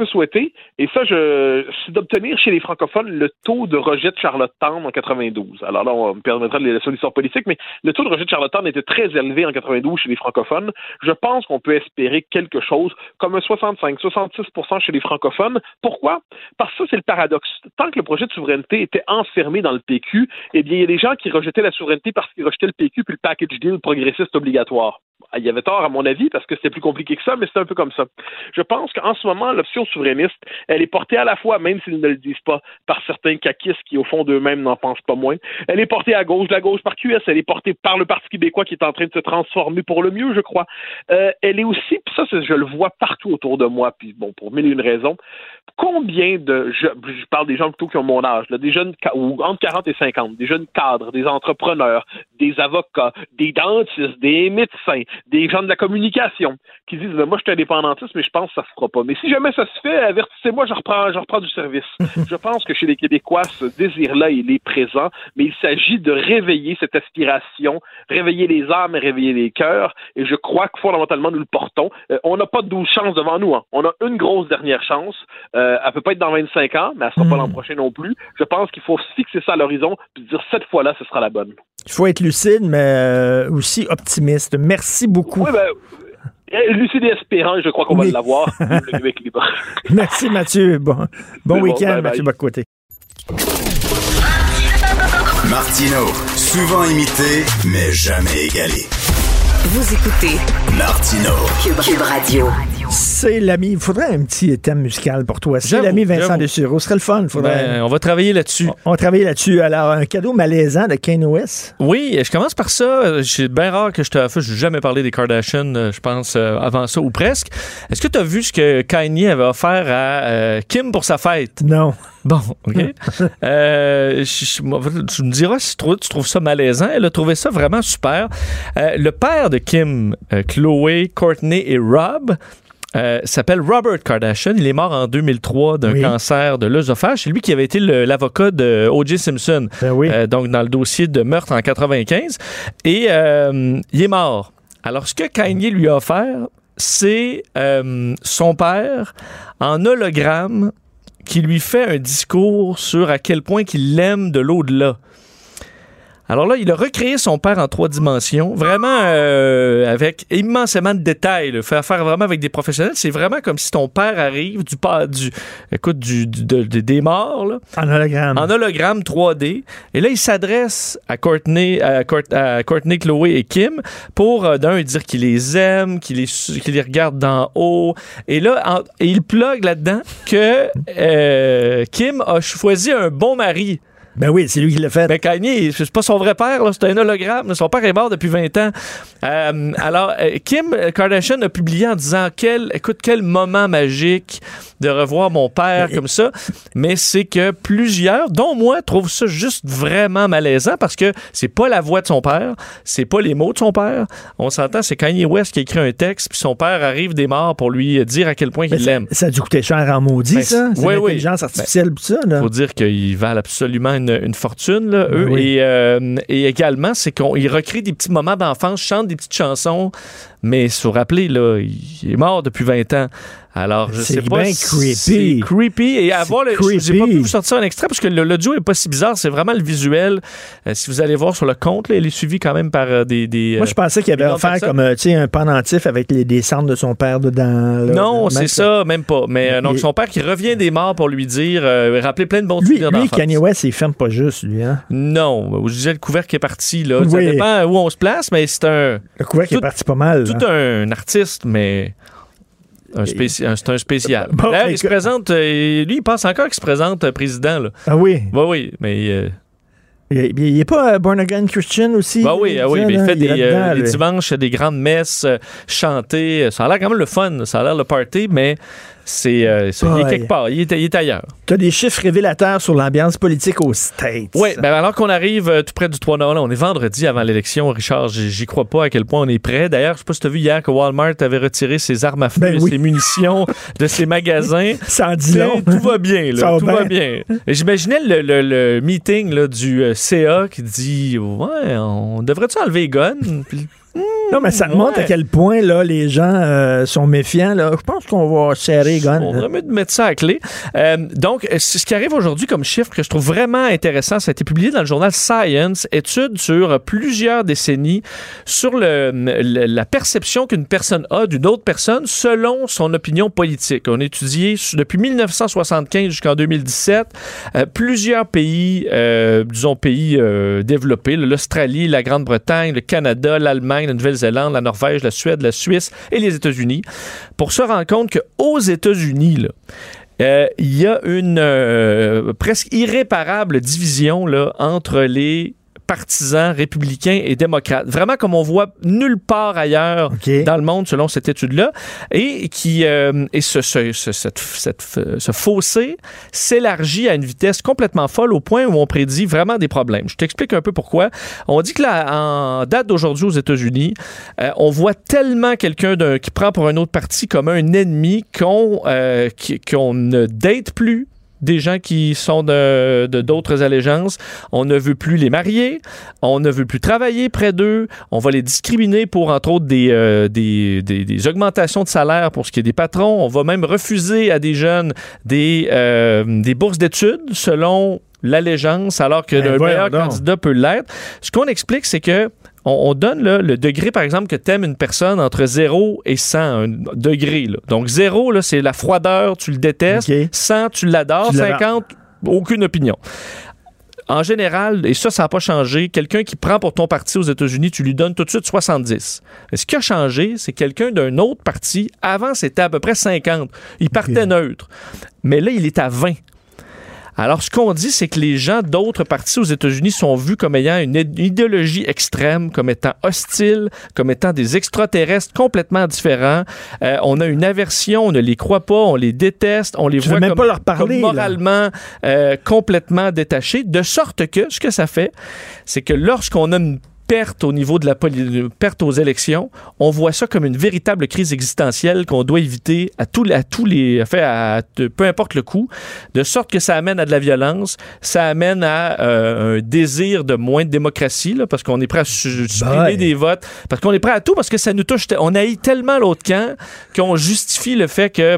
et ça, c'est d'obtenir chez les francophones le taux de rejet de Charlottetown en 92. Alors là, on me permettra de laisser l'histoire politique, mais le taux de rejet de Charlottetown était très élevé en 92 chez les francophones. Je pense qu'on peut espérer quelque chose comme un 65-66% chez les francophones. Pourquoi? Parce que ça, c'est le paradoxe. Tant que le projet de souveraineté était enfermé dans le PQ, eh bien, il y a des gens qui rejetaient la souveraineté parce qu'ils rejetaient le PQ puis le package deal progressiste obligatoire. Il y avait tort, à mon avis, parce que c'était plus compliqué que ça, mais c'est un peu comme ça. Je pense qu'en ce moment, l'option souverainiste, elle est portée à la fois, même s'ils ne le disent pas, par certains caquistes qui, au fond d'eux-mêmes, n'en pensent pas moins. Elle est portée à gauche, la gauche par QS. Elle est portée par le Parti québécois qui est en train de se transformer pour le mieux, je crois. Elle est aussi, puis ça, je le vois partout autour de moi, puis bon, pour mille et une raisons, combien de... Je parle des gens plutôt qui ont mon âge, là, des jeunes, ou entre 40 et 50, des jeunes cadres, des entrepreneurs, des avocats, des dentistes, des médecins, des gens de la communication qui disent moi je suis indépendantiste mais je pense que ça se fera pas. Mais si jamais ça se fait, avertissez-moi, je reprends du service. Je pense que chez les Québécois, ce désir-là, il est présent, mais il s'agit de réveiller cette aspiration, réveiller les âmes et réveiller les cœurs, et je crois que fondamentalement nous le portons. On n'a pas 12 chances devant nous, hein. On a une grosse dernière chance. Elle peut pas être dans 25 ans, mais elle sera pas l'an prochain non plus. Je pense qu'il faut fixer ça à l'horizon puis dire cette fois-là, ce sera la bonne. Il faut être lucide, mais aussi optimiste. Merci beaucoup. Oui, lucide et espérant, je crois qu'on va l'avoir. Le Québec libre. Merci, Mathieu. Bon week-end, Mathieu Bock-Côté. Martino, souvent imité, mais jamais égalé. Vous écoutez Martino. Cube Radio. C'est l'ami. Il faudrait un petit thème musical pour toi. C'est l'ami Vincent Dessureau. Ce serait le fun. On va travailler là-dessus. On va travailler là-dessus. Alors, un cadeau malaisant de Kanye West. Oui, je commence par ça. C'est bien rare que je n'ai jamais parlé des Kardashians, je pense, avant ça, ou presque. Est-ce que tu as vu ce que Kanye avait offert à Kim pour sa fête? Non. Bon, OK. Tu me diras si tu trouves ça malaisant. Elle a trouvé ça vraiment super. Le père de Kim, Khloé, Kourtney et Rob, s'appelle Robert Kardashian. Il est mort en 2003 d'un cancer de l'œsophage. C'est lui qui avait été l'avocat de O.J. Simpson, donc dans le dossier de meurtre en 95. Et il est mort. Alors, ce que Kanye lui a offert, c'est son père en hologramme qui lui fait un discours sur à quel point qu'il l'aime de l'au-delà. Alors là, il a recréé son père en 3 dimensions, vraiment avec immensément de détails. Il fait affaire vraiment avec des professionnels. C'est vraiment comme si ton père arrive des morts. Là, en hologramme. En hologramme 3D. Et là, il s'adresse à Kourtney, Khloé et Kim pour, d'un, dire qu'il les aime, qu'il les regarde d'en haut. Et là, il plug là-dedans que Kim a choisi un bon mari. Ben oui, c'est lui qui l'a fait. Ben Kanye, c'est pas son vrai père, là, c'est un hologramme. Son père est mort depuis 20 ans. Alors, Kim Kardashian a publié en disant quel moment magique de revoir mon père comme ça. Mais c'est que plusieurs, dont moi, trouvent ça juste vraiment malaisant parce que c'est pas la voix de son père, c'est pas les mots de son père. On s'entend, c'est Kanye West qui a écrit un texte, puis son père arrive des morts pour lui dire à quel point il l'aime. Ça a dû coûter cher en maudit, ça. C'est l'intelligence artificielle, ça. Il faut dire qu'ils valent absolument une fortune, là, eux. Oui. Et également, c'est qu'ils recréent des petits moments d'enfance, chantent des petites chansons, mais il faut rappeler, là, il est mort depuis 20 ans. Alors, je sais pas. C'est creepy. Et à voir, j'ai pas pu vous sortir un extrait parce que l'audio est pas si bizarre. C'est vraiment le visuel. Si vous allez voir sur le compte, là, il est suivi quand même par des Moi, je pensais qu'il avait offert comme un pendentif avec des cendres de son père dedans. Là, non, c'est ça, même pas. Mais donc, son père qui revient des morts pour lui dire, rappeler plein de bons souvenirs d'enfance. Lui, Kanye West, il ferme pas juste, lui. Hein? Non. Je disais le couvercle est parti. Là. Ça dépend où on se place, mais c'est un. Le couvercle est parti pas mal. Tout un artiste, mais. C'est un spécial. Bon, là, il se présente, lui, il pense encore qu'il se présente président. Là. Ah oui? Oui, mais... Il n'est pas born again Christian aussi? Oui, mais il fait des dimanches, des grandes messes chantées. Ça a l'air quand même le fun, ça a l'air le party, mais il est quelque part, il est ailleurs. Tu as des chiffres révélateurs sur l'ambiance politique aux States. Oui, alors qu'on arrive tout près du 3 novembre, on est vendredi avant l'élection, Richard, j'y crois pas à quel point on est prêt. D'ailleurs, je sais pas si tu as vu hier que Walmart avait retiré ses armes à feu et ses munitions de ses magasins. Ça en dit long. Tout va bien, là. Tout va bien. Et j'imaginais le meeting là, du CA qui dit « Ouais, on devrait-tu enlever les guns? » Non, mais ça montre à quel point là, les gens sont méfiants. Là. Je pense qu'on va serrer les guns. On devrait mieux mettre ça à clé. Donc, ce qui arrive aujourd'hui comme chiffre que je trouve vraiment intéressant, ça a été publié dans le journal Science, étude sur plusieurs décennies sur la perception qu'une personne a d'une autre personne selon son opinion politique. On a étudié depuis 1975 jusqu'en 2017 plusieurs pays, pays développés, l'Australie, la Grande-Bretagne, le Canada, l'Allemagne, la Nouvelle-Zélande, la Norvège, la Suède, la Suisse et les États-Unis, pour se rendre compte qu'aux États-Unis, il y a une presque irréparable division là, entre les partisans républicains et démocrates. Vraiment comme on voit nulle part ailleurs dans le monde selon cette étude-là. Et ce fossé s'élargit à une vitesse complètement folle au point où on prédit vraiment des problèmes. Je t'explique un peu pourquoi. On dit que là, en date d'aujourd'hui aux États-Unis, on voit tellement quelqu'un qui prend pour un autre parti comme un ennemi qu'on ne date plus des gens qui sont de d'autres allégeances. On ne veut plus les marier. On ne veut plus travailler près d'eux. On va les discriminer pour, entre autres, des augmentations de salaire pour ce qui est des patrons. On va même refuser à des jeunes des bourses d'études selon l'allégeance, alors que le meilleur candidat peut l'être. Ce qu'on explique, c'est que on donne là, le degré, par exemple, que t'aimes une personne entre 0 et 100, un degré. Là. Donc, 0, là, c'est la froideur, tu le détestes. 100, tu l'adores. 50, aucune opinion. En général, et ça n'a pas changé, quelqu'un qui prend pour ton parti aux États-Unis, tu lui donnes tout de suite 70. Mais ce qui a changé, c'est quelqu'un d'un autre parti, avant c'était à peu près 50. Il partait neutre. Mais là, il est à 20. Alors, ce qu'on dit, c'est que les gens d'autres partis aux États-Unis sont vus comme ayant une idéologie extrême, comme étant hostiles, comme étant des extraterrestres complètement différents. On a une aversion, on ne les croit pas, on les déteste, on les voit même comme, pas leur parler, comme moralement complètement détachés. De sorte que, ce que ça fait, c'est que lorsqu'on a une perte au niveau de la perte aux élections, on voit ça comme une véritable crise existentielle qu'on doit éviter à tous les peu importe le coût, de sorte que ça amène à de la violence, ça amène à un désir de moins de démocratie, là, parce qu'on est prêt à supprimer des votes, parce qu'on est prêt à tout, parce que ça nous touche. On haït tellement l'autre camp qu'on justifie le fait que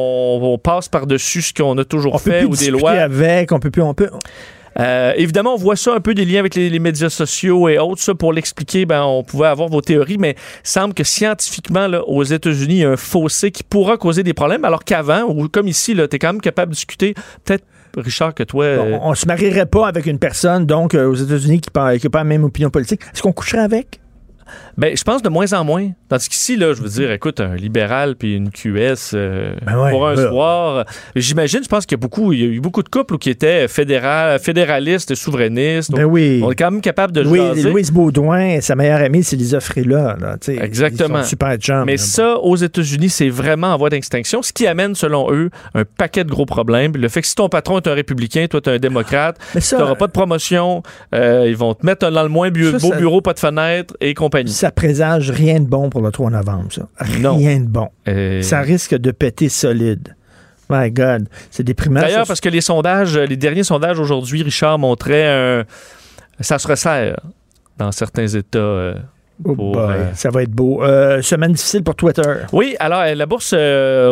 on passe par-dessus ce qu'on a toujours fait ou des lois. On peut. Évidemment, on voit ça un peu des liens avec les médias sociaux et autres. Ça, pour l'expliquer, on pouvait avoir vos théories, mais il semble que scientifiquement, là, aux États-Unis, il y a un fossé qui pourra causer des problèmes, alors qu'avant, ou comme ici, tu es quand même capable de discuter. Peut-être, Richard, que toi... On se marierait pas avec une personne, donc, aux États-Unis qui n'a pas la même opinion politique. Est-ce qu'on coucherait avec? Ben, je pense de moins en moins. Tandis qu'ici, là, je veux dire, écoute, un libéral puis une QS pour un soir. J'imagine, je pense qu'il y a eu beaucoup de couples qui étaient fédéralistes, souverainistes. Ben oui. On est quand même capable de jaser. Louise Baudouin, sa meilleure amie, c'est Lisa Frila. Exactement. Ils sont super chums. Mais ça, aux États-Unis, c'est vraiment en voie d'extinction, ce qui amène, selon eux, un paquet de gros problèmes. Le fait que si ton patron est un républicain, toi, tu es un démocrate, tu n'auras pas de promotion, ils vont te mettre dans le moins beau bureau, pas de fenêtre et compagnie. Ça présage rien de bon pour le 3 novembre, ça. Rien de bon. Ça risque de péter solide. My God, c'est déprimant. D'ailleurs, parce que les derniers sondages aujourd'hui, Richard, montraient ça se resserre dans certains États. Ça va être beau. Semaine difficile pour Twitter. Oui, alors la bourse ça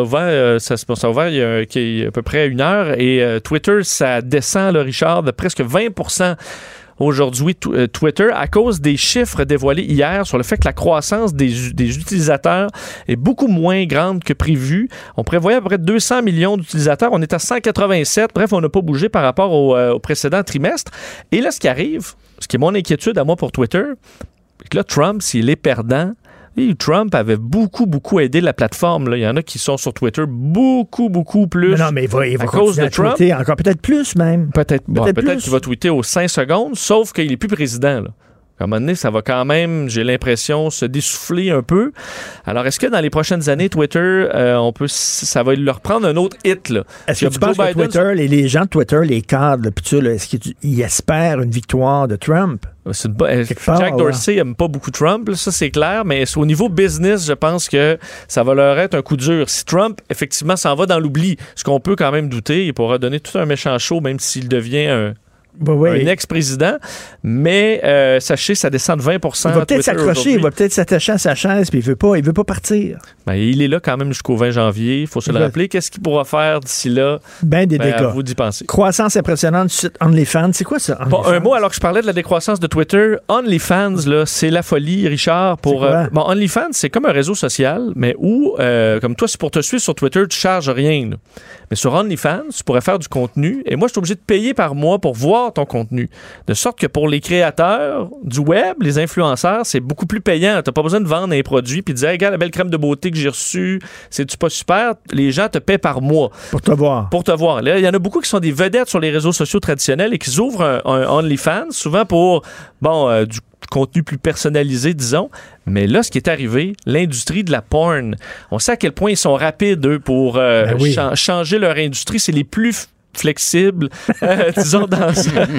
a ouvert il y a à peu près 1 heure et Twitter, ça descend, là, Richard, de presque 20% aujourd'hui, Twitter, à cause des chiffres dévoilés hier sur le fait que la croissance des utilisateurs est beaucoup moins grande que prévu. On prévoyait à peu près 200 millions d'utilisateurs. On est à 187. Bref, on n'a pas bougé par rapport au précédent trimestre. Et là, ce qui arrive, ce qui est mon inquiétude à moi pour Twitter, c'est que là, Trump, s'il est perdant, Trump avait beaucoup aidé la plateforme. Là. Il y en a qui sont sur Twitter beaucoup plus. Mais il va à cause de Trump. Tweeter encore peut-être plus même. Peut-être qu'il va tweeter aux 5 secondes, sauf qu'il n'est plus président. Là. À un moment donné, ça va quand même, j'ai l'impression, se dessouffler un peu. Alors, est-ce que dans les prochaines années, Twitter, ça va leur prendre un autre hit? Là? Est-ce que tu penses que Twitter, les gens de Twitter, les cadres, est-ce qu'ils espèrent une victoire de Trump? Jack Dorsey n'aime pas beaucoup Trump, là, ça c'est clair, mais au niveau business, je pense que ça va leur être un coup dur. Si Trump, effectivement, s'en va dans l'oubli, ce qu'on peut quand même douter, il pourra donner tout un méchant show, même s'il devient un ex-président, mais sachez, ça descend de 20%. Il va peut-être s'accrocher, il va peut-être s'attacher à sa chaise, puis il veut pas partir. Il est là quand même jusqu'au 20 janvier, il faut se le rappeler. Qu'est-ce qu'il pourra faire d'ici là? Des dégâts. À vous d'y penser. Croissance impressionnante du site OnlyFans, c'est quoi ça? Un mot, alors que je parlais de la décroissance de Twitter, OnlyFans, là, c'est la folie, Richard. OnlyFans, c'est comme un réseau social, mais où, comme toi, c'est pour te suivre sur Twitter, tu charges rien. Là. Mais sur OnlyFans, tu pourrais faire du contenu, et moi, je suis obligé de payer par mois pour voir ton contenu. De sorte que pour les créateurs du web, les influenceurs, c'est beaucoup plus payant. T'as pas besoin de vendre un produit puis de dire, regarde la belle crème de beauté que j'ai reçue, c'est-tu pas super? Les gens te paient par mois. Pour te voir. Là, il y en a beaucoup qui sont des vedettes sur les réseaux sociaux traditionnels et qui ouvrent un OnlyFans, souvent pour, du contenu plus personnalisé, disons. Mais là, ce qui est arrivé, l'industrie de la porn, on sait à quel point ils sont rapides, eux, pour changer leur industrie. C'est les plus flexible, disons, dans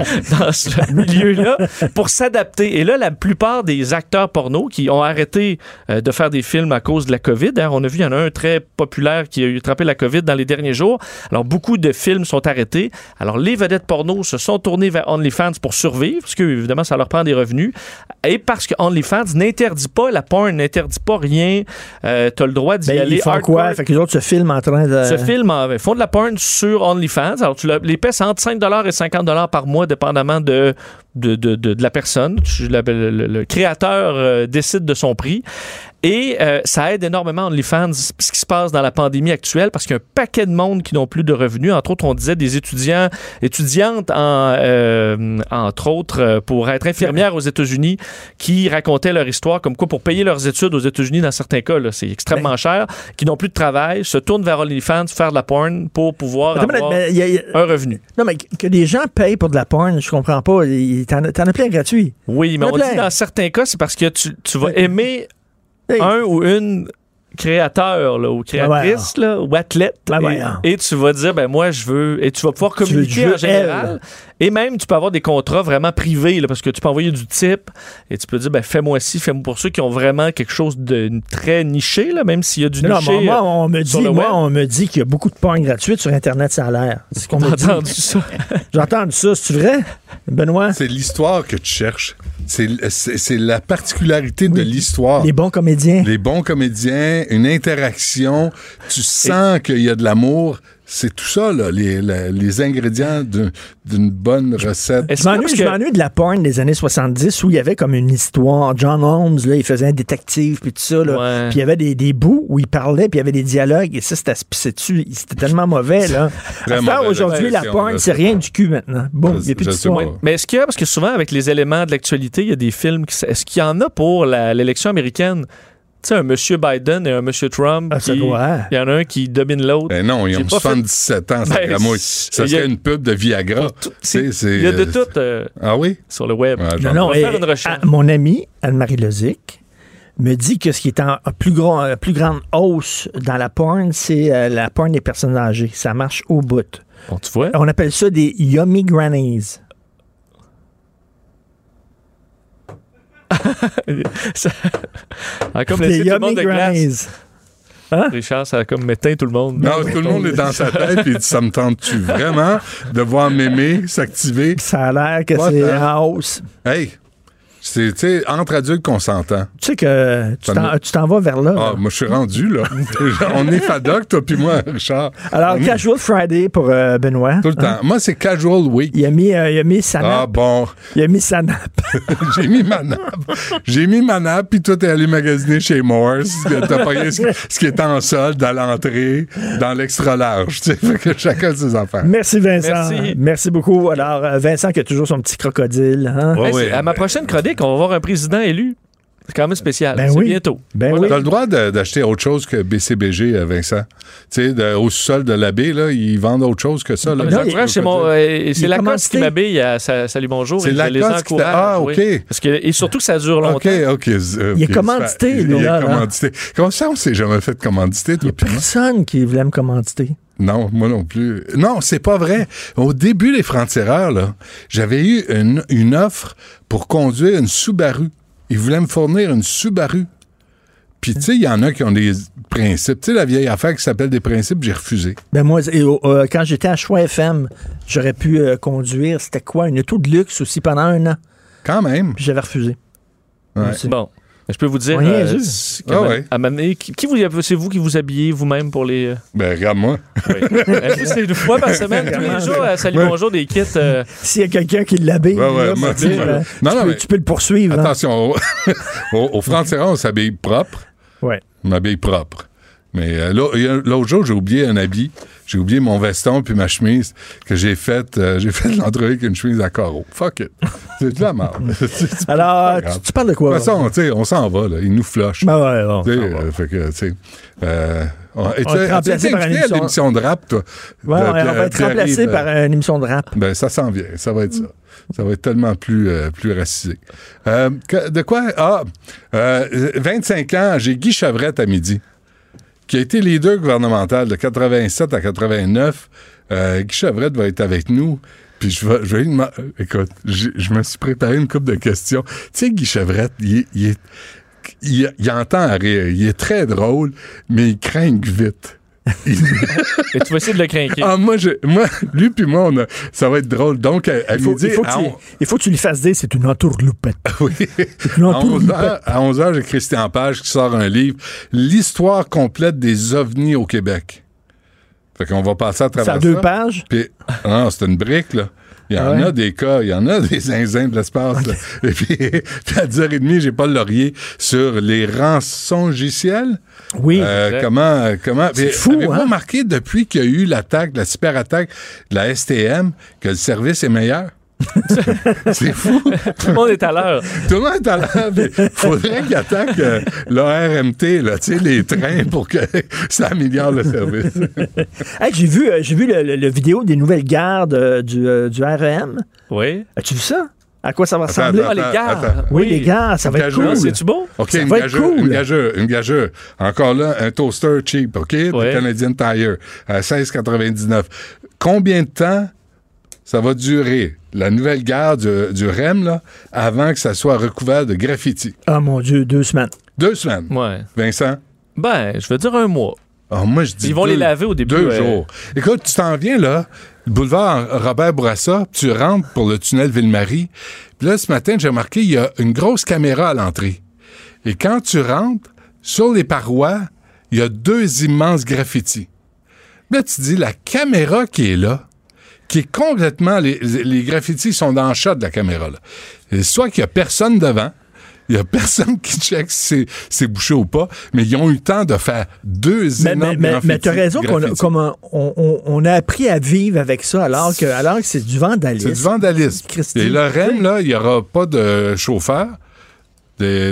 ce milieu-là, pour s'adapter. Et là, la plupart des acteurs porno qui ont arrêté de faire des films à cause de la COVID, on a vu, il y en a un très populaire qui a attrapé la COVID dans les derniers jours. Alors, beaucoup de films sont arrêtés. Alors, les vedettes porno se sont tournées vers OnlyFans pour survivre, parce que, évidemment, ça leur prend des revenus. Et parce que OnlyFans n'interdit pas, la porn n'interdit pas rien. T'as le droit d'y aller. Ils font quoi? Fait que les autres se filment en train de... Ils font de la porn sur OnlyFans. Alors, tu les paies entre 5$ et 50$ par mois, dépendamment de de la personne. Le créateur décide de son prix. Et ça aide énormément OnlyFans, ce qui se passe dans la pandémie actuelle, parce qu'il y a un paquet de monde qui n'ont plus de revenus. Entre autres, on disait des étudiantes, entre autres, pour être infirmières aux États-Unis, qui racontaient leur histoire, comme quoi pour payer leurs études aux États-Unis, dans certains cas, là, c'est extrêmement cher, qui n'ont plus de travail, se tournent vers OnlyFans, faire de la porn pour pouvoir avoir un revenu. Non, mais que des gens payent pour de la porn, je comprends pas. T'en as plein gratuit. Oui, mais on dit dans certains cas, c'est parce que tu vas aimer un ou une créateur là, ou créatrice là, ou athlète et tu vas dire moi je veux, et tu vas pouvoir communiquer en général et même tu peux avoir des contrats vraiment privés là, parce que tu peux envoyer du type et tu peux dire fais-moi ci, fais-moi, pour ceux qui ont vraiment quelque chose de très niché là, même s'il y a du niché. Moi on me dit qu'il y a beaucoup de porn gratuite sur internet, ça a l'air. C'est ce qu'on m'a entendu ça. J'ai entendu ça, c'est vrai Benoît? C'est l'histoire que tu cherches. C'est la particularité de l'histoire. Les bons comédiens. Les bons comédiens, une interaction. Tu sens qu'il y a de l'amour. C'est tout ça, là, les ingrédients d'une bonne recette. Je m'ennuie de la porn des années 70 où il y avait comme une histoire. John Holmes, là, il faisait un détective, puis tout ça. Là. Puis il y avait des bouts où il parlait, puis il y avait des dialogues. Et ça, c'était tellement mauvais. Là. Aujourd'hui, la porn, c'est rien du cul maintenant. Bon, il n'y a plus d'histoire. Mais est-ce qu'il y a, parce que souvent, avec les éléments de l'actualité, il y a des films. Est-ce qu'il y en a pour l'élection américaine? Tu sais, un monsieur Biden et un monsieur Trump, il y en a un qui domine l'autre. Ben non, ils ont 77 ans, ça serait une pub de Viagra. Il y a de tout sur le web. On va faire une recherche. Mon amie, Anne-Marie Lozic, me dit que ce qui est en plus grande hausse dans la porn, c'est la porn des personnes âgées. Ça marche au bout. Bon, tu vois? On appelle ça des yummy grannies. Comme laisser tout le monde de glace. Hein? Richard, ça a comme éteint tout le monde. Non, tout le monde est dans sa tête et ça me tente-tu vraiment de voir Mémé s'activer? Ça a l'air que c'est en hausse. Hey! C'est, tu sais, entre adultes qu'on s'entend. Tu sais que tu t'en vas vers là. Ah, moi, je suis rendu, là. On est fadoc, toi puis moi, Richard. Alors, Casual Friday pour Benoît. Tout le temps. Moi, c'est Casual Week. Il a mis sa nappe. Ah, bon. Il a mis sa nappe. J'ai mis ma nappe, puis toi, t'es allé magasiner chez Morse. T'as payé ce qui est en solde à l'entrée, dans l'extra large. Tu sais, fait que chacun ses affaires. Merci, Vincent. Merci beaucoup. Alors, Vincent qui a toujours son petit crocodile. Hein? Oui. À ma prochaine chronique, on va avoir un président élu. C'est quand même spécial. C'est bientôt. T'as le droit d'acheter autre chose que BCBG, Vincent. Tu sais, au sous-sol de l'abbé, là, ils vendent autre chose que ça. Là. C'est Lacoste qui m'habille à Salut Bonjour. C'est Lacoste qui Ah, OK. Parce que, et surtout que ça dure longtemps. OK. Il est commandité, lui, là. Comment ça, on s'est jamais fait commanditer? Il n'y a personne qui voulait me commanditer. Non, moi non plus. Non, c'est pas vrai. Au début, les francs-tireurs, là, j'avais eu une offre pour conduire une Subaru. Ils voulaient me fournir une Subaru. Puis, tu sais, il y en a qui ont des principes. Tu sais, la vieille affaire qui s'appelle des principes, j'ai refusé. Ben moi, quand j'étais à Choix FM, j'aurais pu conduire, c'était quoi, une auto de luxe aussi pendant 1 an. Quand même. Puis j'avais refusé. Ouais. Bon. Je peux vous dire, à m'amener, c'est vous qui vous habillez vous-même pour les... Ben, regarde-moi. Oui. C'est 2 fois par semaine, tous les jours, à Salut Bonjour, des kits. S'il y a quelqu'un qui l'habille, tu peux le poursuivre. Attention, au franc-tireur, on s'habille propre. Ouais. On m'habille propre. Mais l'autre jour, j'ai oublié un habit. J'ai oublié mon veston puis ma chemise que j'ai fait l'entrevue avec une chemise à carreaux. Fuck it. C'est de la merde. Alors, tu parles de quoi? De toute façon, tu sais, on s'en va, là. Ils nous flushent. Ben ouais, bon. Fait que, tu sais... on va être remplacé par une émission de rap, toi. Ouais, on va être remplacé par une émission de rap. Ben, ça s'en vient. Ça va être ça. Ça va être tellement plus racisé. De quoi? 25 ans, j'ai Guy Chevrette à midi, qui a été leader gouvernemental de 87 à 89. Guy Chevrette va être avec nous. Puis je vais lui demander... Écoute, je me suis préparé une couple de questions. Tu sais, Guy Chevrette, il entend à rire. Il est très drôle, mais il craint vite. Et tu vas essayer de le craquer. Ah, lui puis moi, ça va être drôle. Donc, il faut que tu lui fasses dire c'est une entourloupette. Oui. À 11h, j'ai Christian Page qui sort un livre, L'histoire complète des ovnis au Québec. Fait qu'on va passer à travers ça. Ça a 2 pages? Puis, non, c'est une brique, là. Il y en a des cas, il y en a des zinzins de l'espace. Okay. Et puis, à 10h30, j'ai Paul Laurier sur les rançongiciels. Oui. Comment c'est fou, avez-vous remarqué depuis qu'il y a eu l'attaque, la cyberattaque de la STM, que le service est meilleur? C'est fou. Tout le monde est à l'heure. Tout le monde est à l'heure. Il faudrait qu'ils attaquent l'ARMT, là, tu sais, les trains pour que ça améliore le service. Hey, j'ai vu le vidéo des nouvelles gares du REM. Oui. As-tu vu ça? À quoi ça va ressembler? Les gares. Oui, les gares, ça va être cool. C'est-tu beau? OK, ça va être cool. Une gageure. Encore là, un toaster cheap, OK? De Canadian Tire, à 16,99. Combien de temps ça va durer, la nouvelle gare du REM, là, avant que ça soit recouvert de graffiti? Ah, mon Dieu, 2 semaines. 2 semaines? Ouais. Vincent? Ben, je veux dire 1 mois. Oh, moi, je dis ils vont les laver au début. 2 jours. Écoute, tu t'en viens, là, le boulevard Robert Bourassa, tu rentres pour le tunnel Ville-Marie. Puis là, ce matin, j'ai remarqué, il y a une grosse caméra à l'entrée. Et quand tu rentres, sur les parois, il y a 2 immenses graffitis. Là, tu dis, la caméra qui est là, qui est complètement... Les graffitis sont dans le shot de la caméra, là. Et soit qu'il y a personne devant, il y a personne qui check si c'est bouché ou pas, mais ils ont eu le temps de faire 2 énormes graffitis. Mais tu as raison qu'on a appris à vivre avec ça, alors que c'est du vandalisme. C'est du vandalisme. Et le REM, là, il n'y aura pas de chauffeur des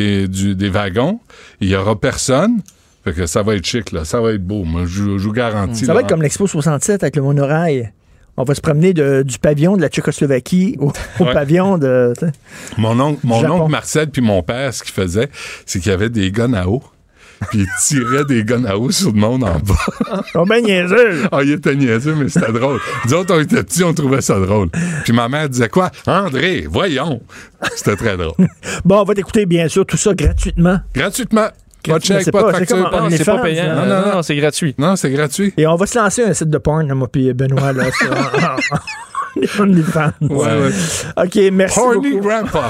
wagons. Il n'y aura personne. Fait que ça va être chic, là. Ça va être beau. Moi, je vous garantis. Ça va être comme l'Expo 67 avec le monorail. On va se promener du pavillon de la Tchécoslovaquie au pavillon de... Mon oncle Marcel puis mon père, ce qu'il faisait, c'est qu'il y avait des guns à eau. Puis il tirait des guns à eau sur le monde en bas. Oh ben niaiseux! Ah, il était niaiseux, mais c'était drôle. Nous autres, on était petits, on trouvait ça drôle. Puis ma mère disait quoi? André, voyons! C'était très drôle. Bon, on va t'écouter, bien sûr, tout ça gratuitement. Gratuitement. Pas de chèque, pas de facture. C'est pas payant. Non, c'est gratuit. Non, c'est gratuit. Et on va se lancer un site de porn, moi puis Benoît, là, sur OnlyFans. Ouais. OK, merci Horny beaucoup. Grandpa.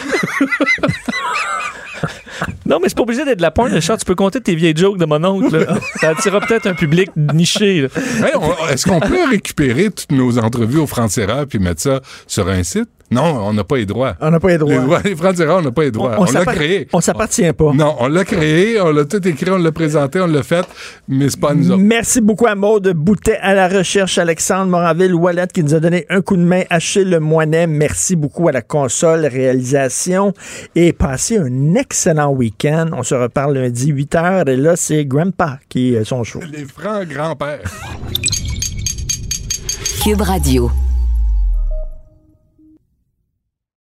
Non, mais c'est pas obligé d'être de la porn, Richard. Tu peux compter tes vieilles jokes de mon oncle. Là. Ça attirera peut-être un public niché. Hey, est-ce qu'on peut récupérer toutes nos entrevues au Franc-Tireur puis mettre ça sur un site? Non, on n'a pas les droits. On n'a pas les droits. Les Francs-Tireurs, on n'a pas les droits. On l'a créé. On s'appartient pas. Non, on l'a créé, on l'a tout écrit, on l'a présenté, on l'a fait, mais c'est pas à nous autres. Merci beaucoup à Maude Boutet à la recherche, Alexandre Moranville-Ouellet qui nous a donné un coup de main, Achille Lemoinet. Merci beaucoup à la console, réalisation et passez un excellent week-end. On se reparle lundi 8h et là, c'est Grandpa qui est son show. Les francs grands-pères. Cube Radio.